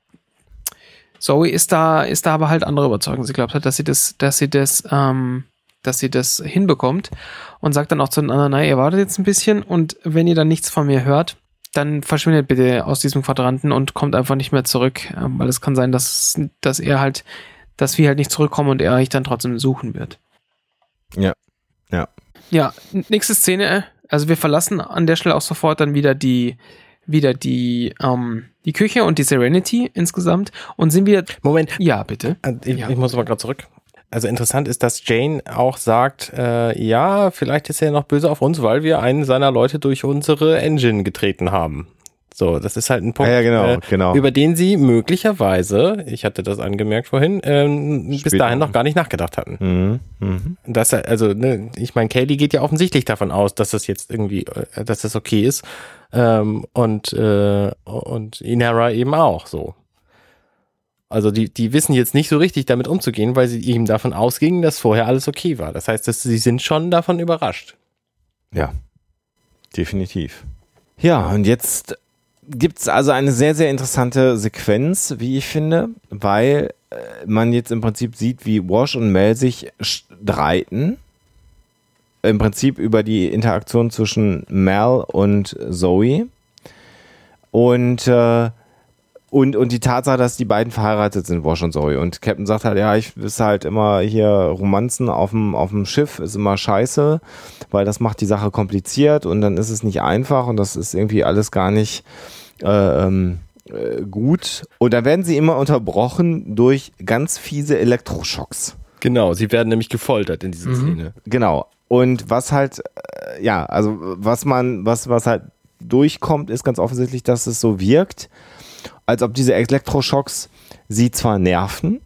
Zoe ist da, ist da aber halt andere überzeugt. Sie glaubt halt, dass sie das, dass sie das, ähm, dass sie das hinbekommt und sagt dann auch zu den anderen, naja, ihr wartet jetzt ein bisschen und wenn ihr dann nichts von mir hört, dann verschwindet bitte aus diesem Quadranten und kommt einfach nicht mehr zurück, ähm, weil es kann sein, dass, dass er halt, dass wir halt nicht zurückkommen und er euch dann trotzdem suchen wird. Ja, ja. Ja, nächste Szene, also wir verlassen an der Stelle auch sofort dann wieder die, wieder die, ähm, die Küche und die Serenity insgesamt und sind wieder... Moment. Ja, bitte. Ich, Ja. ich muss mal gerade zurück. Also interessant ist, dass Jane auch sagt, äh, ja, vielleicht ist er noch böse auf uns, weil wir einen seiner Leute durch unsere Engine getreten haben. So, das ist halt ein Punkt, Ah, ja, genau, äh, genau. über den sie möglicherweise, ich hatte das angemerkt vorhin, ähm, bis Später. dahin noch gar nicht nachgedacht hatten. Mhm. Mhm. Das, also, ne, ich meine, Kaylee geht ja offensichtlich davon aus, dass das jetzt irgendwie, äh, dass das okay ist. Ähm, und, äh, und Inara eben auch so. Also die, die wissen jetzt nicht so richtig damit umzugehen, weil sie eben davon ausgingen, dass vorher alles okay war. Das heißt, dass sie sind schon davon überrascht. Ja, definitiv. Ja, und jetzt gibt es also eine sehr, sehr interessante Sequenz, wie ich finde, weil äh, man jetzt im Prinzip sieht, wie Wash und Mel sich streiten. Im Prinzip über die Interaktion zwischen Mel und Zoe. Und äh, Und, und die Tatsache, dass die beiden verheiratet sind, Wash und Zoe. Und Captain sagt halt, ja, ich ist halt immer hier Romanzen auf dem, auf dem Schiff ist immer scheiße, weil das macht die Sache kompliziert und dann ist es nicht einfach und das ist irgendwie alles gar nicht äh, ähm, äh, gut. Und dann werden sie immer unterbrochen durch ganz fiese Elektroschocks. Genau, sie werden nämlich gefoltert in dieser Mhm. Szene. Genau. Und was halt, äh, ja, also was man, was, was halt durchkommt, ist ganz offensichtlich, dass es so wirkt, als ob diese Elektroschocks sie zwar nerven,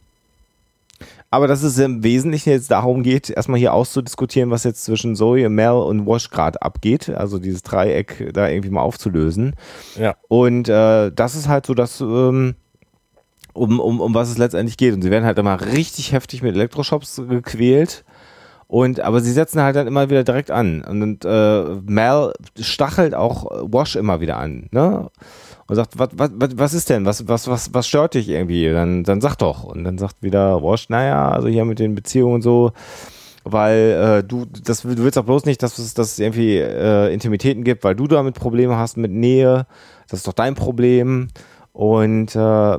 aber dass es im Wesentlichen jetzt darum geht, erstmal hier auszudiskutieren, was jetzt zwischen Zoe, Mel und Wash gerade abgeht, also dieses Dreieck da irgendwie mal aufzulösen. Ja. Und äh, das ist halt so das, ähm, um, um, um was es letztendlich geht. Und sie werden halt immer richtig heftig mit Elektroschocks gequält. Und, aber sie setzen halt dann immer wieder direkt an. Und, und äh, Mel stachelt auch Wash immer wieder an, ne? Und sagt, was, was, was ist denn? Was, was, was, was stört dich irgendwie? Dann, dann sag doch. Und dann sagt wieder Wash, naja, also hier mit den Beziehungen und so, weil äh, du, das, du willst doch bloß nicht, dass es, dass es irgendwie äh, Intimitäten gibt, weil du damit Probleme hast mit Nähe. Das ist doch dein Problem. Und äh,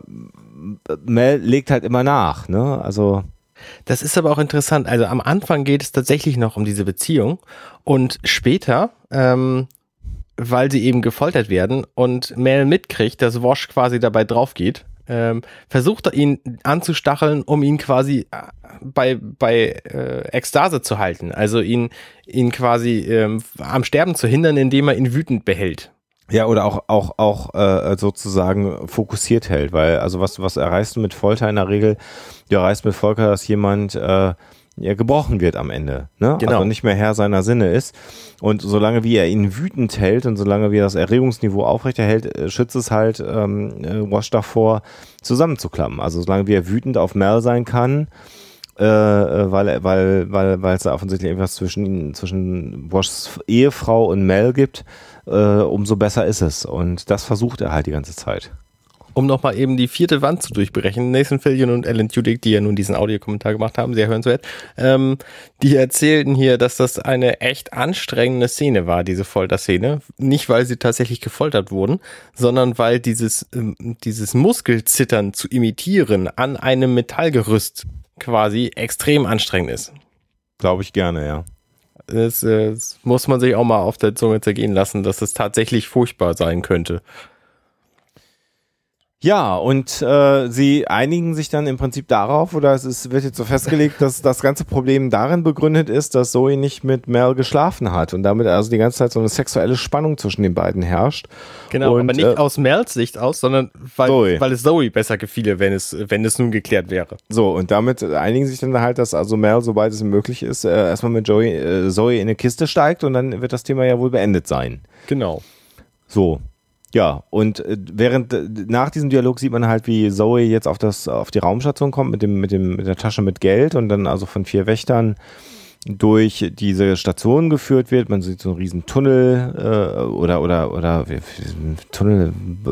Mel legt halt immer nach, ne? Also. Das ist aber auch interessant. Also am Anfang geht es tatsächlich noch um diese Beziehung und später, ähm, weil sie eben gefoltert werden und Mel mitkriegt, dass Wash quasi dabei drauf geht, ähm, versucht er ihn anzustacheln, um ihn quasi bei, bei äh, Ekstase zu halten. Also ihn, ihn quasi ähm, am Sterben zu hindern, indem er ihn wütend behält. Ja, oder auch, auch, auch äh, sozusagen fokussiert hält, weil, also was, was erreichst du mit Folter in der Regel? Du erreichst mit Folter, dass jemand äh, ja, gebrochen wird am Ende, ne? Genau. Also nicht mehr Herr seiner Sinne ist. Und solange wie er ihn wütend hält und solange wie er das Erregungsniveau aufrechterhält, äh, schützt es halt ähm, äh, Wash davor, zusammenzuklappen. Also solange wie er wütend auf Mel sein kann äh, weil weil weil weil es da offensichtlich irgendwas zwischen zwischen Washs Ehefrau und Mel gibt, äh, umso besser ist es. Und das versucht er halt die ganze Zeit. Um nochmal eben die vierte Wand zu durchbrechen, Nathan Fillion und Alan Tudyk, die ja nun diesen Audiokommentar gemacht haben, sehr hörenswert, ähm, die erzählten hier, dass das eine echt anstrengende Szene war, diese Folterszene. Nicht, weil sie tatsächlich gefoltert wurden, sondern weil dieses, ähm, dieses Muskelzittern zu imitieren an einem Metallgerüst quasi extrem anstrengend ist. Glaube ich gerne, ja. Das, äh, das muss man sich auch mal auf der Zunge zergehen lassen, dass es tatsächlich furchtbar sein könnte. Ja, und äh, sie einigen sich dann im Prinzip darauf, oder es ist, wird jetzt so festgelegt, dass das ganze Problem darin begründet ist, dass Zoe nicht mit Mel geschlafen hat und damit also die ganze Zeit so eine sexuelle Spannung zwischen den beiden herrscht. Genau, und, aber nicht äh, aus Mels Sicht aus, sondern weil, Zoe. weil es Zoe besser gefiele, wenn es, wenn es nun geklärt wäre. So, und damit einigen sich dann halt, dass also Mel, sobald es möglich ist, äh, erstmal mit Joey, äh, Zoe in eine Kiste steigt und dann wird das Thema ja wohl beendet sein. Genau. So. Ja, und äh, während äh, nach diesem Dialog sieht man halt, wie Zoe jetzt auf das auf die Raumstation kommt mit dem mit dem mit der Tasche mit Geld und dann also von vier Wächtern durch diese Station geführt wird. Man sieht so einen riesen Tunnel äh, oder oder oder wie, wie, Tunnel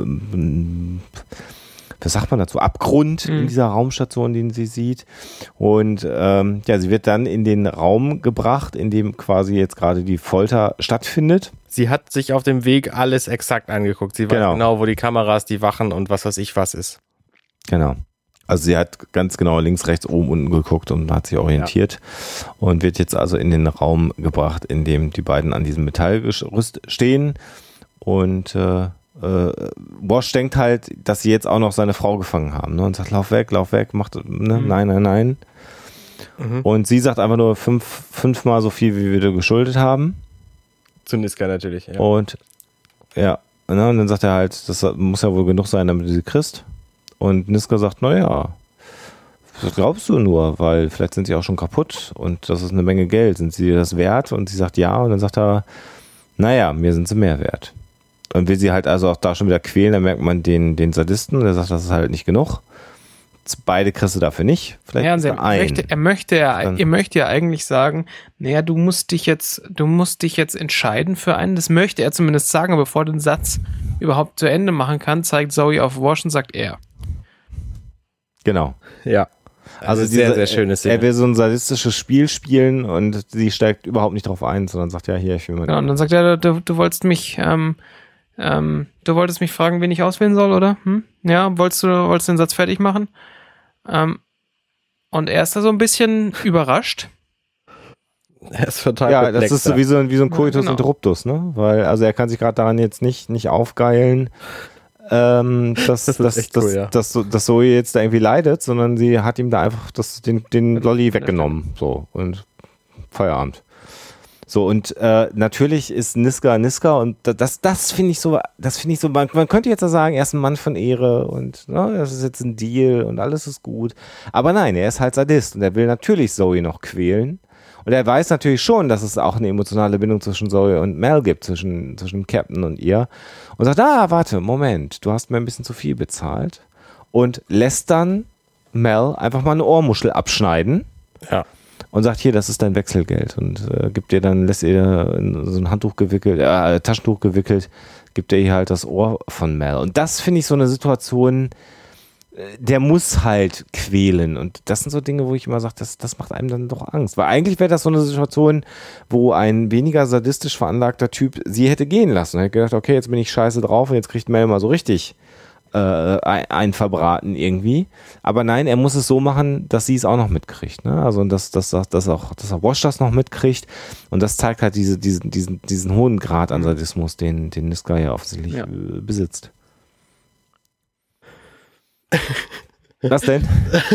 was sagt man dazu? Abgrund mhm. in dieser Raumstation, den sie sieht. Und ähm, ja, sie wird dann in den Raum gebracht, in dem quasi jetzt gerade die Folter stattfindet. Sie hat sich auf dem Weg alles exakt angeguckt. Sie weiß genau. genau, wo die Kameras, die Wachen und was weiß ich was ist. Genau. Also sie hat ganz genau links, rechts, oben, unten geguckt und hat sich orientiert ja. und wird jetzt also in den Raum gebracht, in dem die beiden an diesem Metallgerüst stehen. Und äh, äh, Wash denkt halt, dass sie jetzt auch noch seine Frau gefangen haben, ne? Und sagt, lauf weg, lauf weg, macht, ne? mhm. nein, nein, nein. Mhm. Und sie sagt einfach nur fünf, fünfmal so viel, wie wir dir geschuldet haben. Zu Niska natürlich, ja. Und ja, ne? Und dann sagt er halt, das muss ja wohl genug sein, damit du sie kriegst. Und Niska sagt, naja, das glaubst du nur, weil vielleicht sind sie auch schon kaputt und das ist eine Menge Geld. Sind sie dir das wert? Und sie sagt ja. Und dann sagt er, naja, mir sind sie mehr wert. Und will sie halt also auch da schon wieder quälen, dann merkt man den, den Sadisten und der sagt, das ist halt nicht genug. Beide kriegst du dafür nicht. Vielleicht ja, er, ein. möchte, er möchte ja, er möchte ja eigentlich sagen, naja, du musst dich jetzt, du musst dich jetzt entscheiden für einen. Das möchte er zumindest sagen, aber bevor er den Satz überhaupt zu Ende machen kann, zeigt Zoe auf Wash und sagt er. Genau. Ja. Also sehr, diese, sehr schöne Szene. Er will so ein sadistisches Spiel spielen und sie steigt überhaupt nicht drauf ein, sondern sagt, ja, hier, ich will mal. Ja, und dann sagt er, du, du wolltest mich, ähm, ähm, du wolltest mich fragen, wen ich auswählen soll, oder? Hm? Ja, wolltest du, wolltest du den Satz fertig machen? Ähm, und er ist da so ein bisschen überrascht. Er ist total Ja, das ist so wie so ein, wie so ein Coitus ja, genau. interruptus, ne? Weil, also er kann sich gerade daran jetzt nicht, nicht aufgeilen, ähm, dass, das dass, dass, cool, ja. dass, dass, dass Zoe jetzt da irgendwie leidet, sondern sie hat ihm da einfach das, den, den Lolli weggenommen. So, und Feierabend. So, und äh, natürlich ist Niska Niska und das, das finde ich so, das finde ich so, man, man könnte jetzt ja sagen, er ist ein Mann von Ehre und ne, das ist jetzt ein Deal und alles ist gut. Aber nein, er ist halt Sadist und er will natürlich Zoe noch quälen. Und er weiß natürlich schon, dass es auch eine emotionale Bindung zwischen Zoe und Mel gibt, zwischen, zwischen dem Captain und ihr. Und sagt, ah, warte, Moment, du hast mir ein bisschen zu viel bezahlt. Und lässt dann Mel einfach mal eine Ohrmuschel abschneiden. Ja. Und sagt, hier, das ist dein Wechselgeld. Und äh, gibt ihr dann, lässt ihr in so ein Handtuch gewickelt, äh, Taschentuch gewickelt, gibt ihr ihr halt das Ohr von Mel. Und das finde ich so eine Situation, der muss halt quälen. Und das sind so Dinge, wo ich immer sage, das, das macht einem dann doch Angst. Weil eigentlich wäre das so eine Situation, wo ein weniger sadistisch veranlagter Typ sie hätte gehen lassen. Er hätte gedacht, okay, jetzt bin ich scheiße drauf und jetzt kriegt Mel mal so richtig äh, einen verbraten irgendwie. Aber nein, er muss es so machen, dass sie es auch noch mitkriegt. Ne? Also, dass, dass, dass, auch, dass auch Wash das noch mitkriegt. Und das zeigt halt diese, diesen, diesen, diesen hohen Grad an Sadismus, den, den Niska ja offensichtlich ja. besitzt. Was denn?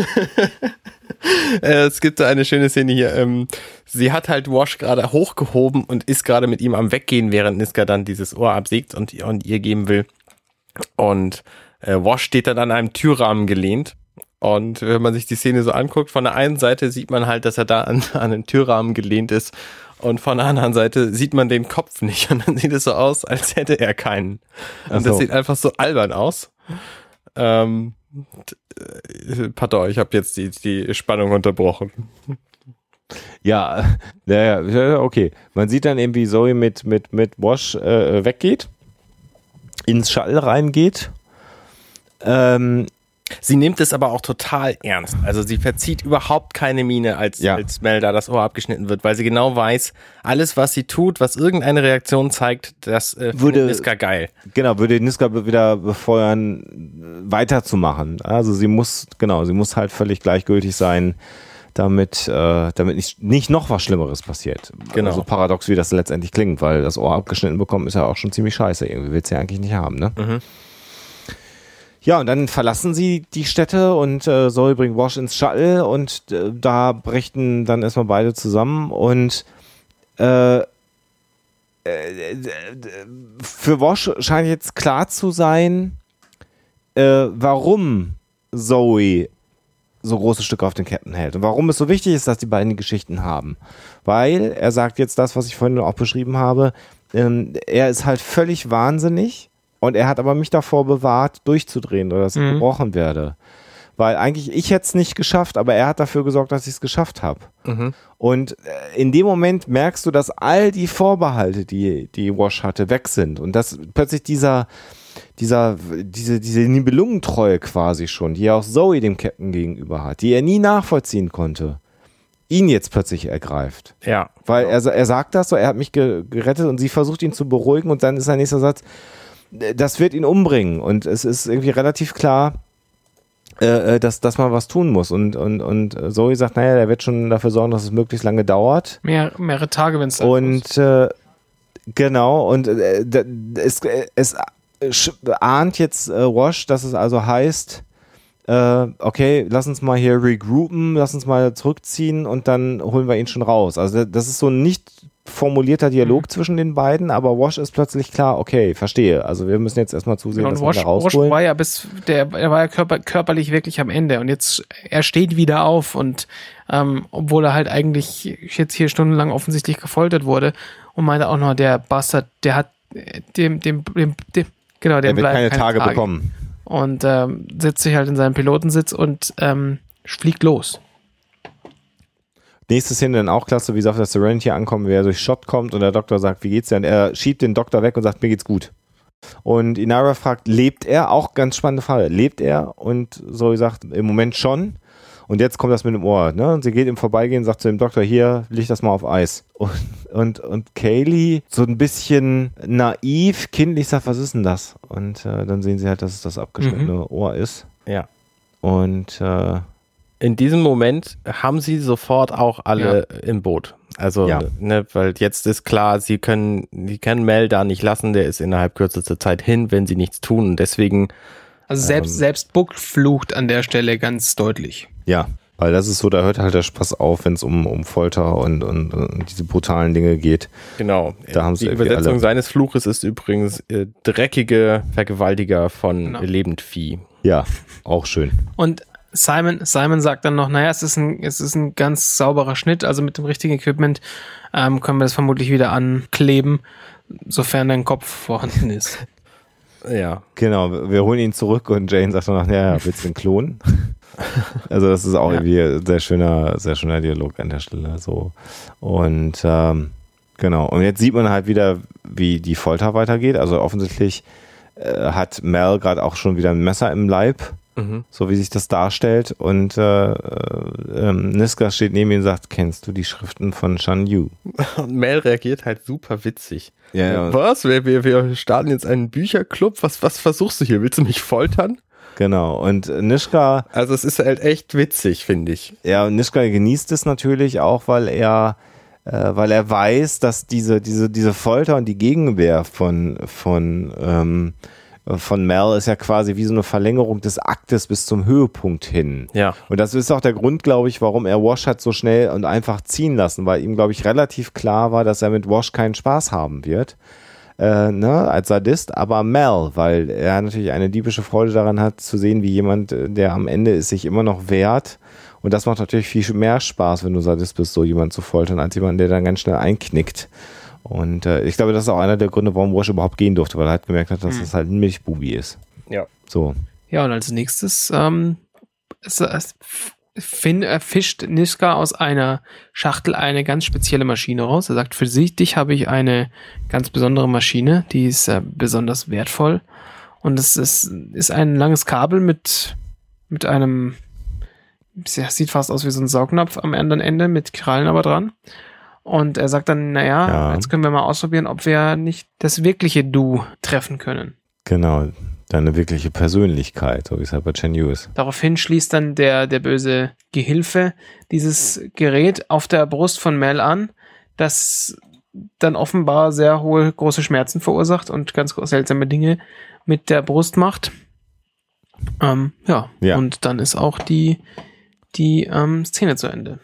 Es gibt da eine schöne Szene hier. Ähm, sie hat halt Wash gerade hochgehoben und ist gerade mit ihm am Weggehen, während Niska dann dieses Ohr absägt und, und ihr geben will. Und äh, Wash steht dann an einem Türrahmen gelehnt. Und wenn man sich die Szene so anguckt, von der einen Seite sieht man halt, dass er da an, an einen Türrahmen gelehnt ist. Und von der anderen Seite sieht man den Kopf nicht. Und dann sieht es so aus, als hätte er keinen. Und so. Das sieht einfach so albern aus. Ähm, Pardon, ich habe jetzt die, die Spannung unterbrochen. Ja, ja, okay. Man sieht dann eben, wie Zoe mit, mit, mit Wash äh, weggeht, ins Shuttle reingeht. Ähm, Sie nimmt es aber auch total ernst. Also sie verzieht überhaupt keine Miene, als, ja. als Mel da das Ohr abgeschnitten wird, weil sie genau weiß, alles, was sie tut, was irgendeine Reaktion zeigt, das äh, würde Niska geil. Genau, würde Niska wieder befeuern, weiterzumachen. Also sie muss, genau, sie muss halt völlig gleichgültig sein, damit, äh, damit nicht, nicht noch was Schlimmeres passiert. Genau. So paradox, wie das letztendlich klingt, weil das Ohr abgeschnitten bekommen ist ja auch schon ziemlich scheiße. Irgendwie willst du ja eigentlich nicht haben, ne? Mhm. Ja, und dann verlassen sie die Städte und äh, Zoe bringt Wash ins Shuttle und äh, da brechen dann erstmal beide zusammen und äh, äh, für Wash scheint jetzt klar zu sein, äh, warum Zoe so große Stücke auf den Captain hält und warum es so wichtig ist, dass die beiden die Geschichten haben. Weil, er sagt jetzt das, was ich vorhin auch beschrieben habe, ähm, er ist halt völlig wahnsinnig. Und er hat aber mich davor bewahrt, durchzudrehen oder dass ich mhm. gebrochen werde. Weil eigentlich, ich hätte es nicht geschafft, aber er hat dafür gesorgt, dass ich es geschafft habe. Mhm. Und in dem Moment merkst du, dass all die Vorbehalte, die, die Wash hatte, weg sind. Und dass plötzlich dieser, dieser, diese, diese Nibelungentreue quasi schon, die er auch Zoe dem Captain gegenüber hat, die er nie nachvollziehen konnte, ihn jetzt plötzlich ergreift. Ja. Weil er, er sagt das so, er hat mich ge- gerettet und sie versucht ihn zu beruhigen und dann ist sein nächster Satz, das wird ihn umbringen und es ist irgendwie relativ klar, äh, dass, dass man was tun muss und, und, und Zoe sagt, naja, der wird schon dafür sorgen, dass es möglichst lange dauert. Mehr, mehrere Tage, wenn es Und äh, genau, und äh, es, es ahnt jetzt äh, Wash, dass es also heißt, äh, okay, lass uns mal hier regroupen, lass uns mal zurückziehen und dann holen wir ihn schon raus. Also das ist so ein nicht formulierter Dialog mhm. zwischen den beiden, aber Wash ist plötzlich klar, okay, verstehe. Also wir müssen jetzt erstmal zusehen, genau, dass Wash, wir da rausholen. Wash war ja bis, der, er war ja körper, körperlich wirklich am Ende und jetzt, er steht wieder auf und ähm, obwohl er halt eigentlich jetzt hier stundenlang offensichtlich gefoltert wurde und meinte auch noch, der Bastard, der hat dem, dem, dem, dem genau, dem er wird bleibt keine, keine Tage, Tage bekommen. Und ähm, setzt sich halt in seinen Pilotensitz und ähm, fliegt los. Nächste Szene dann auch klasse, wie sie auf der Serenity ankommen, wie er durch Shot kommt und der Doktor sagt, wie geht's dir? Und er schiebt den Doktor weg und sagt, mir geht's gut. Und Inara fragt, lebt er? Auch ganz spannende Frage. Lebt er? Und Zoe sagt, im Moment schon. Und jetzt kommt das mit dem Ohr. Ne? Und sie geht im Vorbeigehen und sagt zu dem Doktor, hier, leg das mal auf Eis. Und, und, und Kaylee, so ein bisschen naiv, kindlich, sagt, was ist denn das? Und äh, dann sehen sie halt, dass es das abgeschnittene mhm. Ohr ist. Ja. Und äh, in diesem Moment haben sie sofort auch alle ja. im Boot. Also, ja. ne, weil jetzt ist klar, sie können, sie können Mel da nicht lassen, der ist innerhalb kürzester Zeit hin, wenn sie nichts tun. Und deswegen. Also selbst, ähm, selbst Book flucht an der Stelle ganz deutlich. Ja, weil das ist so, da hört halt der Spaß auf, wenn es um, um Folter und, und, und diese brutalen Dinge geht. Genau. Da haben Die Übersetzung alle. seines Fluches ist übrigens äh, dreckige Vergewaltiger von genau. Lebendvieh. Ja, auch schön. Und Simon, Simon sagt dann noch, naja, es ist ein, es ist ein ganz sauberer Schnitt, also mit dem richtigen Equipment ähm, können wir das vermutlich wieder ankleben, sofern dein Kopf vorhanden ist. Ja. Genau, wir holen ihn zurück und Jane sagt dann noch, ja, willst du den Klon? Also das ist auch ja. irgendwie ein sehr schöner, sehr schöner Dialog an der Stelle. So. Und ähm, genau, und jetzt sieht man halt wieder, wie die Folter weitergeht. Also offensichtlich äh, hat Mel gerade auch schon wieder ein Messer im Leib. Mhm. So wie sich das darstellt. Und äh, äh, Niska steht neben ihm und sagt, kennst du die Schriften von Shan Yu? Und Mel reagiert halt super witzig. Ja, ja. Was? Wir, wir, wir starten jetzt einen Bücherclub? Was, was versuchst du hier? Willst du mich foltern? Genau. Und Niska... Also es ist halt echt witzig, finde ich. Ja, und Niska genießt es natürlich auch, weil er äh, weil er weiß, dass diese, diese, diese Folter und die Gegenwehr von von ähm, von Mel ist ja quasi wie so eine Verlängerung des Aktes bis zum Höhepunkt hin. Ja. Und das ist auch der Grund, glaube ich, warum er Wash hat so schnell und einfach ziehen lassen, weil ihm, glaube ich, relativ klar war, dass er mit Wash keinen Spaß haben wird, äh, ne, als Sadist, aber Mel, weil er natürlich eine diebische Freude daran hat, zu sehen, wie jemand, der am Ende ist, sich immer noch wehrt. Und das macht natürlich viel mehr Spaß, wenn du Sadist bist, so jemanden zu foltern, als jemand, der dann ganz schnell einknickt. Und äh, ich glaube, das ist auch einer der Gründe, warum Wash überhaupt gehen durfte, weil er halt gemerkt hat, dass mhm. das halt ein Milchbubi ist. Ja. So. Ja, und als nächstes ähm, es, es, Finn, äh, fischt Niska aus einer Schachtel eine ganz spezielle Maschine raus. Er sagt, für sich, dich habe ich eine ganz besondere Maschine, die ist äh, besonders wertvoll. Und es ist, ist ein langes Kabel mit, mit einem, ja, sieht fast aus wie so ein Saugnapf am anderen Ende, mit Krallen aber dran. Und er sagt dann, naja, Ja. jetzt können wir mal ausprobieren, ob wir nicht das wirkliche Du treffen können. Genau, deine wirkliche Persönlichkeit, so wie es halt bei Chen Yu ist. Daraufhin schließt dann der, der böse Gehilfe dieses Gerät auf der Brust von Mel an, das dann offenbar sehr hohe, große Schmerzen verursacht und ganz seltsame Dinge mit der Brust macht. Ähm, ja. Ja. Und dann ist auch die, die ähm, Szene zu Ende.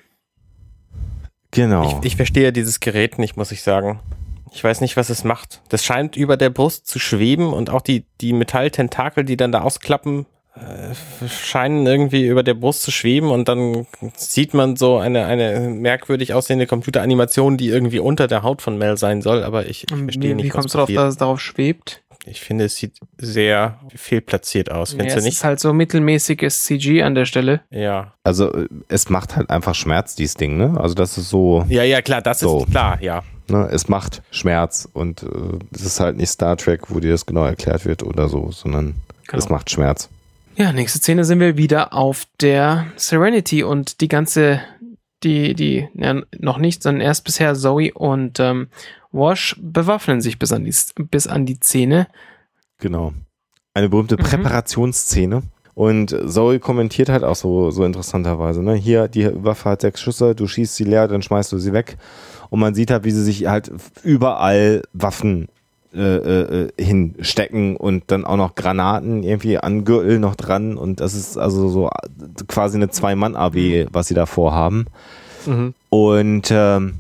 Genau. Ich, ich verstehe dieses Gerät nicht, muss ich sagen. Ich weiß nicht, was es macht. Das scheint über der Brust zu schweben und auch die, die Metalltentakel, die dann da ausklappen, äh, scheinen irgendwie über der Brust zu schweben und dann sieht man so eine, eine merkwürdig aussehende Computeranimation, die irgendwie unter der Haut von Mel sein soll, aber ich, ich verstehe Wie, nicht, wie was kommst du darauf, passiert. dass es darauf schwebt? Ich finde, es sieht sehr fehlplatziert aus, Ja, findest es du nicht? ist halt so mittelmäßiges C G an der Stelle. Ja. Also äh, es macht halt einfach Schmerz, dieses Ding, ne? Also das ist so, Ja, ja, klar, das So. ist klar, ja. ne? Es macht Schmerz und äh, es ist halt nicht Star Trek, wo dir das genau erklärt wird oder so, sondern Genau. es macht Schmerz. Ja, nächste Szene sind wir wieder auf der Serenity und die ganze, die, die, ja, noch nicht, sondern erst bisher Zoe und ähm, Wash bewaffnen sich bis an die, bis an die Zähne. Genau. Eine berühmte Mhm. Präparationsszene. Und Zoe kommentiert halt auch so, so interessanterweise, ne? Hier, die Waffe hat sechs Schüsse, du schießt sie leer, dann schmeißt du sie weg. Und man sieht halt, wie sie sich halt überall Waffen äh, äh, hinstecken und dann auch noch Granaten irgendwie an Gürtel noch dran. Und das ist also so quasi eine Zwei-Mann-A W, was sie da vorhaben. Mhm. Und ähm,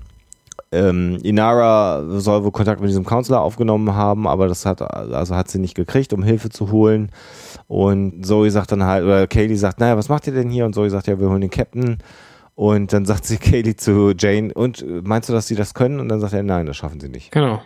ähm, Inara soll wohl Kontakt mit diesem Counselor aufgenommen haben, aber das hat, also hat sie nicht gekriegt, um Hilfe zu holen. Und Zoe sagt dann halt, oder Kaylee sagt, naja, was macht ihr denn hier? Und Zoe sagt, ja, wir holen den Captain. Und dann sagt sie Kaylee zu Jane, und meinst du, dass sie das können? Und dann sagt er, nein, das schaffen sie nicht. Genau.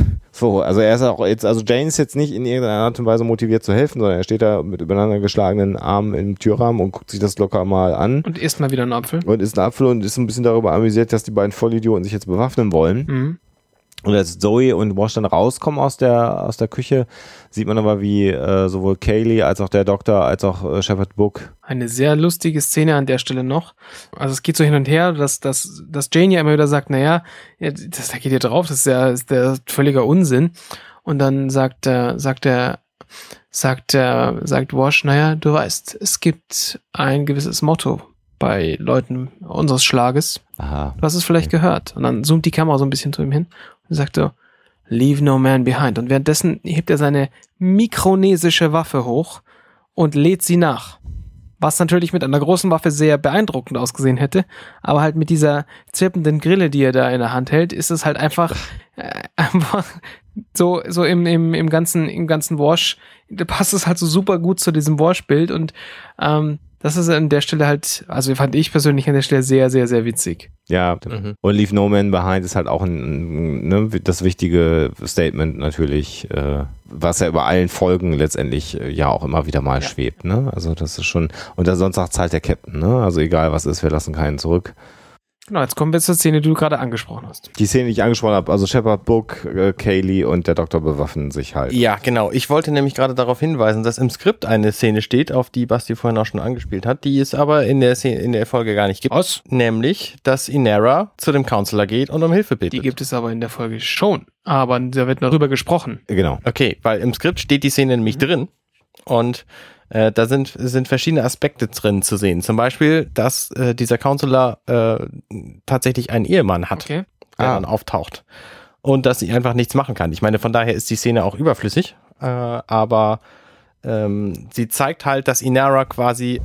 So, also er ist auch jetzt, also Jane ist jetzt nicht in irgendeiner Art und Weise motiviert zu helfen, sondern er steht da mit übereinander geschlagenen Armen im Türrahmen und guckt sich das locker mal an. Und isst mal wieder einen Apfel. Und ist ein Apfel und ist ein bisschen darüber amüsiert, dass die beiden Vollidioten sich jetzt bewaffnen wollen. Mhm. Und als Zoe und Wash dann rauskommen aus der, aus der Küche, sieht man aber, wie äh, sowohl Kaylee als auch der Doktor als auch äh, Shepard Book. Eine sehr lustige Szene an der Stelle noch. Also es geht so hin und her, dass, dass, dass Jane ja immer wieder sagt, naja, das, da geht ihr drauf, das ist ja ist der völliger Unsinn. Und dann sagt, äh, sagt er, sagt, äh, sagt Wash, naja, du weißt, es gibt ein gewisses Motto bei Leuten unseres Schlages. Aha. Du hast es vielleicht gehört. Und dann zoomt die Kamera so ein bisschen zu ihm hin und sagt so, leave no man behind. Und währenddessen hebt er seine mikronesische Waffe hoch und lädt sie nach. Was natürlich mit einer großen Waffe sehr beeindruckend ausgesehen hätte, aber halt mit dieser zirpenden Grille, die er da in der Hand hält, ist es halt einfach, äh, einfach so, so im, im, im ganzen, im ganzen Wash, da passt es halt so super gut zu diesem Wash-Bild und ähm, das ist an der Stelle halt, also fand ich persönlich an der Stelle sehr, sehr, sehr witzig. Ja, Mhm. und Leave No Man Behind ist halt auch ein, ne, das wichtige Statement natürlich, äh, was ja über allen Folgen letztendlich äh, ja auch immer wieder mal Ja. schwebt, ne? Also das ist schon, und da sonst sagt halt der Captain, ne? Also egal was ist, wir lassen keinen zurück. Genau, jetzt kommen wir zur Szene, die du gerade angesprochen hast. Die Szene, die ich angesprochen habe, also Shepard Book, äh, Kaylee und der Doktor bewaffnen sich halt. Ja, genau. Ich wollte nämlich gerade darauf hinweisen, dass im Skript eine Szene steht, auf die Basti vorhin auch schon angespielt hat, die es aber in der Szene, in der Folge gar nicht gibt. Was? Nämlich, dass Inara zu dem Counselor geht und um Hilfe bittet. Die gibt es aber in der Folge schon. Aber da wird noch drüber gesprochen. Genau. Okay, weil im Skript steht die Szene nämlich drin und äh, da sind, sind verschiedene Aspekte drin zu sehen. Zum Beispiel, dass äh, dieser Counselor äh, tatsächlich einen Ehemann hat, Okay. der Ah. dann auftaucht. Und dass sie einfach nichts machen kann. Ich meine, von daher ist die Szene auch überflüssig, äh, aber ähm, sie zeigt halt, dass Inara quasi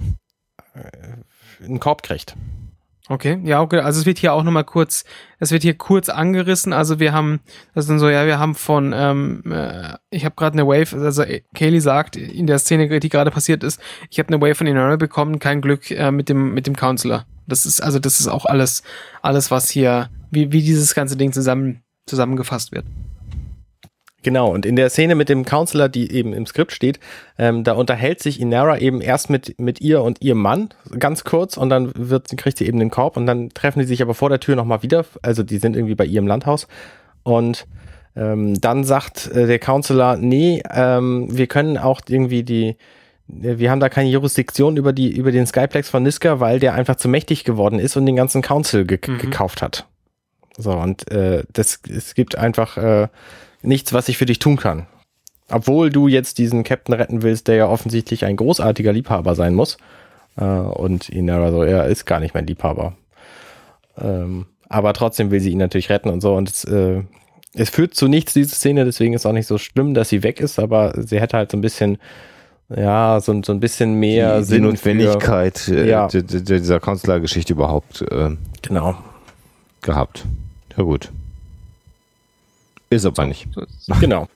äh, einen Korb kriegt. Okay, ja, okay. Also es wird hier auch nochmal kurz, es wird hier kurz angerissen. Also wir haben, das ist dann so, ja, wir haben von, ähm, äh, ich habe gerade eine Wave, also Kaylee sagt in der Szene, die gerade passiert ist, ich habe eine Wave von Inara bekommen, kein Glück äh, mit dem mit dem Counselor. Das ist, also das ist auch alles, alles was hier, wie wie dieses ganze Ding zusammen zusammengefasst wird. Genau, und in der Szene mit dem Counselor, die eben im Skript steht, ähm, da unterhält sich Inara eben erst mit, mit ihr und ihrem Mann, ganz kurz, und dann wird, kriegt sie eben den Korb und dann treffen die sich aber vor der Tür nochmal wieder, also die sind irgendwie bei ihrem Landhaus und ähm, dann sagt äh, der Counselor, nee, ähm, wir können auch irgendwie die, wir haben da keine Jurisdiktion über die über den Skyplex von Niska, weil der einfach zu mächtig geworden ist und den ganzen Council ge- Mhm. gekauft hat. So, und äh, das, es gibt einfach äh, nichts, was ich für dich tun kann. Obwohl du jetzt diesen Captain retten willst, der ja offensichtlich ein großartiger Liebhaber sein muss. Äh, und ihn also, er ist gar nicht mein Liebhaber. Ähm, aber trotzdem will sie ihn natürlich retten und so. Und es, äh, es führt zu nichts, diese Szene, deswegen ist es auch nicht so schlimm, dass sie weg ist, aber sie hätte halt so ein bisschen, ja, so, so ein bisschen mehr die, Sinn die Notwendigkeit für, äh, ja. d- d- dieser Kanzlergeschichte überhaupt äh, Genau. gehabt. Ja gut. Ist aber nicht. So ist es. Genau.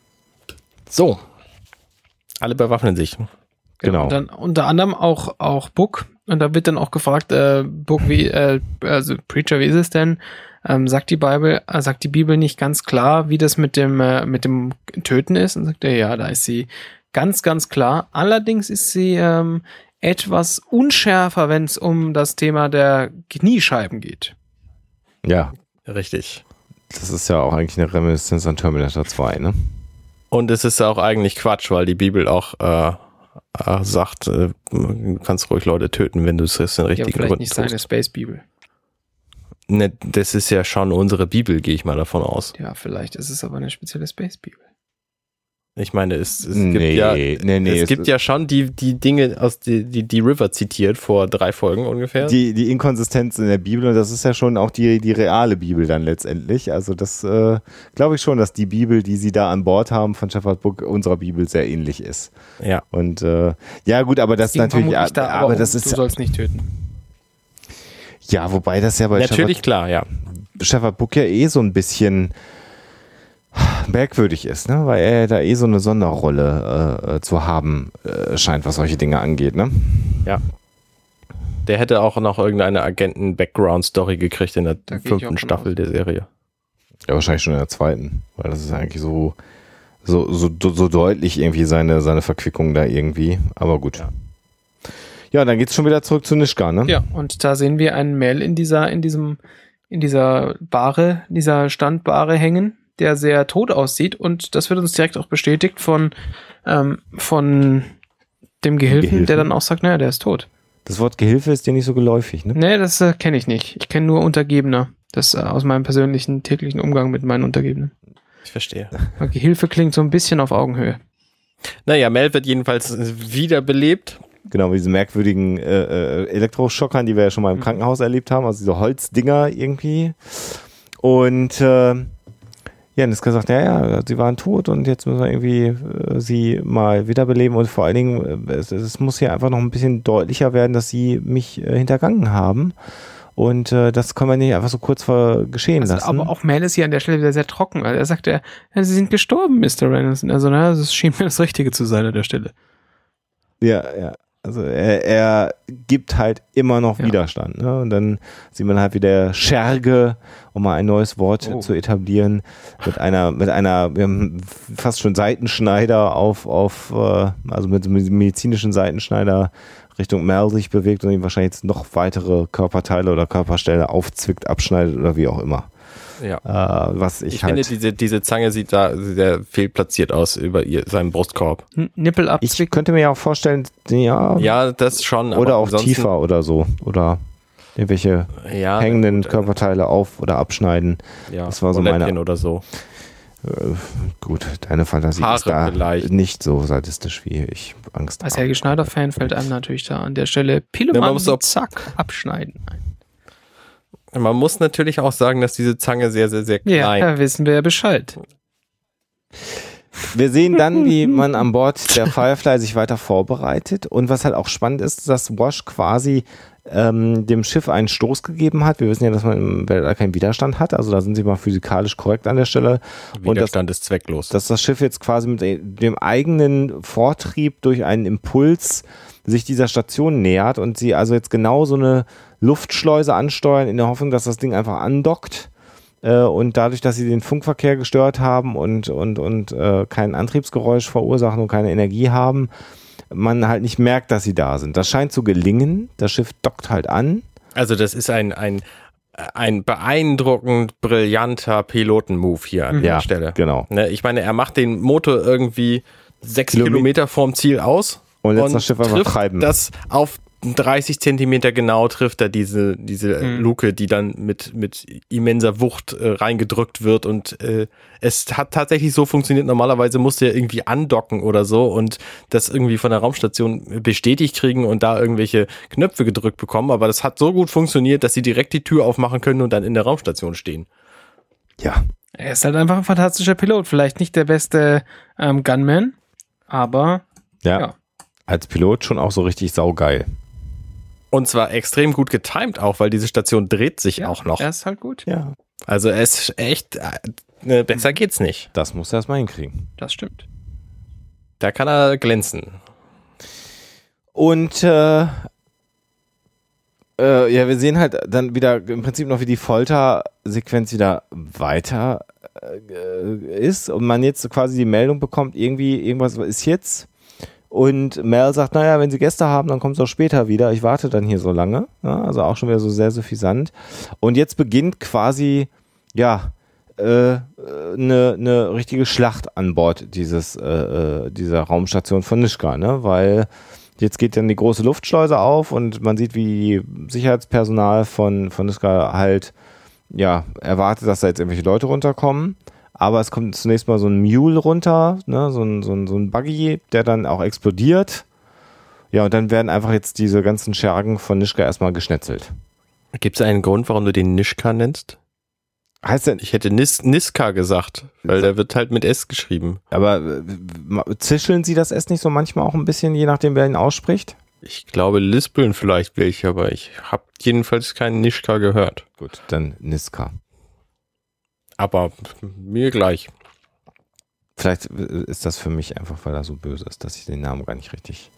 So. Alle bewaffnen sich. Genau. Und dann unter anderem auch, auch Book. Und da wird dann auch gefragt, äh, Book, wie, äh, also Preacher, wie ist es denn? Ähm, sagt die Bibel, äh, sagt die Bibel nicht ganz klar, wie das mit dem, äh, mit dem Töten ist? Und sagt er, ja, da ist sie ganz, ganz klar. Allerdings ist sie ähm, etwas unschärfer, wenn es um das Thema der Kniescheiben geht. Ja, Richtig. das ist ja auch eigentlich eine Reminiszenz an Terminator zwei, ne? Und es ist auch eigentlich Quatsch, weil die Bibel auch äh, äh, sagt, äh, du kannst ruhig Leute töten, wenn du es aus den Ja, richtigen vielleicht Gründen nicht seine tust. Space-Bibel. Ne, das ist ja schon unsere Bibel, gehe ich mal davon aus. Ja, vielleicht ist es aber eine spezielle Space-Bibel. Ich meine, es, es Nee, gibt ja, nee, nee, es, es- gibt ja schon die, die Dinge, aus die, die, die River zitiert vor drei Folgen ungefähr. Die, die Inkonsistenz in der Bibel, und das ist ja schon auch die, die reale Bibel dann letztendlich. Also das äh, glaube ich schon, dass die Bibel, die sie da an Bord haben von Shepherd Book, unserer Bibel sehr ähnlich ist. Ja. Und äh, ja gut, aber das Ging natürlich, vermutlich da aber, aber das um, ist du sollst nicht töten. ja, wobei das ja bei Natürlich, klar, ja. Shepherd Book ja eh so ein bisschen merkwürdig ist, ne? Weil er da eh so eine Sonderrolle äh, zu haben äh, scheint, was solche Dinge angeht, ne? Ja. Der hätte auch noch irgendeine Agenten-Background-Story gekriegt in der Da geh ich auch fünften von Staffel aus. der Serie. Ja, wahrscheinlich schon in der zweiten, weil das ist eigentlich so so, so, so deutlich irgendwie seine, seine Verquickung da irgendwie, aber gut. Ja. Ja, dann geht's schon wieder zurück zu Nischka, ne? Ja, und da sehen wir einen Mel in dieser, in diesem, in dieser Bahre, dieser Standbahre hängen, der sehr tot aussieht, und das wird uns direkt auch bestätigt von, ähm, von dem Gehilfen, Gehilfen. der dann auch sagt, naja, der ist tot. Das Wort Gehilfe ist dir nicht so geläufig, ne? Nee, das äh, kenne ich nicht. Ich kenne nur Untergebener. Das äh, aus meinem persönlichen täglichen Umgang mit meinen Untergebenen. Ich verstehe. Weil Gehilfe klingt so ein bisschen auf Augenhöhe. Naja, Mel wird jedenfalls wiederbelebt. Genau, wie diese merkwürdigen äh, äh, Elektroschockern, die wir ja schon mal im Mhm. Krankenhaus erlebt haben, also diese Holzdinger irgendwie. Und äh, ja, Niska sagt, ja, ja, sie waren tot und jetzt müssen wir irgendwie äh, sie mal wiederbeleben, und vor allen Dingen, äh, es, es muss hier einfach noch ein bisschen deutlicher werden, dass sie mich äh, hintergangen haben. Und äh, das können wir nicht einfach so kurz ver geschehen Also, lassen. aber auch Mel ist hier an der Stelle wieder sehr trocken. Also er sagt, ja, ja, sie sind gestorben, Mister Renison. Also, naja, das schien mir das Richtige zu sein an der Stelle. Ja, ja. Also er, er gibt halt immer noch Ja. Widerstand. Ne? Und dann sieht man halt wieder Scherge, um mal ein neues Wort Oh. zu etablieren, mit einer, mit einer, wir haben fast schon Seitenschneider auf, auf äh, also mit einem medizinischen Seitenschneider Richtung Mel sich bewegt und ihm wahrscheinlich jetzt noch weitere Körperteile oder Körperstelle aufzwickt, abschneidet oder wie auch immer. Ja. Äh, was ich, Ich halt. finde, diese, diese Zange sieht da sehr fehlplatziert aus über ihr, seinen Brustkorb. N- Nippel ich abzwicken. könnte mir ja auch vorstellen, ja, Ja, das schon. aber oder auch ansonsten- tiefer oder so. Oder irgendwelche ja, hängenden gut, äh, Körperteile auf- oder abschneiden. Ja, das war so Ohrläppchen meine- oder so. Äh, gut, deine Fantasie Haare ist da vielleicht. nicht so sadistisch, wie ich Angst Als habe. Helge Schneider-Fan fällt einem natürlich da an der Stelle Ja, man Pillemann muss wie auch- zack abschneiden. Man muss natürlich auch sagen, dass diese Zange sehr, sehr, sehr Ja, klein da wissen wir ja Bescheid. Wir sehen dann, wie man an Bord der Firefly sich weiter vorbereitet. Und was halt auch spannend ist, dass Wash quasi ähm, dem Schiff einen Stoß gegeben hat. Wir wissen ja, dass man im Weltall keinen Widerstand hat. Also da sind sie mal physikalisch korrekt an der Stelle. Und das, Widerstand ist zwecklos. dass das Schiff jetzt quasi mit dem eigenen Vortrieb durch einen Impuls sich dieser Station nähert und sie also jetzt genau so eine Luftschleuse ansteuern in der Hoffnung, dass das Ding einfach andockt äh, und dadurch, dass sie den Funkverkehr gestört haben und, und, und äh, kein Antriebsgeräusch verursachen und keine Energie haben, man halt nicht merkt, dass sie da sind. Das scheint zu gelingen. Das Schiff dockt halt an. Also das ist ein, ein, ein beeindruckend brillanter Pilotenmove hier an ja, der Stelle. Genau. Ne, ich meine, er macht den Motor irgendwie sechs Kilometer, Kilometer vorm Ziel aus und lässt das Schiff einfach trifft treiben. Das auf dreißig Zentimeter genau trifft er diese, diese Mhm. Luke, die dann mit, mit immenser Wucht äh, reingedrückt wird und äh, es hat tatsächlich so funktioniert. Normalerweise musste er irgendwie andocken oder so und das irgendwie von der Raumstation bestätigt kriegen und da irgendwelche Knöpfe gedrückt bekommen, aber das hat so gut funktioniert, dass sie direkt die Tür aufmachen können und dann in der Raumstation stehen. Ja. Er ist halt einfach ein fantastischer Pilot. Vielleicht nicht der beste ähm, Gunman, aber ja. ja. Als Pilot schon auch so richtig saugeil. Und zwar extrem gut getimed auch, weil diese Station dreht sich ja, auch noch. Er ist halt gut. Ja. Also es ist echt, äh, besser geht's nicht. Das muss er erstmal hinkriegen. Das stimmt. Da kann er glänzen. Und äh, äh, ja, wir sehen halt dann wieder im Prinzip noch, wie die Foltersequenz wieder weiter äh, ist und man jetzt quasi die Meldung bekommt, irgendwie, irgendwas ist jetzt. Und Mel sagt, naja, wenn sie Gäste haben, dann kommt es auch später wieder. Ich warte dann hier so lange. Ja, also auch schon wieder so sehr suffisant. Und jetzt beginnt quasi, ja, eine äh, ne, ne richtige Schlacht an Bord dieses, äh, dieser Raumstation von Nischka, ne? Weil jetzt geht dann die große Luftschleuse auf und man sieht, wie Sicherheitspersonal von, von Nischka halt, ja, erwartet, dass da jetzt irgendwelche Leute runterkommen. Aber es kommt zunächst mal so ein Mule runter, ne, so ein, so ein, so ein Buggy, der dann auch explodiert. Ja, und dann werden einfach jetzt diese ganzen Schergen von Nischka erstmal geschnetzelt. Gibt es einen Grund, warum du den Nischka nennst? Heißt denn? Ich hätte Nis, Niska gesagt, weil der wird halt mit S geschrieben. Aber äh, zischeln sie das S nicht so manchmal auch ein bisschen, je nachdem, wer ihn ausspricht? Ich glaube, lispeln vielleicht welche, aber ich habe jedenfalls keinen Nischka gehört. Gut, dann Niska. Aber mir gleich. Vielleicht ist das für mich einfach, weil er so böse ist, dass ich den Namen gar nicht richtig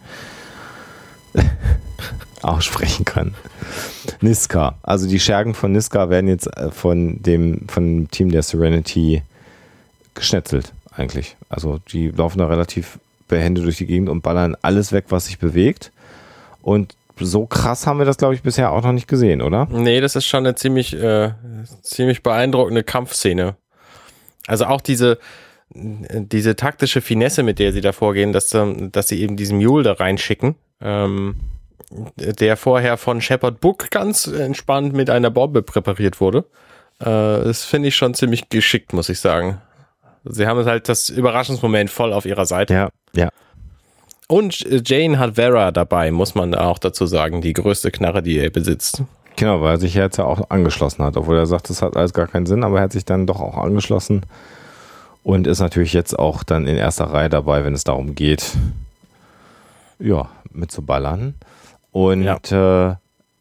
aussprechen kann. Niska. Also die Schergen von Niska werden jetzt von dem, von dem Team der Serenity geschnetzelt eigentlich. Also die laufen da relativ behende durch die Gegend und ballern alles weg, was sich bewegt. Und so krass haben wir das, glaube ich, bisher auch noch nicht gesehen, oder? Nee, das ist schon eine ziemlich, äh, ziemlich beeindruckende Kampfszene. Also auch diese, diese taktische Finesse, mit der sie da vorgehen, dass, dass sie eben diesen Mule da reinschicken, ähm, der vorher von Shepard Book ganz entspannt mit einer Bombe präpariert wurde. Äh, das finde ich schon ziemlich geschickt, muss ich sagen. Sie haben halt das Überraschungsmoment voll auf ihrer Seite. Ja, ja. Und Jane hat Vera dabei, muss man auch dazu sagen, die größte Knarre, die er besitzt. Genau, weil er sich jetzt ja auch angeschlossen hat, obwohl er sagt, das hat alles gar keinen Sinn, aber er hat sich dann doch auch angeschlossen und ist natürlich jetzt auch dann in erster Reihe dabei, wenn es darum geht, ja, mitzuballern. Und ja. äh,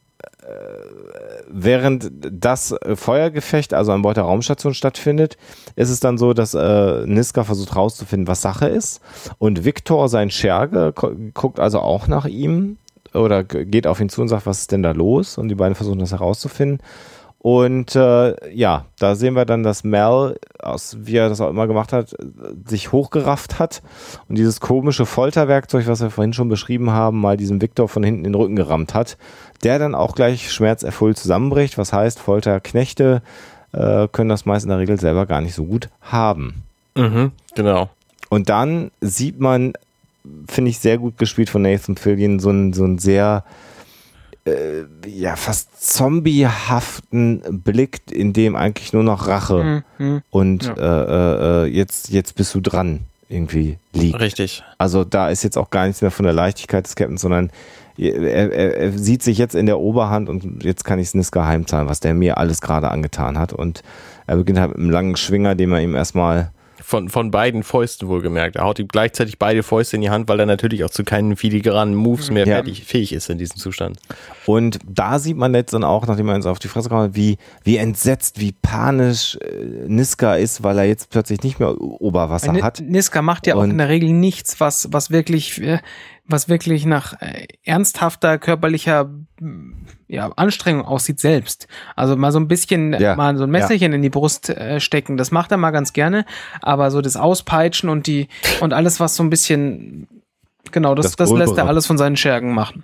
während das Feuergefecht also an Bord der Raumstation stattfindet, ist es dann so, dass äh, Niska versucht rauszufinden, was Sache ist. Und Victor, sein Scherge, guckt also auch nach ihm oder geht auf ihn zu und sagt, was ist denn da los? Und die beiden versuchen das herauszufinden. Und äh, ja, da sehen wir dann, dass Mel, aus, wie er das auch immer gemacht hat, sich hochgerafft hat und dieses komische Folterwerkzeug, was wir vorhin schon beschrieben haben, mal diesem Victor von hinten in den Rücken gerammt hat, der dann auch gleich schmerzerfüllt zusammenbricht. Was heißt, Folterknechte äh, können das meist in der Regel selber gar nicht so gut haben. Mhm, genau. Und dann sieht man, finde ich sehr gut gespielt von Nathan Fillion, so ein, so ein sehr äh, ja, fast zombiehaften Blick, in dem eigentlich nur noch Rache mhm. und ja. äh, äh, jetzt, jetzt bist du dran irgendwie liegt. Richtig. Also da ist jetzt auch gar nichts mehr von der Leichtigkeit des Captains, sondern er, er, er sieht sich jetzt in der Oberhand und jetzt kann ich es Niska heimzahlen, was der mir alles gerade angetan hat. Und er beginnt halt mit einem langen Schwinger, den man ihm erstmal Von, von beiden Fäusten wohlgemerkt. Er haut ihm gleichzeitig beide Fäuste in die Hand, weil er natürlich auch zu keinen filigranen Moves mehr ja. fertig, fähig ist in diesem Zustand. Und da sieht man jetzt dann auch, nachdem er uns auf die Fresse kommt, wie, wie entsetzt, wie panisch äh, Niska ist, weil er jetzt plötzlich nicht mehr Oberwasser N- hat. Niska macht ja auch und in der Regel nichts, was, was wirklich äh, was wirklich nach äh, ernsthafter körperlicher ja, Anstrengung aussieht selbst. Also mal so ein bisschen, ja. mal so ein Messerchen ja. in die Brust äh, stecken, das macht er mal ganz gerne, aber so das Auspeitschen und die und alles, was so ein bisschen, genau, das, das, das lässt er alles von seinen Schergen machen.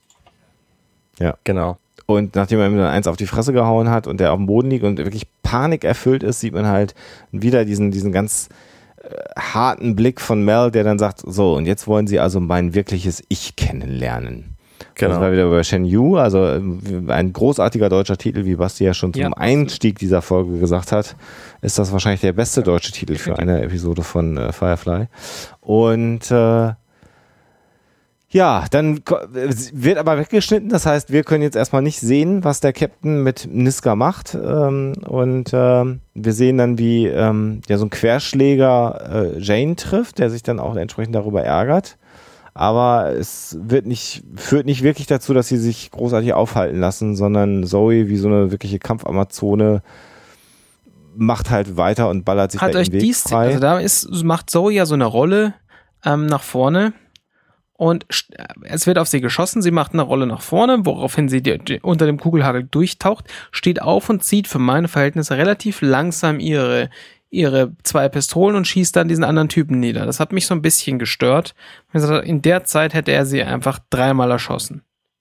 Ja, genau. Und nachdem er ihm dann eins auf die Fresse gehauen hat und der auf dem Boden liegt und wirklich panikerfüllt ist, sieht man halt wieder diesen, diesen ganz äh, harten Blick von Mel, der dann sagt, so, und jetzt wollen sie also mein wirkliches Ich kennenlernen. Genau. Das war wieder über Shen Yu, also ein großartiger deutscher Titel, wie Basti ja schon zum ja, Einstieg dieser Folge gesagt hat, ist das wahrscheinlich der beste deutsche Titel für eine Episode von äh, Firefly. Und äh, ja, dann wird aber weggeschnitten, das heißt, wir können jetzt erstmal nicht sehen, was der Captain mit Niska macht, ähm, und ähm, wir sehen dann, wie ähm, ja, so ein Querschläger äh, Jane trifft, der sich dann auch entsprechend darüber ärgert, aber es wird nicht, führt nicht wirklich dazu, dass sie sich großartig aufhalten lassen, sondern Zoe wie so eine wirkliche Kampfamazone macht halt weiter und ballert sich Hat da euch den Weg dies, frei. Also da ist, macht Zoe ja so eine Rolle ähm, nach vorne. Und es wird auf sie geschossen, sie macht eine Rolle nach vorne, woraufhin sie die, die unter dem Kugelhagel durchtaucht, steht auf und zieht für meine Verhältnisse relativ langsam ihre, ihre zwei Pistolen und schießt dann diesen anderen Typen nieder. Das hat mich so ein bisschen gestört. In der Zeit hätte er sie einfach dreimal erschossen.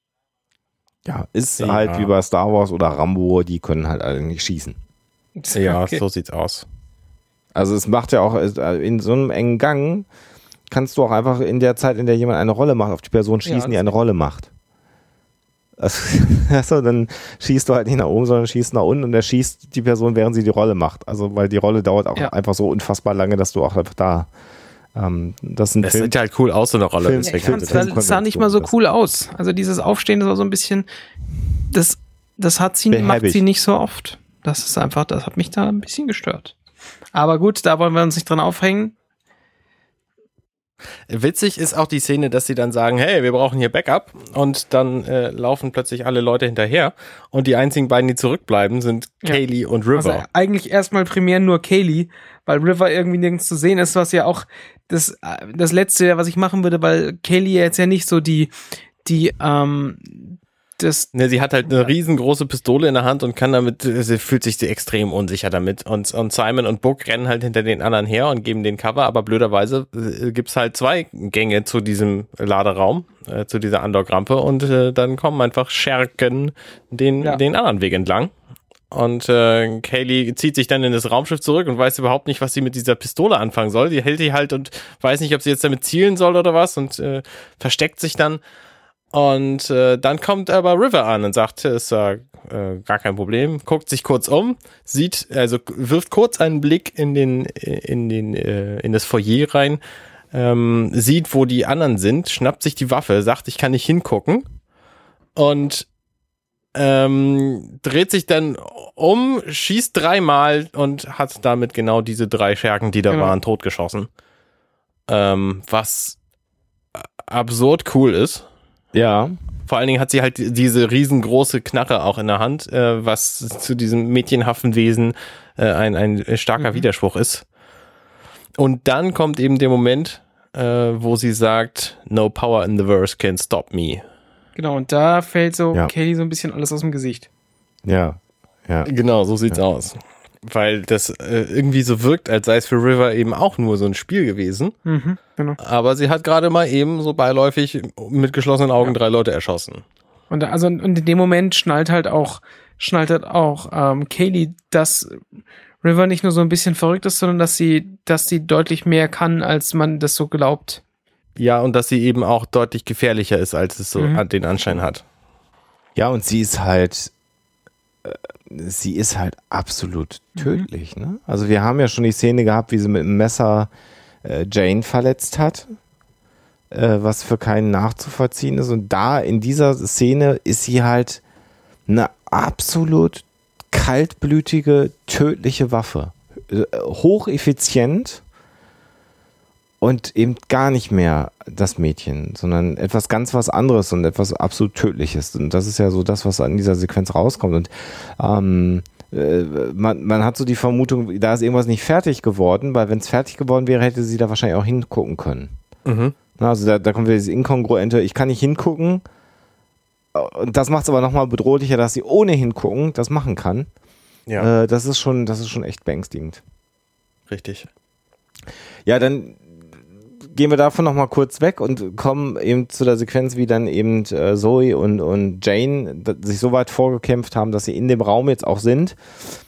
Ja, ist ja. halt wie bei Star Wars oder Rambo, die können halt alle nicht schießen. Ja, okay. So sieht's aus. Also es macht ja auch in so einem engen Gang, kannst du auch einfach in der Zeit, in der jemand eine Rolle macht, auf die Person schießen, ja, die eine Rolle macht. Also, also dann schießt du halt nicht nach oben, sondern schießt nach unten und er schießt die Person, während sie die Rolle macht. Also weil die Rolle dauert auch ja. einfach so unfassbar lange, dass du auch einfach da ähm, das ist ein Das Film, sieht halt cool aus, so eine Rolle. Film, ja, ich fand, das sah nicht mal so cool aus. Also dieses Aufstehen, das war so ein bisschen, das, das hat sie, behäbig. macht sie nicht so oft. Das ist einfach, das hat mich da ein bisschen gestört. Aber gut, da wollen wir uns nicht dran aufhängen. Witzig ist auch die Szene, dass sie dann sagen, hey, wir brauchen hier Backup und dann äh, laufen plötzlich alle Leute hinterher und die einzigen beiden, die zurückbleiben, sind ja. Kaylee und River. Also eigentlich erstmal primär nur Kaylee, weil River irgendwie nirgends zu sehen ist, was ja auch das, das Letzte, was ich machen würde, weil Kaylee jetzt ja nicht so die, die, ähm, das... Ne, sie hat halt eine riesengroße Pistole in der Hand und kann damit, sie fühlt sich extrem unsicher damit und, und Simon und Book rennen halt hinter den anderen her und geben den Cover, aber blöderweise äh, gibt's halt zwei Gänge zu diesem Laderaum, äh, zu dieser Andok-Rampe und äh, dann kommen einfach Schergen den, ja. den anderen Weg entlang. Und äh, Kaylee zieht sich dann in das Raumschiff zurück und weiß überhaupt nicht, was sie mit dieser Pistole anfangen soll. Die hält die halt und weiß nicht, ob sie jetzt damit zielen soll oder was und äh, versteckt sich dann. Und äh, dann kommt aber River an und sagt, ist äh, gar kein Problem, guckt sich kurz um, sieht, also wirft kurz einen Blick in den, in den, äh, in das Foyer rein, ähm, sieht, wo die anderen sind, schnappt sich die Waffe, sagt, ich kann nicht hingucken und ähm, dreht sich dann um, schießt dreimal und hat damit genau diese drei Schergen, die da genau. waren, totgeschossen. Ähm, was absurd cool ist. Ja. Vor allen Dingen hat sie halt diese riesengroße Knarre auch in der Hand, äh, was zu diesem mädchenhaften Wesen äh, ein, ein starker mhm. Widerspruch ist. Und dann kommt eben der Moment, äh, wo sie sagt, no power in the verse can stop me. Genau, und da fällt so ja. Kaylee so ein bisschen alles aus dem Gesicht. Ja, ja. Genau, so sieht's ja. aus. Weil das äh, irgendwie so wirkt, als sei es für River eben auch nur so ein Spiel gewesen. Mhm, genau. Aber sie hat gerade mal eben so beiläufig mit geschlossenen Augen ja. drei Leute erschossen. Und also und in dem Moment schnallt halt auch schnallt halt auch ähm, Kaylee, dass River nicht nur so ein bisschen verrückt ist, sondern dass sie dass sie deutlich mehr kann, als man das so glaubt. Ja, und dass sie eben auch deutlich gefährlicher ist, als es so mhm. den Anschein hat. Ja, und sie ist halt sie ist halt absolut tödlich, mhm. ne? Also wir haben ja schon die Szene gehabt, wie sie mit dem Messer äh, Jane verletzt hat, äh, was für keinen nachzuvollziehen ist. Und da in dieser Szene ist sie halt eine absolut kaltblütige, tödliche Waffe. Äh, hocheffizient und eben gar nicht mehr das Mädchen, sondern etwas ganz was anderes und etwas absolut Tödliches. Und das ist ja so das, was an dieser Sequenz rauskommt. Und ähm, äh, man, man hat so die Vermutung, da ist irgendwas nicht fertig geworden, weil wenn es fertig geworden wäre, hätte sie da wahrscheinlich auch hingucken können. Mhm. Also da, da kommt wieder diese Inkongruente, ich kann nicht hingucken. Und das macht es aber nochmal bedrohlicher, dass sie ohne hingucken das machen kann. Ja. Äh, das ist schon, das ist schon echt beängstigend. Richtig. Ja, dann gehen wir davon nochmal kurz weg und kommen eben zu der Sequenz, wie dann eben äh, Zoe und, und Jane sich so weit vorgekämpft haben, dass sie in dem Raum jetzt auch sind,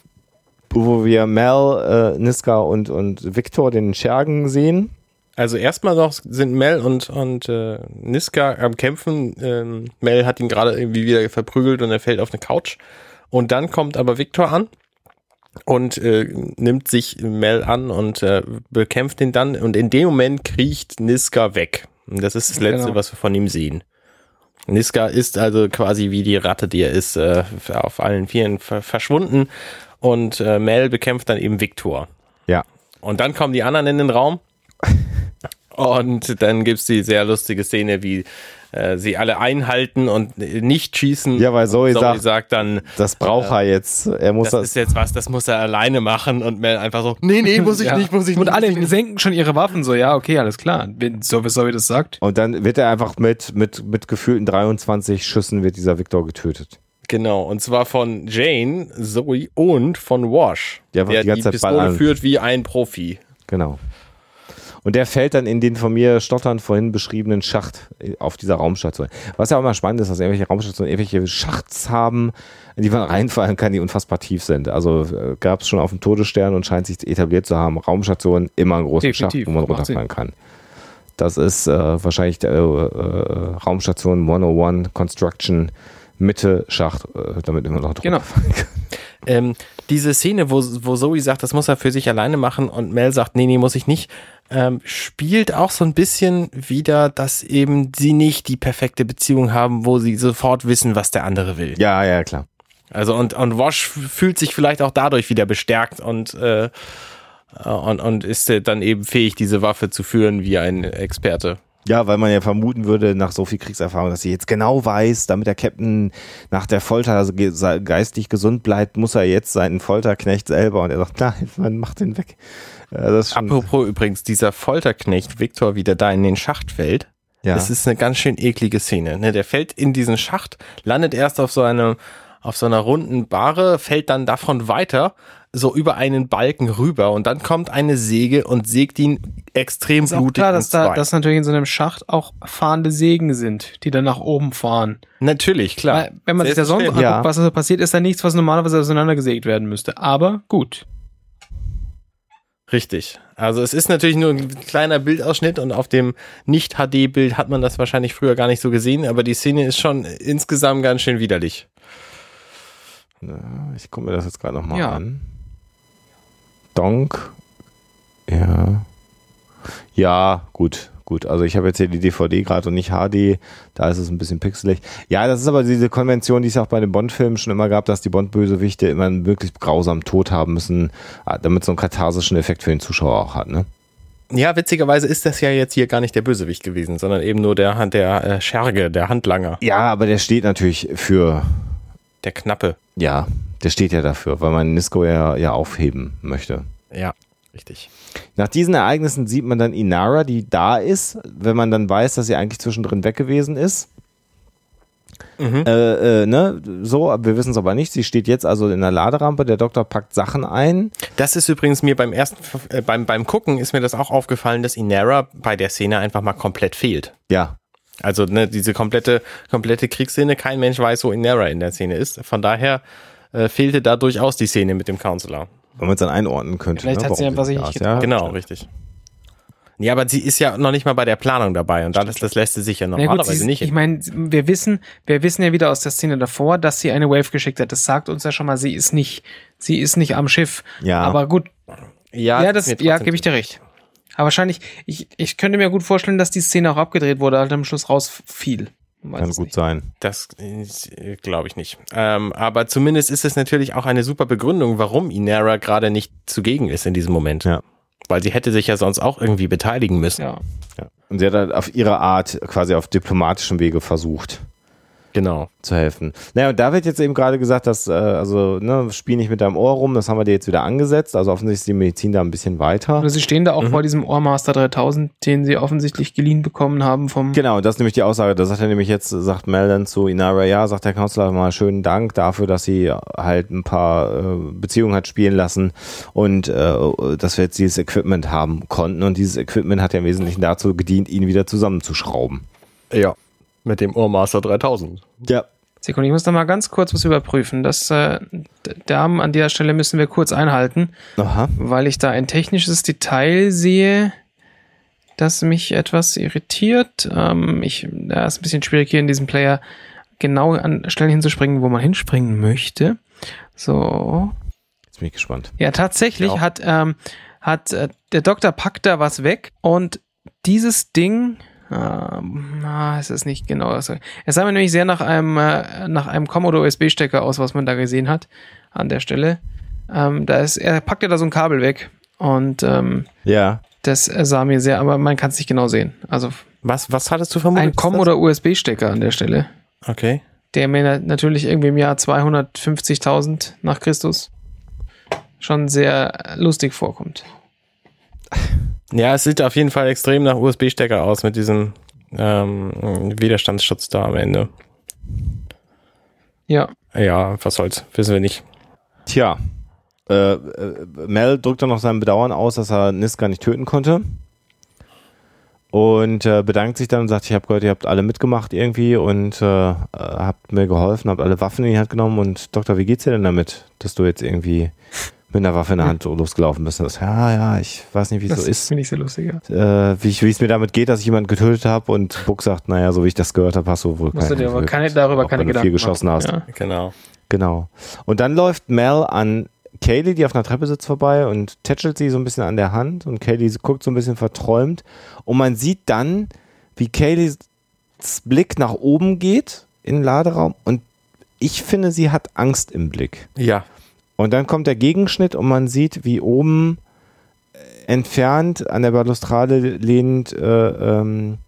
wo wir Mel, äh, Niska und, und Victor, den Schergen, sehen. Also erstmal noch sind Mel und, und äh, Niska am Kämpfen. Ähm, Mel hat ihn gerade irgendwie wieder verprügelt und er fällt auf eine Couch. Und dann kommt aber Victor an und äh, nimmt sich Mel an und äh, bekämpft ihn dann. Und in dem Moment kriecht Niska weg. Und das ist das Letzte, Genau. was wir von ihm sehen. Niska ist also quasi wie die Ratte, die er ist, äh, auf allen Vieren ver- verschwunden. Und äh, Mel bekämpft dann eben Victor. Ja. Und dann kommen die anderen in den Raum. Und dann gibt es die sehr lustige Szene, wie äh, sie alle einhalten und nicht schießen. Ja, weil Zoe Zoe sagt, sagt dann, das braucht er jetzt. Er muss das das. ist jetzt was, das muss er alleine machen. Und Mel einfach so, nee, nee, muss ich Ja. nicht, muss ich Und nicht. alle senken schon ihre Waffen, so, ja, okay, alles klar. Wenn so wie Zoe das sagt. Und dann wird er einfach mit, mit, mit gefühlten dreiundzwanzig Schüssen wird dieser Victor getötet. Genau, und zwar von Jane, Zoe und von Wash, Der einfach der die ganze Zeit Ball Pistole an- führt wie ein Profi. Genau. Und der fällt dann in den von mir stotternd vorhin beschriebenen Schacht auf dieser Raumstation. Was ja auch immer spannend ist, dass irgendwelche Raumstationen irgendwelche Schachts haben, in die man reinfallen kann, die unfassbar tief sind. Also äh, gab es schon auf dem Todesstern und scheint sich etabliert zu haben, Raumstationen immer einen großen Definitiv, Schacht, wo man macht runterfallen kann. Das ist äh, wahrscheinlich der äh, äh, Raumstation hundertundeins Construction Mitte Schacht, äh, damit immer noch drunter Genau. fallen kann. Ähm, diese Szene, wo, wo Zoe sagt, das muss er für sich alleine machen und Mel sagt, nee, nee, muss ich nicht, ähm, spielt auch so ein bisschen wieder, dass eben sie nicht die perfekte Beziehung haben, wo sie sofort wissen, was der andere will. Ja, ja, klar. Also und, und Wash fühlt sich vielleicht auch dadurch wieder bestärkt und, äh, und, und ist äh, dann eben fähig, diese Waffe zu führen wie ein Experte. Ja, weil man ja vermuten würde, nach so viel Kriegserfahrung, dass sie jetzt genau weiß, damit der Captain nach der Folter also ge- geistig gesund bleibt, muss er jetzt seinen Folterknecht selber, und er sagt, nein, man macht den weg. Äh, das ist schon, Apropos übrigens, dieser Folterknecht Victor, wie der da in den Schacht fällt, ja. das ist eine ganz schön eklige Szene. Ne? Der fällt in diesen Schacht, landet erst auf so eine, auf so einer runden Bahre, fällt dann davon weiter, so über einen Balken rüber, und dann kommt eine Säge und sägt ihn extrem Ist auch blutig klar, in dass da zwei. dass natürlich in so einem Schacht auch fahrende Sägen sind, die dann nach oben fahren. Natürlich, klar. Weil, wenn man sich da sonst anguckt, Ja. was da so passiert, ist da nichts, was normalerweise auseinandergesägt werden müsste. Aber gut. Richtig. Also es ist natürlich nur ein kleiner Bildausschnitt und auf dem Nicht-H D-Bild hat man das wahrscheinlich früher gar nicht so gesehen, aber die Szene ist schon insgesamt ganz schön widerlich. Ja, ich gucke mir das jetzt gerade nochmal Ja. an. Donk. Ja. Ja, gut, gut. Also ich habe jetzt hier die D V D gerade und nicht H D. Da ist es ein bisschen pixelig. Ja, das ist aber diese Konvention, die es auch bei den Bond-Filmen schon immer gab, dass die Bond-Bösewichte immer einen möglichst grausamen Tod haben müssen, damit es so einen katharsischen Effekt für den Zuschauer auch hat, ne? Ja, witzigerweise ist das ja jetzt hier gar nicht der Bösewicht gewesen, sondern eben nur der, der äh, Scherge, der Handlanger, Ja, aber der steht natürlich für, der Knappe. ja, der steht ja dafür, weil man Nisko ja, ja aufheben möchte. Ja, richtig. Nach diesen Ereignissen sieht man dann Inara, die da ist, wenn man dann weiß, dass sie eigentlich zwischendrin weg gewesen ist. Mhm. Äh, äh, ne, so, wir wissen es aber nicht. Sie steht jetzt also in der Laderampe, der Doktor packt Sachen ein. Das ist übrigens mir beim ersten, äh, beim, beim Gucken ist mir das auch aufgefallen, dass Inara bei der Szene einfach mal komplett fehlt. Ja, Also ne, diese komplette, komplette Kriegsszene, kein Mensch weiß, wo Inara in der Szene ist. Von daher äh, fehlte da durchaus die Szene mit dem Counselor. wenn man es dann einordnen könnte. Vielleicht ne, hat sie warum einfach sich da nicht ist. Ja, Genau, stimmt. richtig. Ja, aber sie ist ja noch nicht mal bei der Planung dabei und das, das lässt sie sich ja Na gut, normalerweise sie, nicht. ich meine, wir wissen, wir wissen ja wieder aus der Szene davor, dass sie eine Wave geschickt hat. Das sagt uns ja schon mal, sie ist nicht, sie ist nicht am Schiff. Ja. Aber gut, ja, das, ist mir ja, trotzdem gebe ich dir recht. Aber wahrscheinlich, ich, ich könnte mir gut vorstellen, dass die Szene auch abgedreht wurde, halt am Schluss rausfiel. Man weiß Kann es gut nicht. sein. Das äh, glaube ich nicht. Ähm, aber zumindest ist es natürlich auch eine super Begründung, warum Inara gerade nicht zugegen ist in diesem Moment. Ja. Weil sie hätte sich ja sonst auch irgendwie beteiligen müssen. Ja. Ja. Und sie hat halt auf ihre Art quasi auf diplomatischem Wege versucht, Genau. zu helfen. Naja, und da wird jetzt eben gerade gesagt, dass, äh, also, ne, spiel nicht mit deinem Ohr rum, das haben wir dir jetzt wieder angesetzt, also offensichtlich ist die Medizin da ein bisschen weiter. Oder sie stehen da auch mhm. vor diesem Ohrmaster dreitausend, den sie offensichtlich geliehen bekommen haben vom... Genau, das ist nämlich die Aussage, da sagt er nämlich jetzt, sagt Mel dann zu Inara, ja, sagt der Kanzler mal schönen Dank dafür, dass sie halt ein paar äh, Beziehungen hat spielen lassen und äh, dass wir jetzt dieses Equipment haben konnten und dieses Equipment hat ja im Wesentlichen dazu gedient, ihn wieder zusammenzuschrauben. Ja. Mit dem Ohrmaster dreitausend. Ja. Sekunde, ich muss da mal ganz kurz was überprüfen. Das, äh, Damen, an der Stelle müssen wir kurz einhalten. Aha. Weil ich da ein technisches Detail sehe, das mich etwas irritiert. Ähm, ich, da ist ein bisschen schwierig hier in diesem Player genau an Stellen hinzuspringen, wo man hinspringen möchte. So. Jetzt bin ich gespannt. Ja, tatsächlich ja. hat, ähm, hat äh, der Doktor packt da was weg und dieses Ding... Ähm, ah, es ist nicht genau. Also, es sah mir nämlich sehr nach einem, äh, nach einem Commodore U S B-Stecker aus, was man da gesehen hat an der Stelle. Ähm, da ist, er packt ja da so ein Kabel weg und ähm, ja. das sah mir sehr, aber man kann es nicht genau sehen. Also was, was hattest du vermutet? Ein Commodore U S B-Stecker an der Stelle. Okay. Der mir na- natürlich irgendwie im Jahr zweihundertfünfzigtausend nach Christus schon sehr lustig vorkommt. Ja, es sieht auf jeden Fall extrem nach U S B-Stecker aus mit diesem ähm, Widerstandsschutz da am Ende. Ja. Ja, was soll's, wissen wir nicht. Tja, äh, äh, Mel drückt dann noch sein Bedauern aus, dass er Niska nicht töten konnte und äh, bedankt sich dann und sagt, ich habe gehört, ihr habt alle mitgemacht irgendwie und äh, habt mir geholfen, habt alle Waffen in die Hand genommen und Doktor, wie geht's dir denn damit, dass du jetzt irgendwie mit einer Waffe in der Hand losgelaufen bist? Und das, ja, ja, ich weiß nicht, wie es so ist. Das finde ich sehr lustig, ja. Äh, wie ich, wie es mir damit geht, dass ich jemanden getötet habe und Buck sagt, naja, so wie ich das gehört habe, hast du wohl Musst du dir aber keine, darüber keine Gedanken viel geschossen machen. hast. Ja. Genau. Genau. Und dann läuft Mel an Kaylee, die auf einer Treppe sitzt, vorbei und tätschelt sie so ein bisschen an der Hand und Kaylee guckt so ein bisschen verträumt und man sieht dann, wie Kaylees Blick nach oben geht in den Laderaum und ich finde, sie hat Angst im Blick. Ja. Und dann kommt der Gegenschnitt und man sieht, wie oben entfernt an der Balustrade lehnend äh, ähm,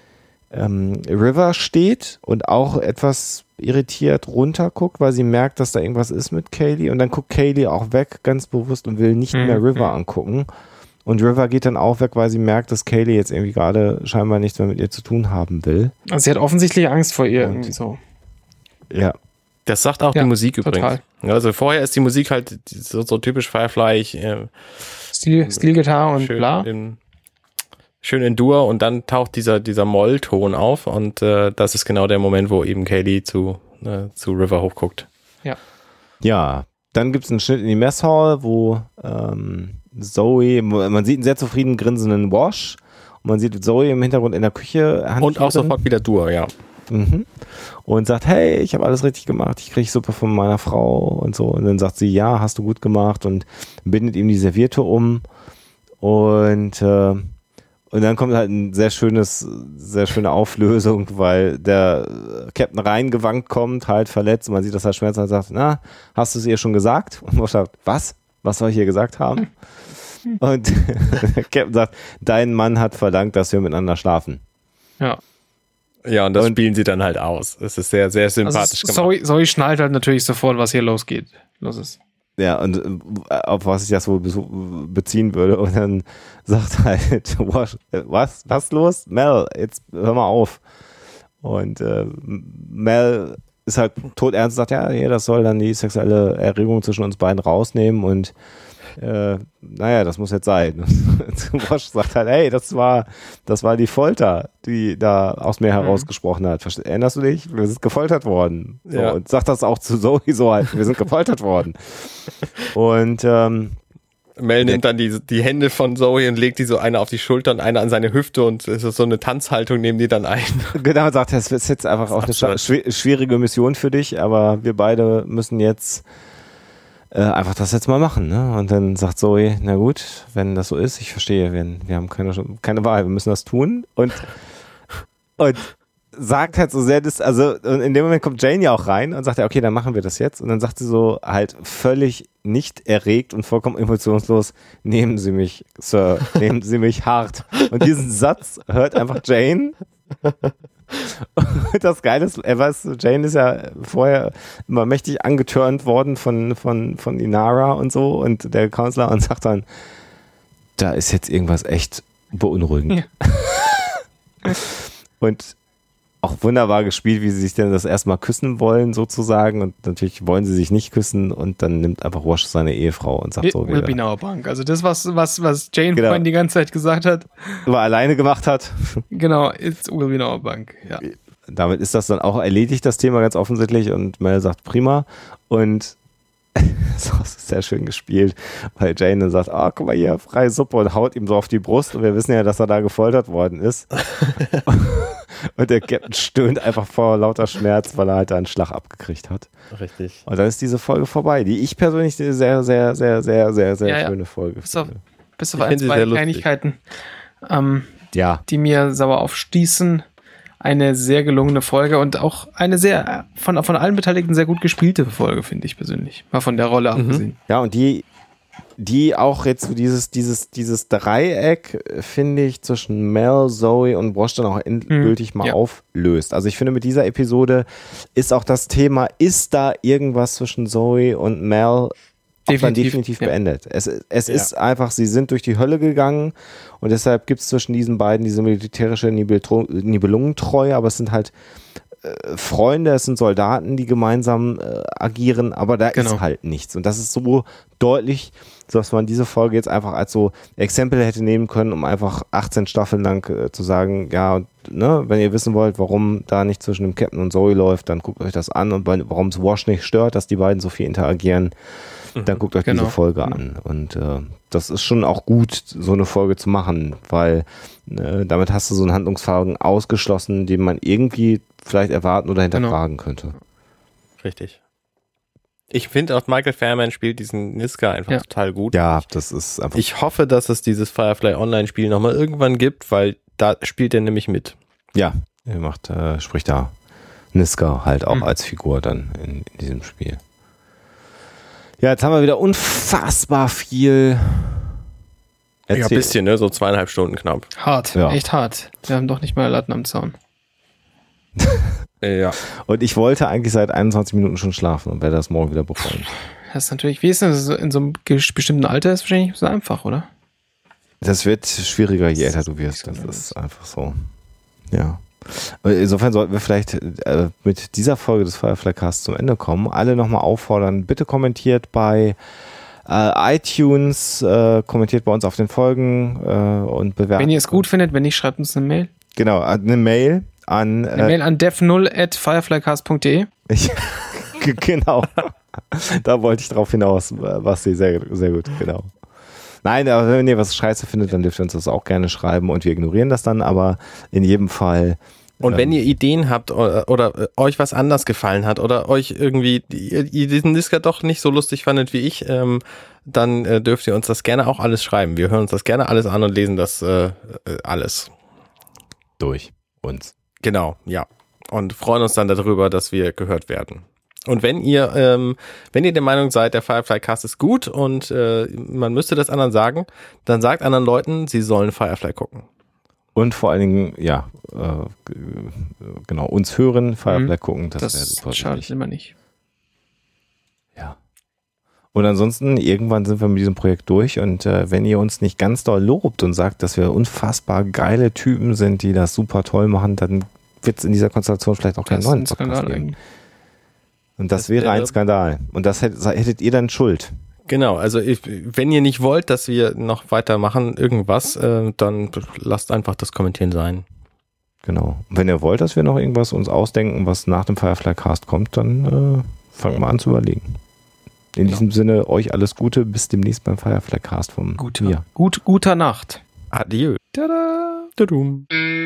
ähm, River steht und auch etwas irritiert runterguckt, weil sie merkt, dass da irgendwas ist mit Kaylee und dann guckt Kaylee auch weg, ganz bewusst und will nicht mehr River angucken und River geht dann auch weg, weil sie merkt, dass Kaylee jetzt irgendwie gerade scheinbar nichts mehr mit ihr zu tun haben will. Also sie hat offensichtlich Angst vor ihr und, irgendwie so. Ja. Das sagt auch ja, die Musik total. übrigens. Also vorher ist die Musik halt so, so typisch Firefly. Äh, Stil, Stilgitarre und schön bla. In, schön in Dur und dann taucht dieser, dieser Mollton auf und äh, das ist genau der Moment, wo eben Kaylee zu, äh, zu River hochguckt. Ja. Ja, dann gibt es einen Schnitt in die Messhall, wo ähm, Zoe, man sieht einen sehr zufrieden grinsenden Wash und man sieht Zoe im Hintergrund in der Küche. Und auch sofort wieder Dur, ja. Mhm. Und sagt, hey, ich habe alles richtig gemacht, ich kriege Suppe von meiner Frau und so. Und dann sagt sie, ja, hast du gut gemacht und bindet ihm die Serviette um. Und, äh, und dann kommt halt ein sehr schönes, sehr schöne Auflösung, weil der Captain reingewankt kommt, halt verletzt. Und man sieht, dass er schmerzt und sagt, na, hast du es ihr schon gesagt? Und man sagt, was? Was soll ich ihr gesagt haben? Und der Captain sagt, dein Mann hat verlangt, dass wir miteinander schlafen. Ja. Ja, und das Und- spielen sie dann halt aus. Es ist sehr, sehr sympathisch Also gemacht. Zoe, Zoe schnallt halt natürlich sofort, was hier losgeht. Los ist. Ja, und äh, auf was ich das wohl besu- beziehen würde. Und dann sagt halt, was, was, was ist los? Mel, jetzt hör mal auf. Und äh, Mel ist halt todernst und sagt, ja, hier, das soll dann die sexuelle Erregung zwischen uns beiden rausnehmen und äh, naja, das muss jetzt sein. Und Wash sagt halt, hey, das war, das war die Folter, die da aus mir herausgesprochen hat. Verste- Erinnerst du dich? Wir sind gefoltert worden. So, Ja. und sagt das auch zu Zoe so halt, wir sind gefoltert worden. Und ähm, Mel nimmt dann die, die Hände von Zoe und legt die so eine auf die Schulter und eine an seine Hüfte und es ist so eine Tanzhaltung, nehmen die dann ein. genau, sagt, das ist jetzt einfach auch eine absurd. schw- schwierige Mission für dich, aber wir beide müssen jetzt äh, einfach das jetzt mal machen. Ne? Und dann sagt Zoe, na gut, wenn das so ist, ich verstehe, wir, wir haben keine, keine Wahl, wir müssen das tun. Und, und sagt halt so sehr, das, also und in dem Moment kommt Jane ja auch rein und sagt ja, okay, dann machen wir das jetzt. Und dann sagt sie so halt völlig nicht erregt und vollkommen emotionslos, nehmen Sie mich, Sir, nehmen Sie mich hart. Und diesen Satz hört einfach Jane Das Geile ist, er weiß, Jane ist ja vorher immer mächtig angetörnt worden von, von, von Inara und so und der Counselor und sagt dann, da ist jetzt irgendwas echt beunruhigend. Ja. Und auch wunderbar gespielt, wie sie sich denn das erstmal küssen wollen, sozusagen. Und natürlich wollen sie sich nicht küssen und dann nimmt einfach Wash seine Ehefrau und sagt It so will wieder. be now a punk. Also das, was, was, was Jane Genau. vorhin die ganze Zeit gesagt hat. Aber alleine gemacht hat. Genau, it will be now a punk. Ja. Damit ist das dann auch erledigt, das Thema ganz offensichtlich. Und Mel sagt prima. Und das ist sehr schön gespielt, weil Jane dann sagt, ah, oh, guck mal hier, freie Suppe und haut ihm so auf die Brust und wir wissen ja, dass er da gefoltert worden ist. Und der Captain stöhnt einfach vor lauter Schmerz, weil er halt da einen Schlag abgekriegt hat. Richtig. Und dann ist diese Folge vorbei, die ich persönlich eine sehr, sehr, sehr, sehr, sehr, sehr Ja, ja. schöne Folge Bis auf, finde. bis auf Ich ein, finde sie zwei sehr lustig. Kleinigkeiten, ähm, Ja, die mir sauer aufstießen. Eine sehr gelungene Folge und auch eine sehr, von, von allen Beteiligten sehr gut gespielte Folge, finde ich persönlich. Mal von der Rolle abgesehen. ja, und die, die auch jetzt so dieses, dieses, dieses Dreieck, äh, finde ich, zwischen Mel, Zoe und Wash dann auch endgültig mal ja. auflöst. Also ich finde, mit dieser Episode ist auch das Thema, ist da irgendwas zwischen Zoe und Mel auch dann Definitiv, definitiv ja. beendet. Es, es Ja. ist einfach, sie sind durch die Hölle gegangen und deshalb gibt es zwischen diesen beiden diese militärische Nibeltro- Nibelungentreue, aber es sind halt äh, Freunde, es sind Soldaten, die gemeinsam äh, agieren, aber da Genau. ist halt nichts. Und das ist so deutlich, dass man diese Folge jetzt einfach als so Exempel hätte nehmen können, um einfach achtzehn Staffeln lang äh, zu sagen, ja, und, ne, wenn ihr wissen wollt, warum da nicht zwischen dem Captain und Zoe läuft, dann guckt euch das an und warum es Wash nicht stört, dass die beiden so viel interagieren, dann guckt euch Genau. diese Folge an. Und äh, das ist schon auch gut, so eine Folge zu machen, weil äh, damit hast du so einen Handlungsfaden ausgeschlossen, den man irgendwie vielleicht erwarten oder hinterfragen könnte. Richtig. Ich finde auch, Michael Fairman spielt diesen Niska einfach Ja. total gut. Ja, das ist einfach. Ich hoffe, dass es dieses Firefly Online-Spiel nochmal irgendwann gibt, weil da spielt er nämlich mit. Ja, er macht, äh, spricht da Niska halt auch Mhm. als Figur dann in, in diesem Spiel. Ja, jetzt haben wir wieder unfassbar viel. Ja, ein Erzähl- bisschen, ne? So zweieinhalb Stunden knapp. Hart, Ja. echt hart. Wir haben doch nicht mal Latten am Zaun. Ja. Und ich wollte eigentlich seit einundzwanzig Minuten schon schlafen und werde das morgen wieder bereuen. Das ist natürlich, wie ist das in so einem ges- bestimmten Alter, ist wahrscheinlich so einfach, oder? Das wird schwieriger, je älter du wirst. Das ist einfach so. Ja. Insofern sollten wir vielleicht äh, mit dieser Folge des Firefly Casts zum Ende kommen. Alle nochmal auffordern, bitte kommentiert bei äh, iTunes, äh, kommentiert bei uns auf den Folgen äh, und bewertet. Wenn ihr es gut findet, wenn nicht, schreibt uns eine Mail. Genau, eine Mail an. Eine Äh, Mail an dev null at fireflycast punkt de. ich, genau. Da wollte ich drauf hinaus, was sie sehr, sehr gut, genau. Nein, aber wenn ihr was scheiße findet, dann dürft ihr uns das auch gerne schreiben und wir ignorieren das dann, aber in jedem Fall. Und ähm, wenn ihr Ideen habt oder, oder äh, euch was anders gefallen hat oder euch irgendwie ihr, ihr diesen Niska doch nicht so lustig fandet wie ich, ähm, dann äh, dürft ihr uns das gerne auch alles schreiben. Wir hören uns das gerne alles an und lesen das äh, äh, alles. durch uns. Genau, ja. Und freuen uns dann darüber, dass wir gehört werden. Und wenn ihr, ähm, wenn ihr der Meinung seid, der Firefly Cast ist gut und äh, man müsste das anderen sagen, dann sagt anderen Leuten, sie sollen Firefly gucken. Und vor allen Dingen, ja, äh, g- genau, uns hören, Firefly Mhm. gucken, das, Das, wäre super schadet wichtig. immer nicht. Ja. Und ansonsten, irgendwann sind wir mit diesem Projekt durch und äh, wenn ihr uns nicht ganz doll lobt und sagt, dass wir unfassbar geile Typen sind, die das super toll machen, dann wird es in dieser Konstellation vielleicht auch keinen Das ist neuen ein Podcast Skandal geben. eigentlich. Und das, Das wäre wäre- ein Skandal. Und das hättet, hättet ihr dann Schuld. Genau, also ich, wenn ihr nicht wollt, dass wir noch weitermachen, irgendwas, äh, dann lasst einfach das Kommentieren sein. Genau. Und wenn ihr wollt, dass wir noch irgendwas uns ausdenken, was nach dem Firefly Cast kommt, dann äh, fangt mal an zu überlegen. In Genau. diesem Sinne, euch alles Gute, bis demnächst beim Firefly Cast vom Guter, mir. gut, guter Nacht. Adieu. Tada! Tudum.